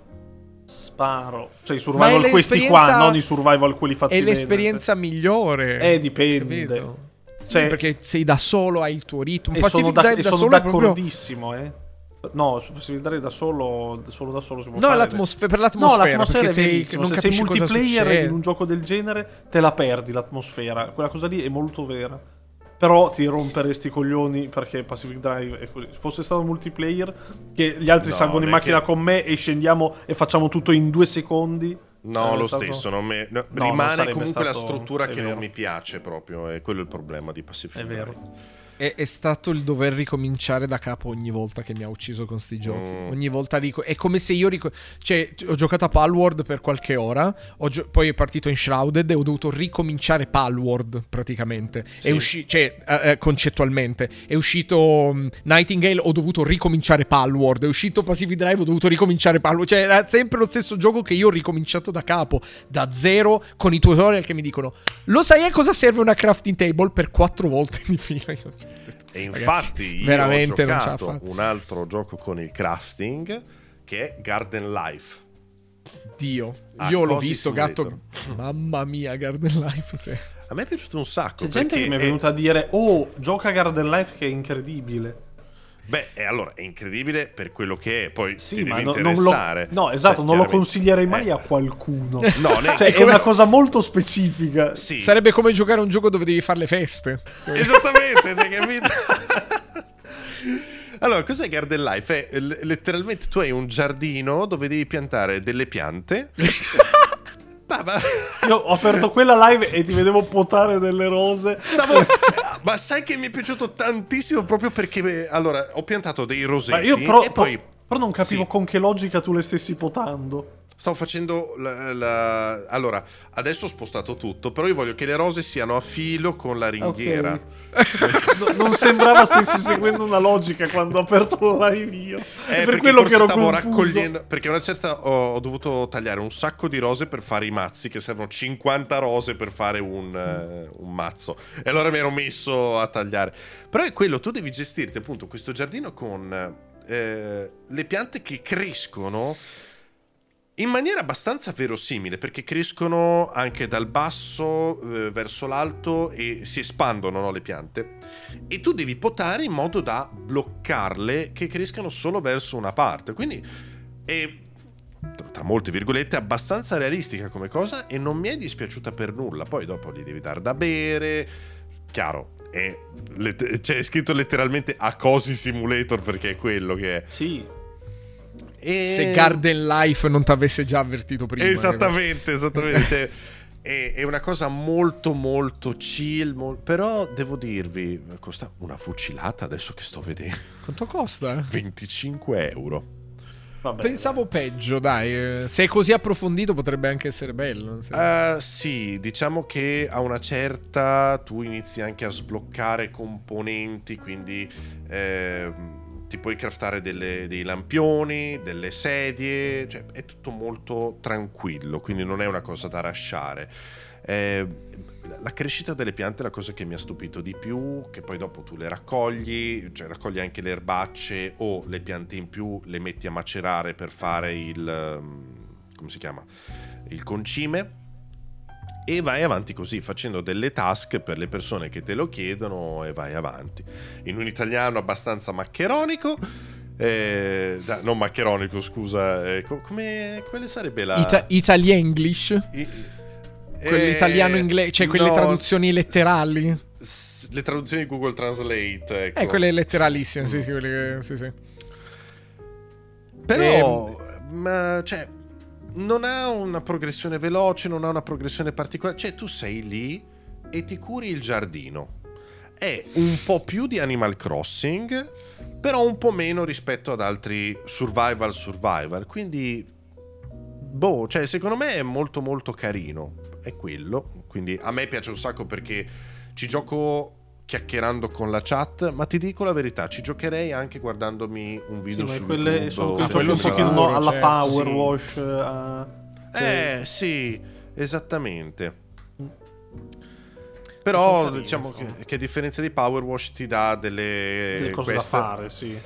sparo. Cioè i
Ma
survival
è
questi
l'esperienza-
qua, non i survival quelli fatti
È
bene.
l'esperienza migliore.
Eh, dipende.
Capito? Sì,
Cioè-
perché sei da solo, hai il tuo ritmo.
E
Pacific
sono, da-
Drive
e
da
sono
solo è proprio...
d'accordissimo, eh. No, su Pacific Drive da solo, solo da solo si può
No,
fare.
l'atmosfera, per
No,
l'atmosfera,
l'atmosfera
perché
è
sei,
bellissima.
non
Se sei
capisci cosa
multiplayer
succede.
in un gioco del genere, te la perdi l'atmosfera. Quella cosa lì è molto vera. Però ti romperesti i coglioni perché Pacific Drive è così. Se fosse stato multiplayer, che gli altri
No,
salgono in
non è
macchina
che-
con me e scendiamo e facciamo tutto in due secondi.
No,
eh,
lo
è stato-
stesso. Non me- no,
non
rimane
sarebbe
comunque la
stato-
struttura
è
che
vero.
non mi piace proprio. E quello è il problema di Pacific
È
Drive.
vero.
È, è stato il dover ricominciare da capo ogni volta che mi ha ucciso con sti giochi.
Mm.
Ogni volta rico- è come se io rico- cioè, ho giocato a Palworld per qualche ora. Ho gio- poi è partito in Shrouded e ho dovuto ricominciare Palworld praticamente. È
Sì.
usci- cioè, eh, eh, concettualmente. È uscito um, Nightingale, ho dovuto ricominciare Palworld. È uscito Pacific Drive, ho dovuto ricominciare Palworld. Cioè, era sempre lo stesso gioco che io ho ricominciato da capo, da zero, con i tutorial che mi dicono: lo sai a cosa serve una crafting table? Per quattro volte di fila. Io ho detto,
E
ragazzi,
infatti io
veramente
ho
non ce la
giocato
fa.
un altro gioco con il crafting che è Garden Life.
Dio,
Ah,
io l'ho
Cozy
visto,
Simulator.
gatto. Mamma mia, Garden Life. Sì.
A me è piaciuto un sacco.
C'è gente
perché
che mi è
è-
venuta a dire: oh, gioca Garden Life che è incredibile.
Beh, e allora è incredibile per quello che è, poi
Sì,
ti
ma
deve
no- non lo,
interessare.
no, esatto,
Cioè,
non lo
chiaramente-
consiglierei mai
eh,
a qualcuno.
No, ne-
Cioè,
è
è
come-
una cosa molto specifica.
sì.
Sarebbe come giocare a un gioco dove devi fare le feste.
Esattamente, cioè, capito? Allora, cos'è Garden Life? È l- letteralmente tu hai un giardino dove devi piantare delle piante. Ma- ma-
Io ho aperto quella live e ti vedevo potare delle rose.
stavo- ma sai che mi è piaciuto tantissimo proprio perché beh, allora ho piantato dei
Ma
rosetti
io però,
e poi
però non capivo
Sì.
con che logica tu le stessi potando.
stavo facendo la, la- allora adesso ho spostato tutto, però io voglio che le rose siano a filo con la ringhiera.
No- non sembrava stessi seguendo una logica quando ho aperto la live io.
Eh,
È per
perché
quello
forse
che ero
stavo
confuso.
raccogliendo. Perché una certa ho, ho dovuto tagliare un sacco di rose per fare i mazzi. Che servono cinquanta rose per fare un, eh, un mazzo. E allora mi ero messo a tagliare. Però è quello, tu devi gestirti appunto questo giardino con eh, le piante che crescono in maniera abbastanza verosimile, perché crescono anche dal basso eh, verso l'alto e si espandono, no, le piante. E tu devi potare in modo da bloccarle che crescano solo verso una parte. Quindi è, tra molte virgolette, abbastanza realistica come cosa e non mi è dispiaciuta per nulla. Poi dopo gli devi dare da bere. Chiaro, è, let- c'è scritto letteralmente a Cozy Simulator perché è quello che è.
Sì.
E...
Se Garden Life non ti avesse già avvertito prima.
Esattamente, esattamente. Cioè, è, è una cosa molto molto chill, mol- però devo dirvi, costa una fucilata adesso che sto vedendo.
Quanto costa?
venticinque euro.
Vabbè,
Pensavo peggio, dai. Se è così approfondito potrebbe anche essere bello. Sì,
Uh, sì, diciamo che a una certa tu inizi anche a sbloccare componenti, quindi eh, ti puoi craftare delle- dei lampioni, delle sedie, cioè è tutto molto tranquillo, quindi non è una cosa da rasciare. Eh, la crescita delle piante è la cosa che mi ha stupito di più, che poi dopo tu le raccogli, cioè raccogli anche le erbacce o le piante in più, le metti a macerare per fare il, um, come si chiama? Il concime, e vai avanti così facendo delle task per le persone che te lo chiedono e vai avanti in un italiano abbastanza maccheronico. Eh, da- non maccheronico, scusa, eh, co- come quale sarebbe la
Ita- Italienglish?
I-
Quell'italiano
eh,
inglese, cioè quelle
no,
traduzioni letterali?
s- le traduzioni di Google Translate, ecco.
Eh, quelle letteralissime, sì, sì, quelle che- sì, sì.
Però ma, cioè, non ha una progressione veloce, non ha una progressione particolare, cioè tu sei lì e ti curi il giardino. È un po' più di Animal Crossing, però un po' meno rispetto ad altri survival survival, quindi boh, cioè secondo me è molto molto carino, è quello, quindi a me piace un sacco perché ci gioco chiacchierando con la chat, ma ti dico la verità, ci giocherei anche guardandomi un
Sì,
video
ma
su
quelle
YouTube.
sono
o-
quei
Ah,
giochi
quello
un pochino
sicuro,
alla
certo,
Power
sì.
Wash. a- cioè,
Eh sì, esattamente.
Sono
Però
carini,
diciamo
insomma.
che, che a differenza di Power Wash ti dà delle,
delle cose
queste-
da fare, sì.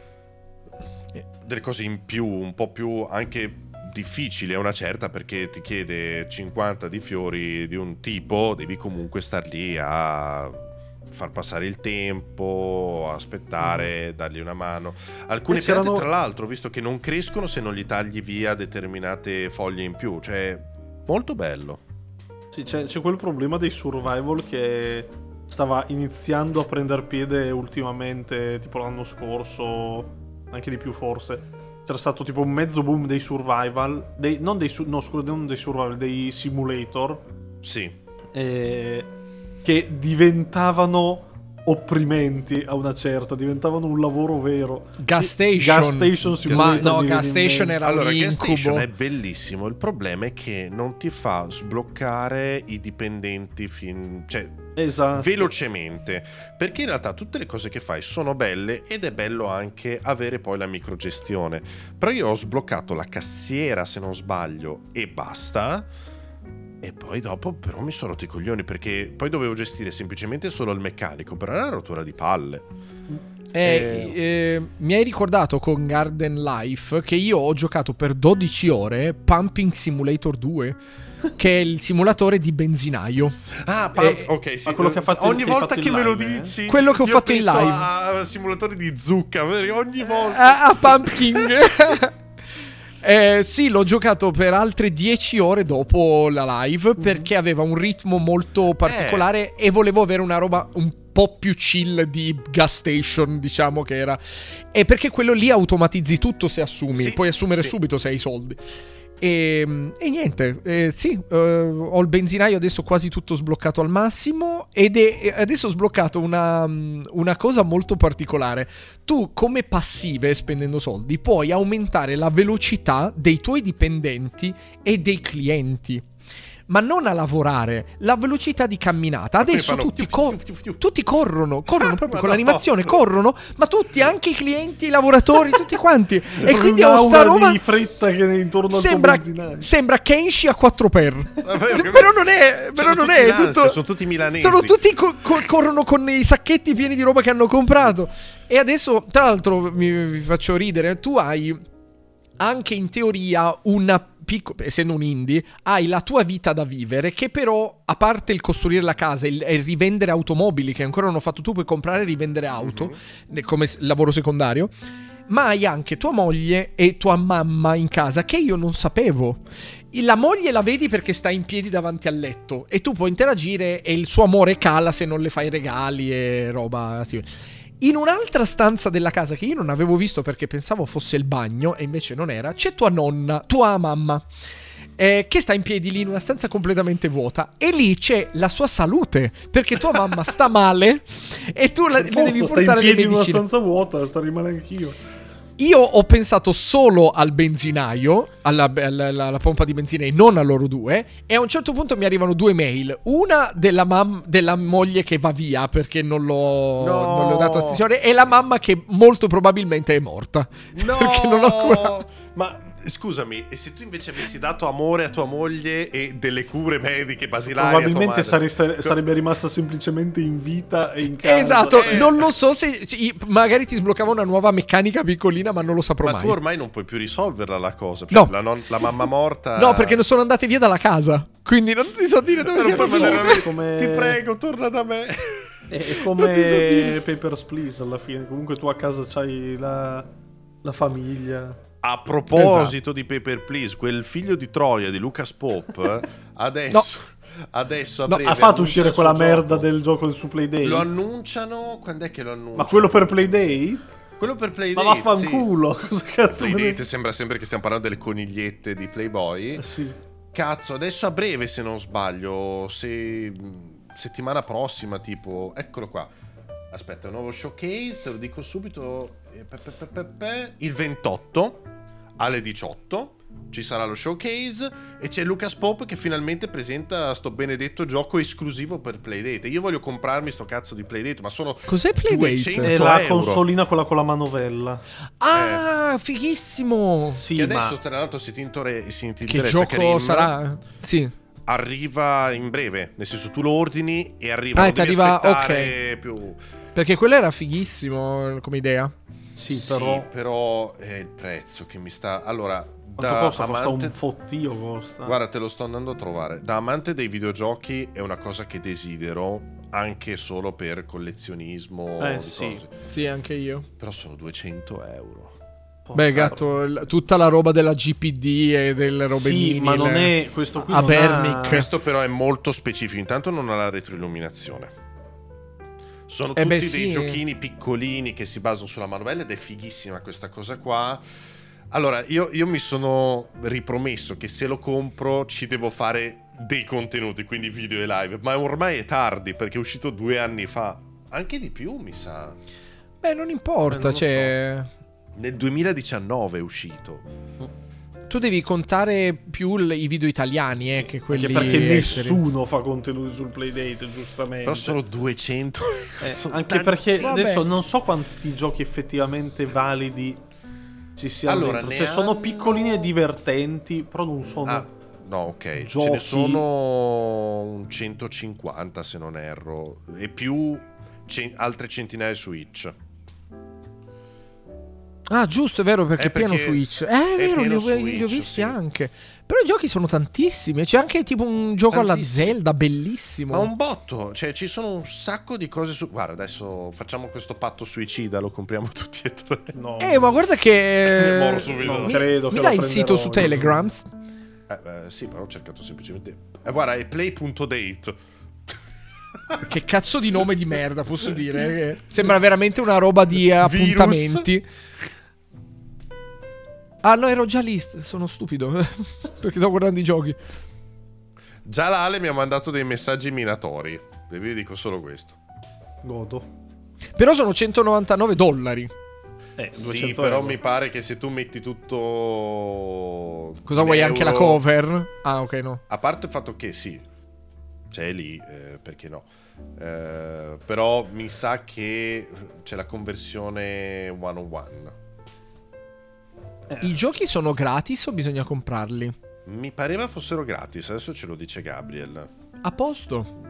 delle cose in più, un po' più anche difficili a una certa, perché ti chiede cinquanta di fiori di un tipo, devi comunque star lì a far passare il tempo, aspettare, dargli una mano. Alcune
E
piante
c'erano-
tra l'altro, visto che non crescono se non gli tagli via determinate foglie in più, cioè molto bello.
Sì, c'è, c'è quel problema dei survival che stava iniziando a prendere piede ultimamente, tipo l'anno scorso, anche di più forse. C'era stato tipo un mezzo boom dei survival, dei, non dei, su- no, scusa, non dei survival, dei simulator,
Sì.
eh, che diventavano opprimenti a una certa, diventavano un lavoro vero.
Gas Station.
Gas Station
Ma
Simulator
no,
mi
Gas
viene in
Station
mente.
era
Allora,
un
Gas Station
incubo.
è bellissimo. Il problema è che non ti fa sbloccare i dipendenti fin... cioè,
Esatto.
velocemente. Perché in realtà tutte le cose che fai sono belle ed è bello anche avere poi la microgestione. Però io ho sbloccato la cassiera, se non sbaglio, e basta. E poi dopo però mi sono rotti i coglioni, perché poi dovevo gestire semplicemente solo il meccanico, però era una rottura di palle.
Eh, eh, mi hai ricordato con Garden Life che io ho giocato per dodici ore Pumping Simulator due, che è il simulatore di benzinaio.
Ah, pa-
Eh,
ok, sì.
ma quello che ha fatto-
ogni
che hai
volta
fatto
che
in
me lo
live, eh?
dici,
Quello che ho
io
fatto in
penso
live.
a simulatori di zucca, perché ogni volta.
Ah, ah, Pumpkin. Eh, sì, l'ho giocato per altre dieci ore dopo la live perché aveva un ritmo molto particolare e volevo avere una roba un po' più chill di Gas Station, diciamo che era. E perché quello lì automatizzi tutto se assumi,
Sì,
puoi assumere
sì.
subito se hai i soldi. E, e niente, eh, sì, eh, ho il benzinaio adesso quasi tutto sbloccato al massimo ed è adesso ho sbloccato una, una cosa molto particolare. Tu come passive, spendendo soldi, puoi aumentare la velocità dei tuoi dipendenti e dei clienti. Ma non a lavorare, la velocità di camminata. Adesso
fanno
tutti,
fiu,
cor-
fiu, fiu, fiu.
tutti corrono, corrono proprio
Ma
con
no.
l'animazione, corrono, ma tutti, anche i clienti, i lavoratori, tutti quanti. E
Proprio
quindi ho sta
un'aura
roba...
di fretta che è intorno
Sembra,
al tuo benzinaio.
sembra Kenshi a quattro per.
Vabbè, ok.
Però non è, però
Sono
non
tutti
è
l'ansia,
tutto.
sono tutti milanesi.
Sono tutti co- co- corrono con i sacchetti pieni di roba che hanno comprato. E adesso, tra l'altro, mi, vi faccio ridere. Tu hai anche in teoria una piccola, essendo un indie, hai la tua vita da vivere, che però, a parte il costruire la casa e il, e il rivendere automobili, che ancora non ho fatto, tu puoi comprare e rivendere auto
Mm-hmm.
come s- lavoro secondario. Ma hai anche tua moglie e tua mamma in casa, che io non sapevo. La moglie la vedi perché sta in piedi davanti al letto e tu puoi interagire e il suo amore cala se non le fai regali e roba simile. In un'altra stanza della casa che io non avevo visto perché pensavo fosse il bagno e invece non era, c'è tua nonna, tua mamma, eh, che sta in piedi lì in una stanza completamente vuota e lì c'è la sua salute perché tua mamma sta male e tu la, le devi
Forza, sta in
portare le
piedi in una
medicine.
stanza vuota, sta rimane anch'io.
io ho pensato solo al benzinaio, alla, alla, alla- alla pompa di benzina e non a loro due. E a un certo punto mi arrivano due mail. Una della, mam- della moglie che va via perché non, l'ho,
No.
non le ho dato assistenzione. E la mamma che molto probabilmente è morta.
No!
Perché non ho curato.
Ma scusami, e se tu invece avessi dato amore a tua moglie e delle cure mediche basilari a tua
Probabilmente
madre?
sareste- sarebbe rimasta semplicemente in vita e in casa.
Esatto,
Eh.
non lo so se cioè, magari ti sbloccava una nuova meccanica piccolina, ma non lo saprò
Ma
mai.
tu ormai non puoi più risolverla la cosa.
No.
La, non- la mamma morta.
No, perché non sono andate via dalla casa. Quindi non ti so dire dove
Non
siano
puoi mandare
finite.
una-
Come-
Ti prego, torna da me.
È è
Non ti so dire.
come Papers, Please alla fine. Comunque tu a casa c'hai la, la famiglia.
A proposito
Esatto.
di Paper Please, quel figlio di Troia di Lucas Pope adesso, adesso a
No,
breve
Ha fatto
annuncia
uscire
il suo
quella merda
gioco.
del gioco su Playdate.
Lo annunciano. Quando è che lo annunciano?
Ma quello per Playdate?
Quello per Playdate.
Ma vaffanculo. Cosa cazzo me ne-
Playdate sembra sempre che stiamo parlando delle conigliette di Playboy.
Eh, sì.
Cazzo, adesso a breve, se non sbaglio, se settimana prossima, tipo, eccolo qua. Aspetta, un nuovo showcase, te lo dico subito. eh, pe- pe- pe- pe- pe- Il ventotto alle diciotto ci sarà lo showcase e c'è Lucas Pope che finalmente presenta sto benedetto gioco esclusivo per Playdate. Io voglio comprarmi sto cazzo di Playdate, ma sono
Cos'è Playdate?
duecento
È la
euro.
consolina quella con la manovella.
Ah, fighissimo.
Sì,
Che
ma
adesso, tra l'altro, si, tintore, si
Che
interessa
gioco
Karim,
sarà? Sì.
arriva in breve. Nel senso, tu lo ordini e arriva.
Ah,
non
e ti
devi
arriva-
aspettare più.
Perché quello era fighissimo come idea.
sì,
Sì,
però
però è il prezzo che mi sta. Allora,
quanto
da
costa? Costa
amante...
un fottio, costa.
Guarda, te lo sto andando a trovare. Da amante dei videogiochi è una cosa che desidero anche solo per collezionismo
Eh,
di
sì.
cose.
Sì, anche io.
Però sono duecento euro.
Porca
Beh, gatto, l- tutta la roba della G P D e delle robe
Sì,
mini,
ma non
le-
è questo qui
a
non
Bernic.
ha-
Questo però è molto specifico. Intanto non ha la retroilluminazione. Sono
Eh
tutti
beh,
dei
sì.
giochini piccolini che si basano sulla manovella ed è fighissima questa cosa qua. Allora, io, io mi sono ripromesso che se lo compro ci devo fare dei contenuti, quindi video e live. Ma ormai è tardi perché è uscito due anni fa. Anche di più, mi sa.
Beh, non importa,
Eh, non lo
cioè...
Nel duemiladiciannove è uscito.
Tu devi contare più l- i video italiani, eh, che quelli
Anche perché
esteri.
nessuno fa contenuti sul Playdate, giustamente.
Però sono duecento.
Eh,
Sono
anche
tanti-
perché
Vabbè.
adesso non so quanti giochi effettivamente validi ci siano
Allora,
dentro.
ne
Cioè, sono
hanno-
piccolini e divertenti, però non sono...
Ah, no, ok. Ce
Giochi-
ne sono un centocinquanta se non erro. E più ce- altre centinaia su Switch.
Ah, giusto, è vero, perché
Eh,
è pieno
perché
Switch. Eh, è
è
vero, li
pieno
ho,
su
li ho
Switch,
visti
sì.
anche. Però i giochi sono tantissimi. C'è anche tipo un gioco alla
Tantissimi.
Zelda, bellissimo.
Ma un botto, cioè ci sono un sacco di cose su. Guarda, adesso facciamo questo patto suicida, lo compriamo tutti e tre.
No.
Eh, ma guarda che...
Morro subito.
Non
Mi,
credo che
mi
lo
dai il
prenderò
sito su
io.
Telegrams?
Eh, beh, sì, però ho cercato semplicemente. Eh, guarda, è play.date.
Che cazzo di nome di merda, posso dire? Che sembra veramente una roba di eh, appuntamenti. Ah, no, ero già lì. Sono stupido. Perché sto guardando i giochi.
Già l'Ale mi ha mandato dei messaggi minatori. E vi dico solo questo.
Godo.
Però sono centonovantanove dollari.
Eh,
Sì,
duecento
però
euro.
mi pare che se tu metti tutto.
Cosa
in
vuoi, anche la
euro-
cover? Ah, ok, no.
A parte il fatto che sì, c'è lì, eh, perché no? Eh, però mi sa che c'è la conversione one on one.
I giochi sono gratis o bisogna comprarli?
Mi pareva fossero gratis, adesso ce lo dice Gabriel.
A posto.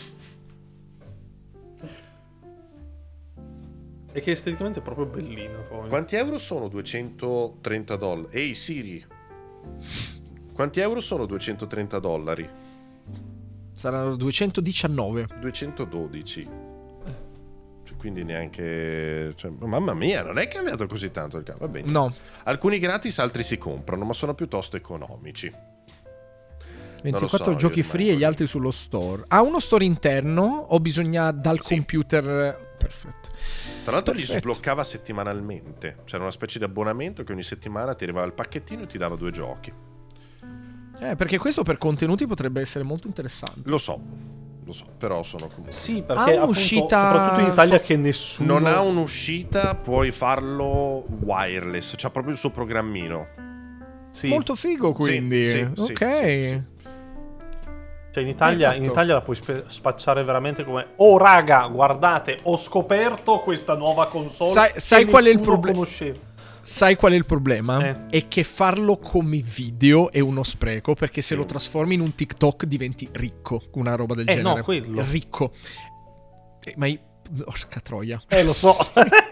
E che esteticamente è proprio bellino. Poi.
Quanti euro sono duecentotrenta dollari? Ehi Siri, quanti euro sono duecentotrenta dollari?
Saranno duecentodiciannove.
duecentododici. Cioè, quindi neanche... Cioè, mamma mia, non è cambiato così tanto il cambio. Va bene.
No.
Alcuni gratis, altri si comprano, ma sono piuttosto economici.
ventiquattro
so,
giochi
io
free e
rimango
gli altri sullo store. Ha uno store interno o bisogna dal
Sì.
computer? Perfetto.
Tra l'altro li
Perfetto.
sbloccava settimanalmente. C'era una specie di abbonamento che ogni settimana ti arrivava il pacchettino e ti dava due giochi.
Eh, perché questo per contenuti potrebbe essere molto interessante.
Lo so, lo so, però sono comunque.
Sì, perché
Ha un'uscita-
soprattutto in Italia che nessuno
Non ha un'uscita, puoi farlo wireless, c'ha proprio il suo programmino.
Sì.
Molto figo, quindi.
sì, sì,
ok.
sì, sì, sì.
Cioè in Italia, in
Esatto.
Italia la puoi spe- spacciare veramente come oh raga, guardate, ho scoperto questa nuova console.
Sai-
che
sai qual è il
nessuno
proble-
conosceva.
Sai qual è il problema?
Eh.
È che farlo come video è uno spreco, perché se
Sì.
lo trasformi in un TikTok diventi ricco, una roba del
Eh,
genere.
no, quello.
Ricco. Eh, ma io... Porca troia.
Eh, lo so.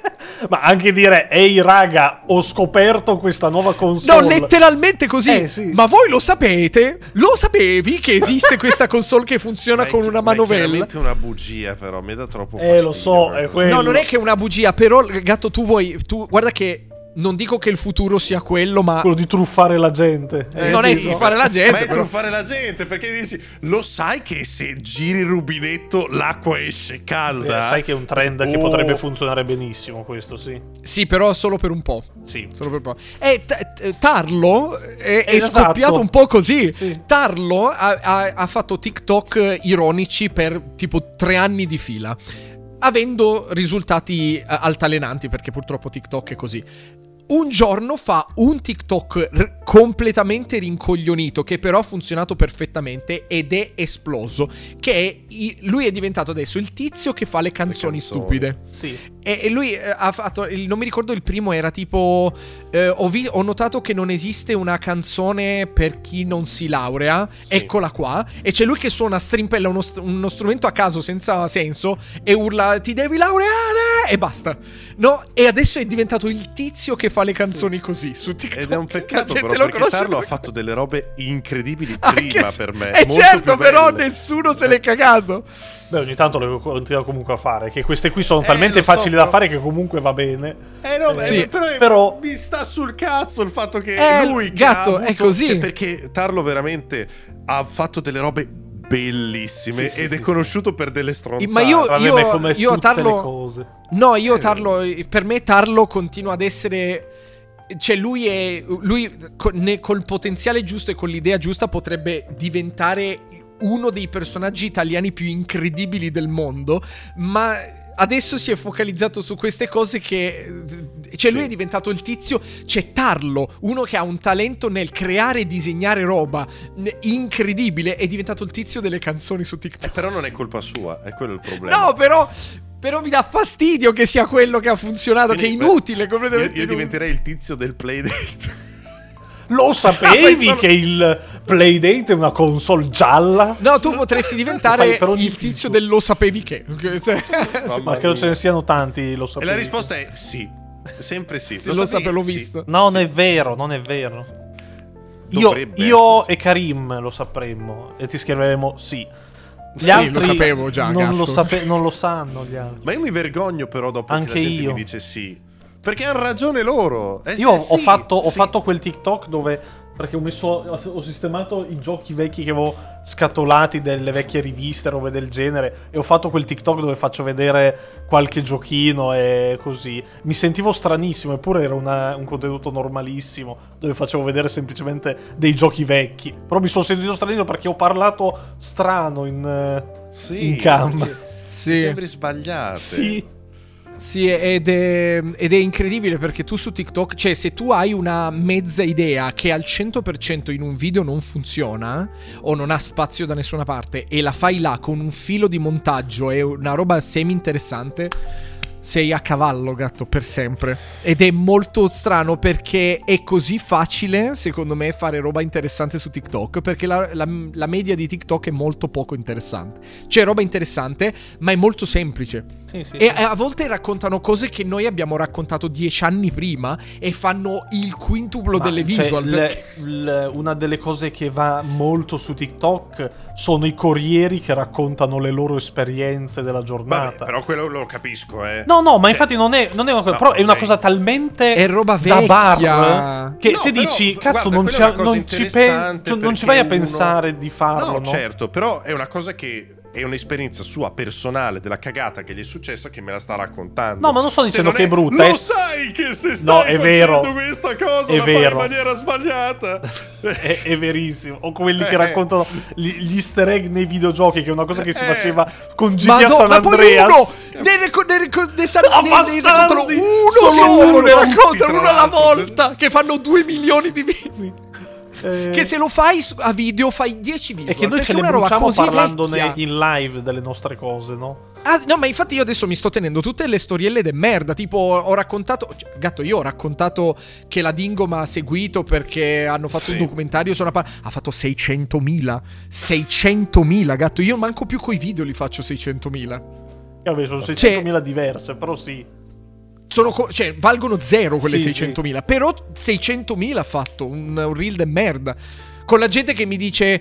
Ma anche dire ehi raga, ho scoperto questa nuova console.
No, letteralmente così.
Eh, sì.
Ma voi lo sapete? Lo sapevi che esiste questa console che funziona
Ma è
con
chi-
una
ma è
manovella?
chiaramente una bugia, però mi dà troppo
Eh,
fastidio.
lo so,
quella
è
cosa.
quello.
No, non è che è una bugia, però gatto tu vuoi tu guarda che non dico che il futuro sia quello, ma
Quello di truffare la gente. Eh,
non
sì,
è
no?
truffare la gente,
Ma è
però.
truffare la gente, perché dici, lo sai che se giri il rubinetto l'acqua esce
Eh,
calda?
sai che è un trend che
Oh.
potrebbe funzionare benissimo questo, sì.
Sì, però solo per un po'.
Sì.
Solo per un po'. E t- t- Tarlo è, è
Esatto.
scoppiato un po' così.
Sì.
Tarlo ha, ha- ha fatto TikTok ironici per tipo tre anni di fila, avendo risultati eh, altalenanti, perché purtroppo TikTok è così. Un giorno fa un TikTok r- completamente rincoglionito, che però ha funzionato perfettamente ed è esploso. Che è i- lui è diventato adesso il tizio che fa le canzoni,
canzoni.
stupide.
Sì.
E, e lui eh, ha fatto. il- Non mi ricordo il primo, era tipo. eh, ho, vi- ho notato che non esiste una canzone per chi non si laurea.
Sì.
Eccola qua. E c'è lui che suona strimpella uno, str- uno strumento a caso senza senso. E urla: ti devi laureare! E basta. No? E adesso è diventato il tizio che fa le canzoni così su TikTok.
Ed è un
La
peccato,
gente
però,
lo
perché
conosce
Tarlo ha
per-
fatto delle robe incredibili
Anche
prima
se-
per me.
Eh
molto
certo,
più
però
belle.
nessuno se l'è cagato.
Beh, ogni tanto le continua comunque a fare. Che queste qui sono
Eh,
talmente
lo so,
facili da
però-
fare che comunque va bene.
Eh no,
Sì.
eh, però,
Però-
mi sta sul cazzo il fatto che
Eh,
lui che
gatto,
ha avuto-
è così.
che perché Tarlo veramente ha fatto delle robe bellissime
Sì, sì,
ed
sì,
è conosciuto per delle stronzate.
Ma io-
Va bene come
io a
tutte
Tarlo-
le cose.
No, io
Eh.
Tarlo, per me Tarlo continua ad essere. Cioè lui è. Lui co- ne- col potenziale giusto e con l'idea giusta potrebbe diventare uno dei personaggi italiani più incredibili del mondo. Ma adesso si è focalizzato su queste cose che. Cioè lui
Sì.
è diventato il tizio. C'è Tarlo, uno che ha un talento nel creare e disegnare roba n- incredibile. È diventato il tizio delle canzoni su TikTok.
Però non è colpa sua, è quello il problema.
No, però. Però mi dà fastidio che sia quello che ha funzionato,
Quindi,
che è
beh,
inutile,
Io,
completamente
io
inutile.
diventerei il tizio del playdate.
Lo
Fai
sapevi
solo-
che il Playdate è una console gialla?
No, tu potresti
Fai
diventare
per ogni
il
figlio.
tizio del lo sapevi che.
Mamma
Ma credo
mia.
ce ne siano tanti, lo
E
sapevi.
la risposta è sì. Sempre sì.
Sì, lo sapevo, l'ho
sì.
visto.
No, non è vero, non è vero. Io,
Dovrebbe
io
essere,
e Karim lo sapremmo e ti scriveremo sì. Gli
Sì,
altri
lo sapevo già,
non lo,
gatto.
sape- non lo sanno gli altri.
Ma io mi vergogno però dopo
Anche
che la gente
io.
mi dice sì. Perché hanno ragione loro. Eh,
Io
sì,
ho, fatto, ho
sì.
fatto quel TikTok dove. Perché ho messo. Ho sistemato i giochi vecchi che avevo scatolati delle vecchie riviste, robe del genere. E ho fatto quel TikTok dove faccio vedere qualche giochino e così. Mi sentivo stranissimo, eppure era una- un contenuto normalissimo. Dove facevo vedere semplicemente dei giochi vecchi. Però mi sono sentito stranissimo perché ho parlato strano in, eh,
Sì,
in cam.
perché
Sì.
mi sembri sbagliate.
Sì.
Sì, ed è, ed è incredibile perché tu su TikTok, cioè se tu hai una mezza idea che al cento per cento in un video non funziona o non ha spazio da nessuna parte e la fai là con un filo di montaggio e una roba semi interessante, sei a cavallo, gatto, per sempre. Ed è molto strano perché è così facile, secondo me, fare roba interessante su TikTok, perché la, la- la media di TikTok è molto poco interessante. C'è roba interessante, ma è molto semplice.
Sì, sì,
E
sì.
a volte raccontano cose che noi abbiamo raccontato dieci anni prima e fanno il quintuplo
Ma,
delle
cioè,
visual.
le-
perché-
le- una delle cose che va molto su TikTok sono i corrieri che raccontano le loro esperienze della
Vabbè,
giornata.
però quello lo capisco, eh.
No, no, ma
Cioè,
infatti non è, non è una cosa.
no,
però è una
ok.
cosa talmente.
È roba
da
vecchia.
bar che
No,
te
però,
dici, cazzo,
guarda,
non,
quella
ci,
è una cosa
non ci, pe-
interessante
cioè, non ci
perché
vai a
uno-
pensare di farlo, no?
No, certo, però è una cosa che è un'esperienza sua personale della cagata che gli è successa che me la sta raccontando.
No, ma non sto dicendo
Cioè,
che è
non
brutta.
Lo
è...
sai che se stai
no, è
facendo
vero.
questa cosa
è
la
vero.
fai in maniera sbagliata.
è, è verissimo. O quelli che
Eh.
raccontano gli, gli easter egg nei videogiochi, che è una cosa che si
Eh.
faceva con G T
Ma,
A
do,
San
ma poi
Andreas.
uno ne, reco- ne, reco- ne, sa-
No,
ne- ne
bastardi!
raccontano uno
Solo
solo,
uno,
ne
tutti,
raccontano
tra
uno alla
l'altro.
volta, che fanno due milioni di video.
Eh,
Che se lo fai su- a video fai dieci video.
E che noi
perché
ce le
è una roba
bruciamo
così
parlandone
vecchia.
in live delle nostre cose, no?
Ah, no, ma infatti io adesso mi sto tenendo tutte le storielle de merda. Tipo, ho raccontato. Cioè, gatto, io ho raccontato che la Dingo mi ha seguito perché hanno fatto
Sì.
un documentario. Su una pa- ha fatto seicentomila. seicentomila, gatto. Io manco più coi video li faccio seicentomila.
Che vabbè, sono seicentomila diverse, però sì.
Sono co- cioè, valgono zero quelle
Sì,
seicentomila. Però seicentomila ha fatto un, un reel de merda. Con la gente che mi dice: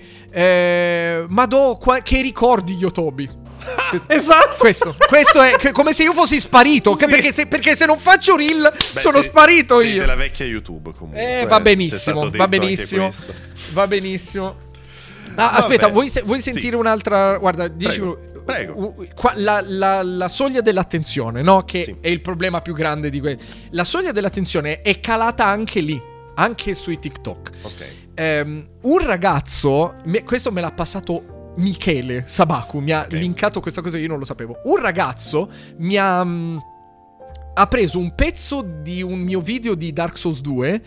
eh, Madò, qua- che ricordi Yotobi?
Esatto.
Questo, questo è che- come se io fossi sparito. che
Sì.
perché, se, perché se non faccio reel
Beh,
sono
sei-
sparito
sei
io.
della vecchia YouTube comunque.
Eh, va
c'è
benissimo,
stato
va
dentro anche
benissimo.
questo.
Va benissimo. Ah,
Vabbè.
aspetta, vuoi, se- vuoi sentire
Sì.
un'altra? Guarda, dieci
Prego,
minuti.
prego.
U- qua- la, la- la soglia dell'attenzione, no? Che
Sì.
è il problema più grande di questo. La soglia dell'attenzione è calata anche lì, anche sui TikTok.
Ok.
Ehm, un ragazzo, me- questo me l'ha passato Michele Sabaku, mi ha
Ok.
linkato questa cosa che io non lo sapevo. Un ragazzo mi ha, mm, ha preso un pezzo di un mio video di Dark Souls due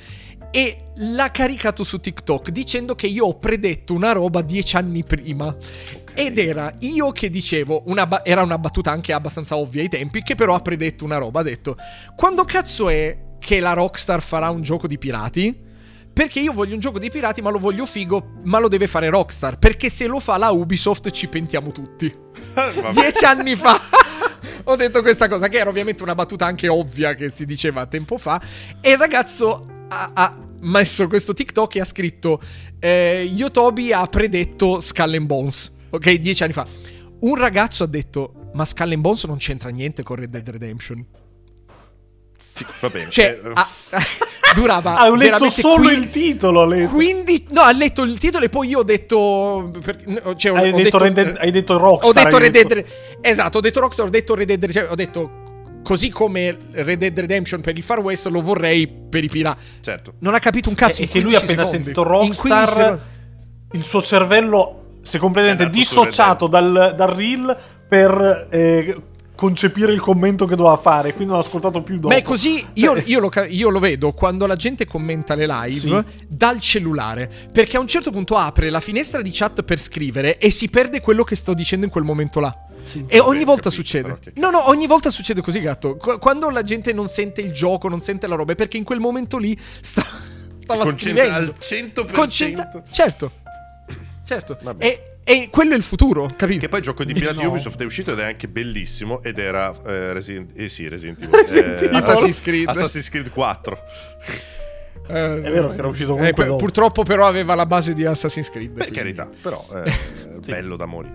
e l'ha caricato su TikTok dicendo che io ho predetto una roba dieci anni prima. Ed era io che dicevo, una ba- era una battuta anche abbastanza ovvia ai tempi, che però ha predetto una roba. Ha detto: quando cazzo è che la Rockstar farà un gioco di pirati? Perché io voglio un gioco di pirati, ma lo voglio figo, ma lo deve fare Rockstar. Perché se lo fa la Ubisoft ci pentiamo tutti.
Vabbè.
Dieci anni fa ho detto questa cosa, che era ovviamente una battuta anche ovvia che si diceva tempo fa. E il ragazzo ha, ha messo questo TikTok e ha scritto: eh, Yotobi ha predetto Skull and Bones. Ok, dieci anni fa. Un ragazzo ha detto: ma Skull and Bones non c'entra niente con Red Dead Redemption.
Sì, va bene.
Cioè,
Eh,
ha- durava
Ha letto
veramente
solo
qui-
il titolo. Ha letto.
quindi no, ha letto il titolo e poi io ho detto per- no, cioè, ho,
Hai,
ho
detto
detto
Red Dead- hai detto Rockstar.
ho detto
hai
Red
detto-
Dead esatto, ho detto Rockstar, ho detto Red Dead, cioè, ho detto così come Red Dead Redemption per il Far West lo vorrei per i pirati.
certo.
Non ha capito un cazzo
E
in
che lui
quindici
appena
secondi.
sentito
In quindici
Rockstar,
secondi.
il suo cervello si è completamente
È andato su
dissociato dal, dal reel per eh, concepire il commento che doveva fare, quindi non ha ascoltato più dopo.
Ma è così, io,
Cioè-
io lo, ca- io lo vedo quando la gente commenta le live
Sì.
dal cellulare, perché a un certo punto apre la finestra di chat per scrivere e si perde quello che sto dicendo in quel momento là.
Sì.
E ogni
Vabbè,
volta
capito,
succede.
però che-
No, no, ogni volta succede così, gatto. Qu- Quando la gente non sente il gioco, non sente la roba, è perché in quel momento lì sta, stava
Concentra
scrivendo.
al cento per
Concentra-
cento.
Certo. Certo.
Vabbè.
E, e quello è il futuro, capito?
Che poi il gioco di pirati
No.
Ubisoft è uscito ed è anche bellissimo. Ed era eh, Resident, eh sì, Resident Evil.
Resident
eh,
Evil.
Assassin's Creed.
Assassin's Creed quattro.
Eh,
È vero che era uscito comunque
eh, per-
dopo.
purtroppo però aveva la base di Assassin's Creed.
Per
quindi-
carità, però eh,
Sì.
bello da morire.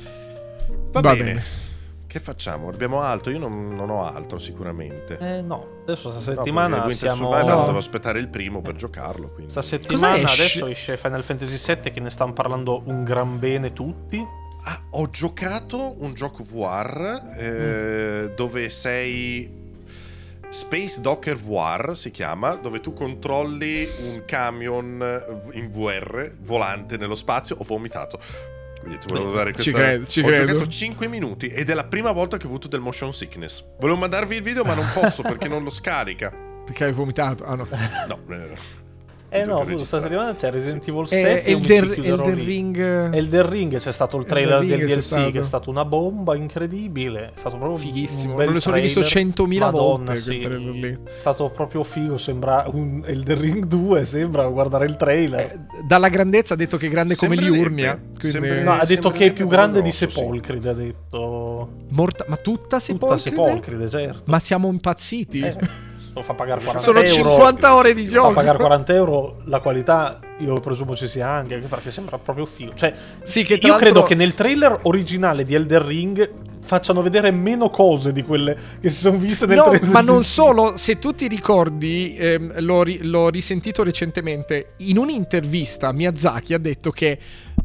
Va,
Va
bene.
bene.
Che facciamo? Abbiamo altro? Io non, non ho altro sicuramente.
Eh no, adesso sta
No,
settimana
perché Winter
siamo...
Survivor
No.
devo aspettare il primo per giocarlo. Quindi.
Sta settimana
esce?
adesso esce Final Fantasy sette, che ne stanno parlando un gran bene tutti.
Ah, ho giocato un gioco V R eh, dove sei Space Docker V R si chiama, dove tu controlli un camion in V R volante nello spazio. Ho vomitato. Quindi ti volevo dare
Ci
questa...
credo, ci
ho
credo.
giocato cinque minuti ed è la prima volta che ho avuto del motion sickness. Volevo mandarvi il video ma non posso perché non lo scarica.
Perché hai vomitato? Ah no.
No, eh,
Eh no,
Gioco
appunto, sta
registrato.
settimana c'è Resident Evil
E
sette. io mi ci
Elden,
chiuderò
Elden
lì.
Ring.
Elden Ring, c'è stato il trailer
Elden
del
Ring
D
c'è
L C
stato.
che è stato una bomba incredibile. È stato proprio
Fighissimo.
un bel
Me lo sono rivisto
trailer.
centomila
Madonna,
volte
sì.
quel trailer lì.
È stato proprio figo. Sembra un Elden Ring due. Sembra guardare il trailer.
Eh, dalla grandezza ha detto che è grande come
Sembrerebbe,
Liurnia. Quindi...
sembrerebbe.
No, ha detto che è più
sembrerebbe
grande di
grosso, sì.
Sepolcride. Ha detto
Morta... Ma tutta
tutta
Sepolcride?
Sepolcride, certo.
Ma siamo impazziti.
Eh, lo fa pagare quaranta
Sono
euro.
cinquanta ore di
Fa
gioco.
pagare quaranta euro. La qualità io presumo ci sia anche, anche perché sembra proprio figo. Cioè,
Sì, che tra
io
l'altro-
credo che nel trailer originale di Elden Ring facciano vedere meno cose di quelle che si sono viste nel
No,
trailer.
ma non
di-
solo, se tu ti ricordi, ehm, l'ho, ri- l'ho risentito recentemente, in un'intervista Miyazaki ha detto che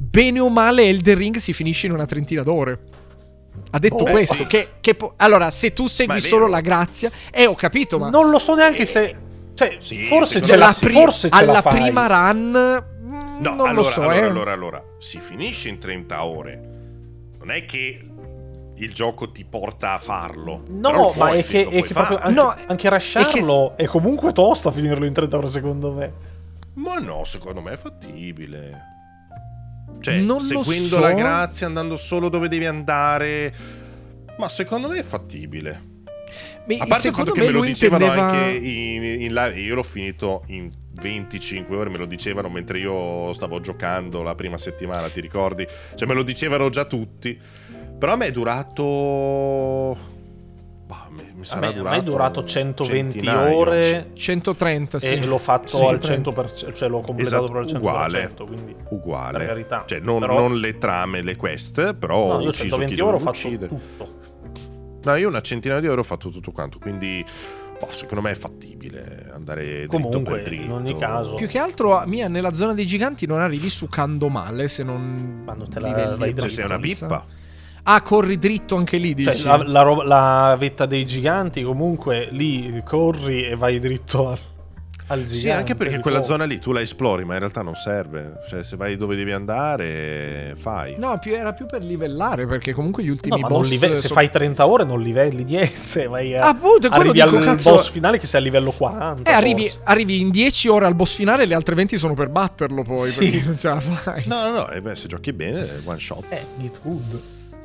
bene o male Elden Ring si finisce in una trentina d'ore. Ha detto
Oh,
questo.
sì.
Che, che po- allora, se tu segui
Ma è
solo
vero.
la grazia, eh, ho capito, ma
Non lo so neanche se... Cioè,
Sì,
forse
secondo
ce
me-
la,
alla, pri-
forse ce
alla
la fai.
prima run mm,
No,
non
allora,
lo so,
allora,
eh.
allora, allora, si finisce in trenta ore. Non è che il gioco ti porta a farlo. Però
No,
lo
ma
puoi
è
fi-
che,
lo
è
puoi
che
fare.
proprio anche,
No,
anche
è
rusharlo è comunque tosto a finirlo in trenta ore, secondo me.
Ma no, secondo me è fattibile. Cioè,
Non lo
seguendo
so.
la grazia, andando solo dove devi andare. Ma secondo me è fattibile.
Mi-
A parte il
secondo
fatto che
me
me lo
lui
dicevano
intendeva
anche in, in live, io l'ho finito in venticinque ore, me lo dicevano mentre io stavo giocando la prima settimana, ti ricordi? Cioè me lo dicevano già tutti. Però a me è durato... Bah, mi, mi sarà
A me, a
durato...
me è durato centoventi
centinaio.
ore
centotrenta, sì.
e l'ho fatto
Sì,
al
centotrenta.
cento per cento, cioè l'ho completato
Esatto,
per il cento per
uguale.
cento, quindi
Uguale.
per carità.
Cioè non,
Però-
non le trame, le quest, però
No,
ho
io
ucciso chi
centoventi ore ho
dovevo
fatto
uccidere.
tutto.
No, io una centinaia di ore ho fatto tutto quanto, quindi boh, secondo me è fattibile andare dritto
Comunque,
per dritto.
in ogni caso-
Più che altro, Mia, nella zona dei giganti non arrivi succando male se non
Quando te la
livelli
vai
Se sei una
abbastanza.
pippa.
Ah, corri dritto anche lì,
Cioè,
dici?
la, la, roba- la vetta dei giganti, comunque lì corri e vai dritto al, al gigante.
Sì, anche perché
di
quella
fuoco.
zona lì tu la esplori, ma in realtà non serve. Cioè, se vai dove devi andare, fai.
No, più, era più per livellare, perché comunque gli
No,
ultimi
ma non
boss
live- se
sono-
fai trenta ore non livelli niente, vai a,
Ah, boh, quello
arrivi
dico,
al
cazzo-
boss finale che sei a livello quaranta.
Eh, arrivi,
forse.
arrivi in dieci ore al boss finale e le altre venti sono per batterlo poi,
Sì.
perché non ce la fai.
No, no, no, e beh, se giochi bene, one shot.
Eh, Git Good.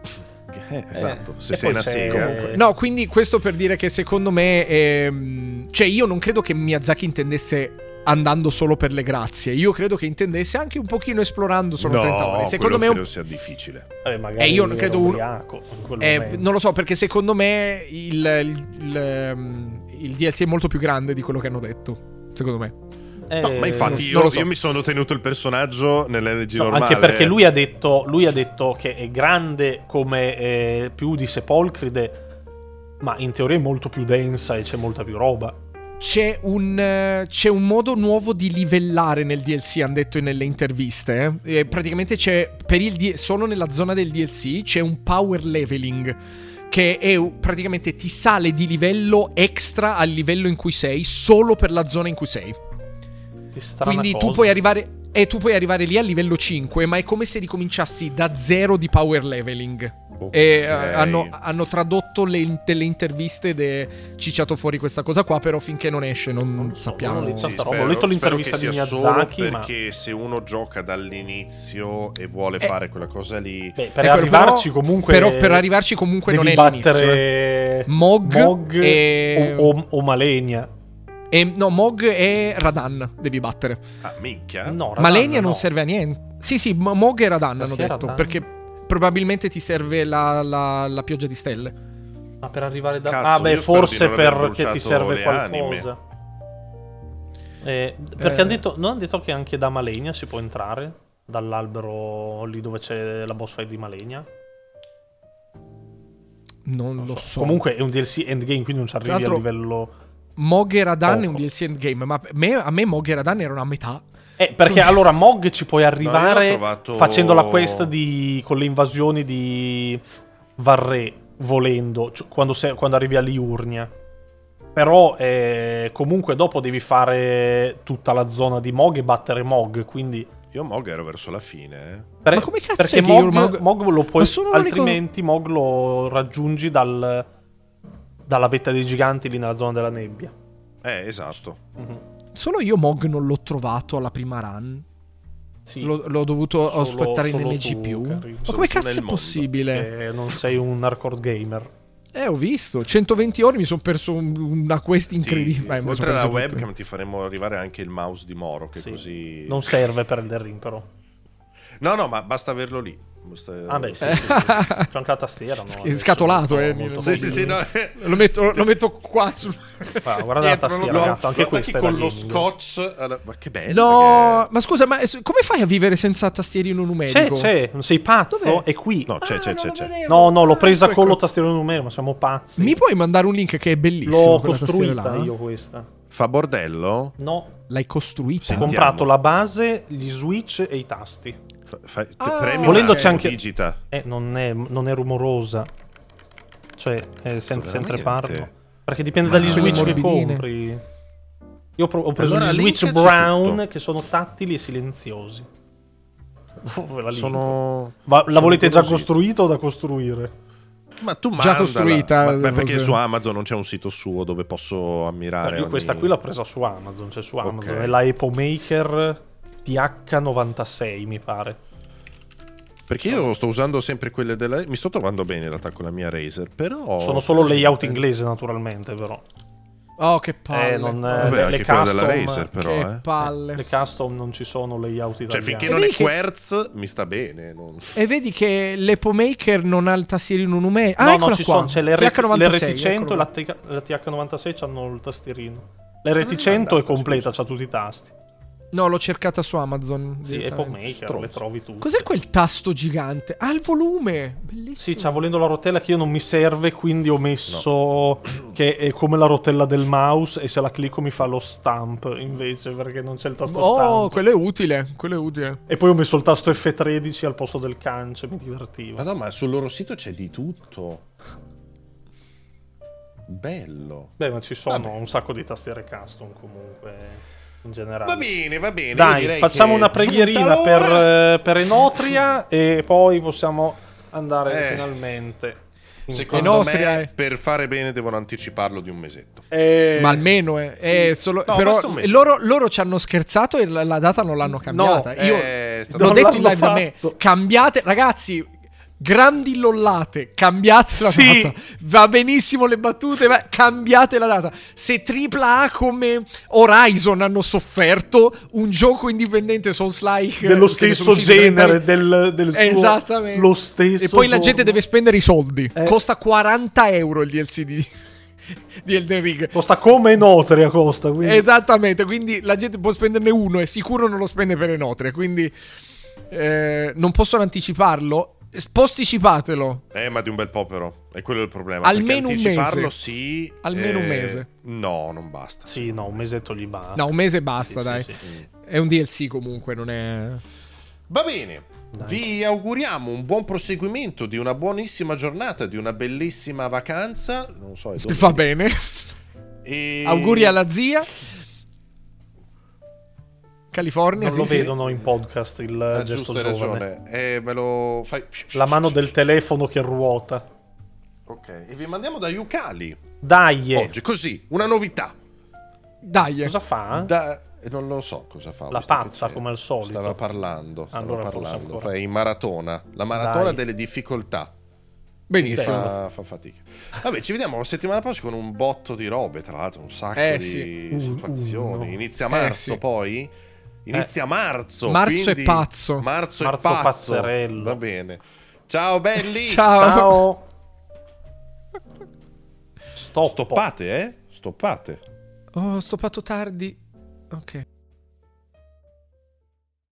Eh, esatto. Se
E
sei
poi
una
c'è-
sega.
comunque-
No, quindi questo per dire che secondo me ehm, cioè io non credo che Miyazaki intendesse andando solo per le grazie. Io credo che intendesse anche un pochino esplorando solo
no,
trenta ore. Secondo
quello
me è un-
credo sia difficile.
Vabbè, magari
Eh, io non
ero
credo un-
ubriaco in quel
eh,
momento.
non lo so, perché secondo me il, il, il, ehm, il D L C è molto più grande di quello che hanno detto. Secondo me.
Eh,
No, ma infatti
non
io,
lo so.
io mi sono tenuto il personaggio nell'L G
no,
normale.
anche perché lui ha detto lui ha detto che è grande come eh, più di Sepolcride, ma in teoria è molto più densa e c'è molta più roba.
C'è un, eh, c'è un modo nuovo di livellare nel D L C, hanno detto nelle interviste. eh. E praticamente c'è, per il D- solo nella zona del D L C, c'è un power leveling. Che è praticamente ti sale di livello extra al livello in cui sei, solo per la zona in cui sei.
Che strana
Quindi
cosa.
tu puoi arrivare. E tu puoi arrivare lì a livello cinque, ma è come se ricominciassi da zero di power leveling.
Ok.
E eh, hanno, hanno tradotto le, delle interviste ed è cicciato fuori questa cosa qua, però finché non esce non,
Non so,
sappiamo.
non ho letto
Sì,
sta roba.
spero-
Ho letto
spero
l'intervista
che
di
sia
Miyazaki,
solo
ma
perché se uno gioca dall'inizio e vuole
Eh.
fare quella cosa lì,
beh, per
Ecco,
arrivarci
però-
comunque
però per arrivarci comunque non
devi
è l'inizio,
battere
Mog e-
o, o, o Malenia.
E, no, Mog e Radan devi battere.
ah, minchia.
No, Radan
Malenia
no.
non serve a niente. Sì, sì, M- Mog e Radan hanno
Perché
detto.
Radan?
Perché probabilmente ti serve la, la- la pioggia di stelle.
Ma per arrivare da
Cazzo,
ah beh
io spero
forse
di non aver
perché ti
bruciato
serve
le
qualcosa. Eh, perché
Eh.
hanno detto non hanno detto che anche da Malenia si può entrare dall'albero lì dove c'è la boss fight di Malenia.
Non
Non
lo
so.
so.
Comunque è un D L C endgame, quindi non ci arrivi
Tra l'altro-
a livello.
Mog e Radan
Poco.
è un D L C endgame, ma me- a me Mog e Radan erano a metà.
Eh, perché allora Mog ci puoi arrivare
io ho trovato-
facendo la quest di con le invasioni di Varré volendo, cioè, quando, sei- quando arrivi a Liurnia. Però eh, comunque dopo devi fare tutta la zona di Mog e battere Mog, quindi
Io Mog ero verso la fine, eh.
per-
Ma come cazzo
perché
è che io
Mog,
Mog-
Mog lo puoi
Ma sono l'unico-
altrimenti Mog lo raggiungi dal dalla vetta dei giganti lì nella zona della nebbia.
Eh, esatto.
Mhm.
Solo io Mog non l'ho trovato alla prima run.
Sì.
L'ho, l'ho dovuto
Solo-
aspettare in
solo
N G
tu,
più.
Carino.
Ma
Solo
come
tu
cazzo
nel
è
mondo.
possibile?
Eh, non sei un hardcore gamer.
Eh, ho visto. centoventi ore mi sono perso un- una quest
Sì,
incredibile. Beh, me lo son
oltre alla
perso tutte.
webcam ti faremo arrivare anche il mouse di Moro, che
Sì.
così...
Non serve per il Ring però.
No, no, ma basta averlo lì. Basta...
Ah beh, sì, sì, sì. C'è anche la tastiera, no?
Sc-
Adesso
scatolato,
molto-
eh,
molto
Sì, sì, sì, no.
Lo metto, lo metto qua sul.
Ah, guarda la
dietro, non lo
tastiera,
so.
gatto, anche
Lo
questa è
attacchi
da
con lo
gaming.
scotch. alla- Ma che bello.
No, ma scusa, ma eh, come fai a vivere senza tastierino
C'è,
numerico?
c'è, non sei pazzo?
Dov'è?
È qui.
No, c'è,
Ah,
c'è,
non
c'è,
lo
c'è.
vedevo.
No, no, l'ho presa
Ah,
con lo
ecco.
tastiero numerico, ma siamo pazzi.
Mi puoi mandare un link che è bellissimo?
L'ho
quella tastiera
costruita
là?
io questa.
Fa bordello?
No,
L'hai costruita?
ho
Sentiamo.
comprato la base, gli switch e i tasti.
Fa- fai- te-
Ah,
premi
volendo
un
c'è
attimo,
anche-
digita.
Eh, non è, non è rumorosa. Cioè, è sen- sempre
veramente?
parlo. Perché dipende
Ma
dagli
quelle
switch che
morbidine.
compri. Io ho, pro- ho preso
Allora,
gli switch
linkaci
brown
tutto.
che sono tattili e silenziosi. Ve la linko.
Sono...
Va- la
sono
volete già
incuriosito.
costruita o da costruire?
Ma tu
Già
mandala.
costruita,
Ma, ma perché
cose.
su Amazon non c'è un sito suo dove posso ammirare?
Io
ogni-
questa qui l'ho presa su Amazon, cioè su Amazon.
Ok.
È la Epo Maker T H novantasei, mi pare.
Perché io sto usando sempre quelle della... Mi sto trovando bene in realtà con la mia Razer, però...
Sono solo layout inglese, naturalmente, però.
Oh, che palle.
Eh, non,
Vabbè,
le,
anche
le
quella
custom,
della Razer, però,
che
eh.
palle.
Le custom non ci sono layout italiani.
Cioè, finché
E
non è
vedi che-
Quartz, mi sta bene. non-
E vedi che l'Epo Maker non ha il tastierino numerico. Ah,
No,
eccola
no, ci
qua.
sono, c'è l'R-
T H novantasei,
l'R T cento e
eccolo
la,
qua.
T- la T H novantasei hanno il tastierino. L'R T
Dove
cento
l'hai
è completa,
mandata,
c'ha tutti i tasti.
No, l'ho cercata su Amazon.
Sì, Epo
direttamente.
Maker,
Stronzo.
le trovi tutte.
Cos'è quel tasto gigante? Ah, il volume. Bellissimo.
Sì, c'ha volendo la rotella che io non mi serve, quindi ho messo che è come la rotella del mouse e se la clicco mi fa lo stamp invece perché non c'è il tasto
Oh,
stamp.
quello è utile. Quello è utile.
E poi ho messo il tasto F tredici al posto del cance, mi divertiva.
Ma no, ma sul loro sito c'è di tutto. Bello.
Beh, ma ci sono
Vabbè.
un sacco di tastiere custom comunque in generale.
Va bene, va bene. io
Dai,
direi
facciamo
che
una preghierina
giunta
per,
l'ora.
eh, per Enotria e poi possiamo andare
Eh.
finalmente. in-
Secondo
Enotria,
me,
eh.
per fare bene devono anticiparlo di un mesetto.
Eh,
Ma almeno è, è solo.
No,
però
basta un mese.
loro, loro ci hanno scherzato e la, la data non l'hanno cambiata. Io
Eh, è stato-
l'ho
non
detto in
l'hanno
live da me.
fatto.
Cambiate, ragazzi. Grandi lollate, cambiate la
Sì.
data. Va benissimo le battute, ma cambiate la data. Se tripla A come Horizon hanno sofferto, un gioco indipendente Souls-like
dello
che ne
stesso
sono usciti
genere,
trenta
del, del suo,
Esattamente.
lo stesso
E poi la
giorno.
gente deve spendere i soldi.
Eh.
Costa quaranta euro il D L C di, di Elden Ring.
Costa come Enotria, costa, quindi.
Esattamente, quindi la gente può spenderne uno e sicuro non lo spende per Enotria, quindi eh, non possono anticiparlo. Posticipatelo.
Eh, ma di un bel po' però. È quello il problema.
Almeno
perché
un mese.
anticiparlo sì.
Almeno
eh,
un mese.
No, non basta.
Sì, no, un mesetto gli basta.
No, un mese basta,
Sì,
dai.
sì, sì.
È un D L C comunque, non è...
Va bene.
Dai.
Vi auguriamo un buon proseguimento di una buonissima giornata, di una bellissima vacanza. Non so, è
Va bene.
E...
Auguri alla zia. California,
Non
sì,
lo
sì.
vedono in podcast il
Ah,
gesto
giusto, hai
giovane.
ragione. Eh, me lo fai.
La mano del telefono che ruota.
Ok, e vi mandiamo da Yukali
Dai, eh.
oggi, così, una novità.
Dai.
Cosa fa?
Da... eh, Non lo so cosa fa.
La
questo
pazza,
pezzetto.
come al solito.
Stava parlando. Stava
Allora forse
parlando.
ancora.
Fai in maratona. La maratona
Dai.
delle difficoltà.
Benissimo.
Fa, fa fatica. Vabbè, ci vediamo la settimana prossima con un botto di robe. Tra l'altro, un sacco
Eh,
di
sì.
Un-
situazioni.
uno.
Inizia marzo,
sì.
poi. Inizia marzo.
Marzo
quindi-
è pazzo.
Marzo,
Marzo
è pazzo.
pazzerello.
Va bene. Ciao, belli.
Ciao.
Ciao. Stop.
Stoppate, eh? Stoppate.
Oh, ho stoppato tardi. Ok.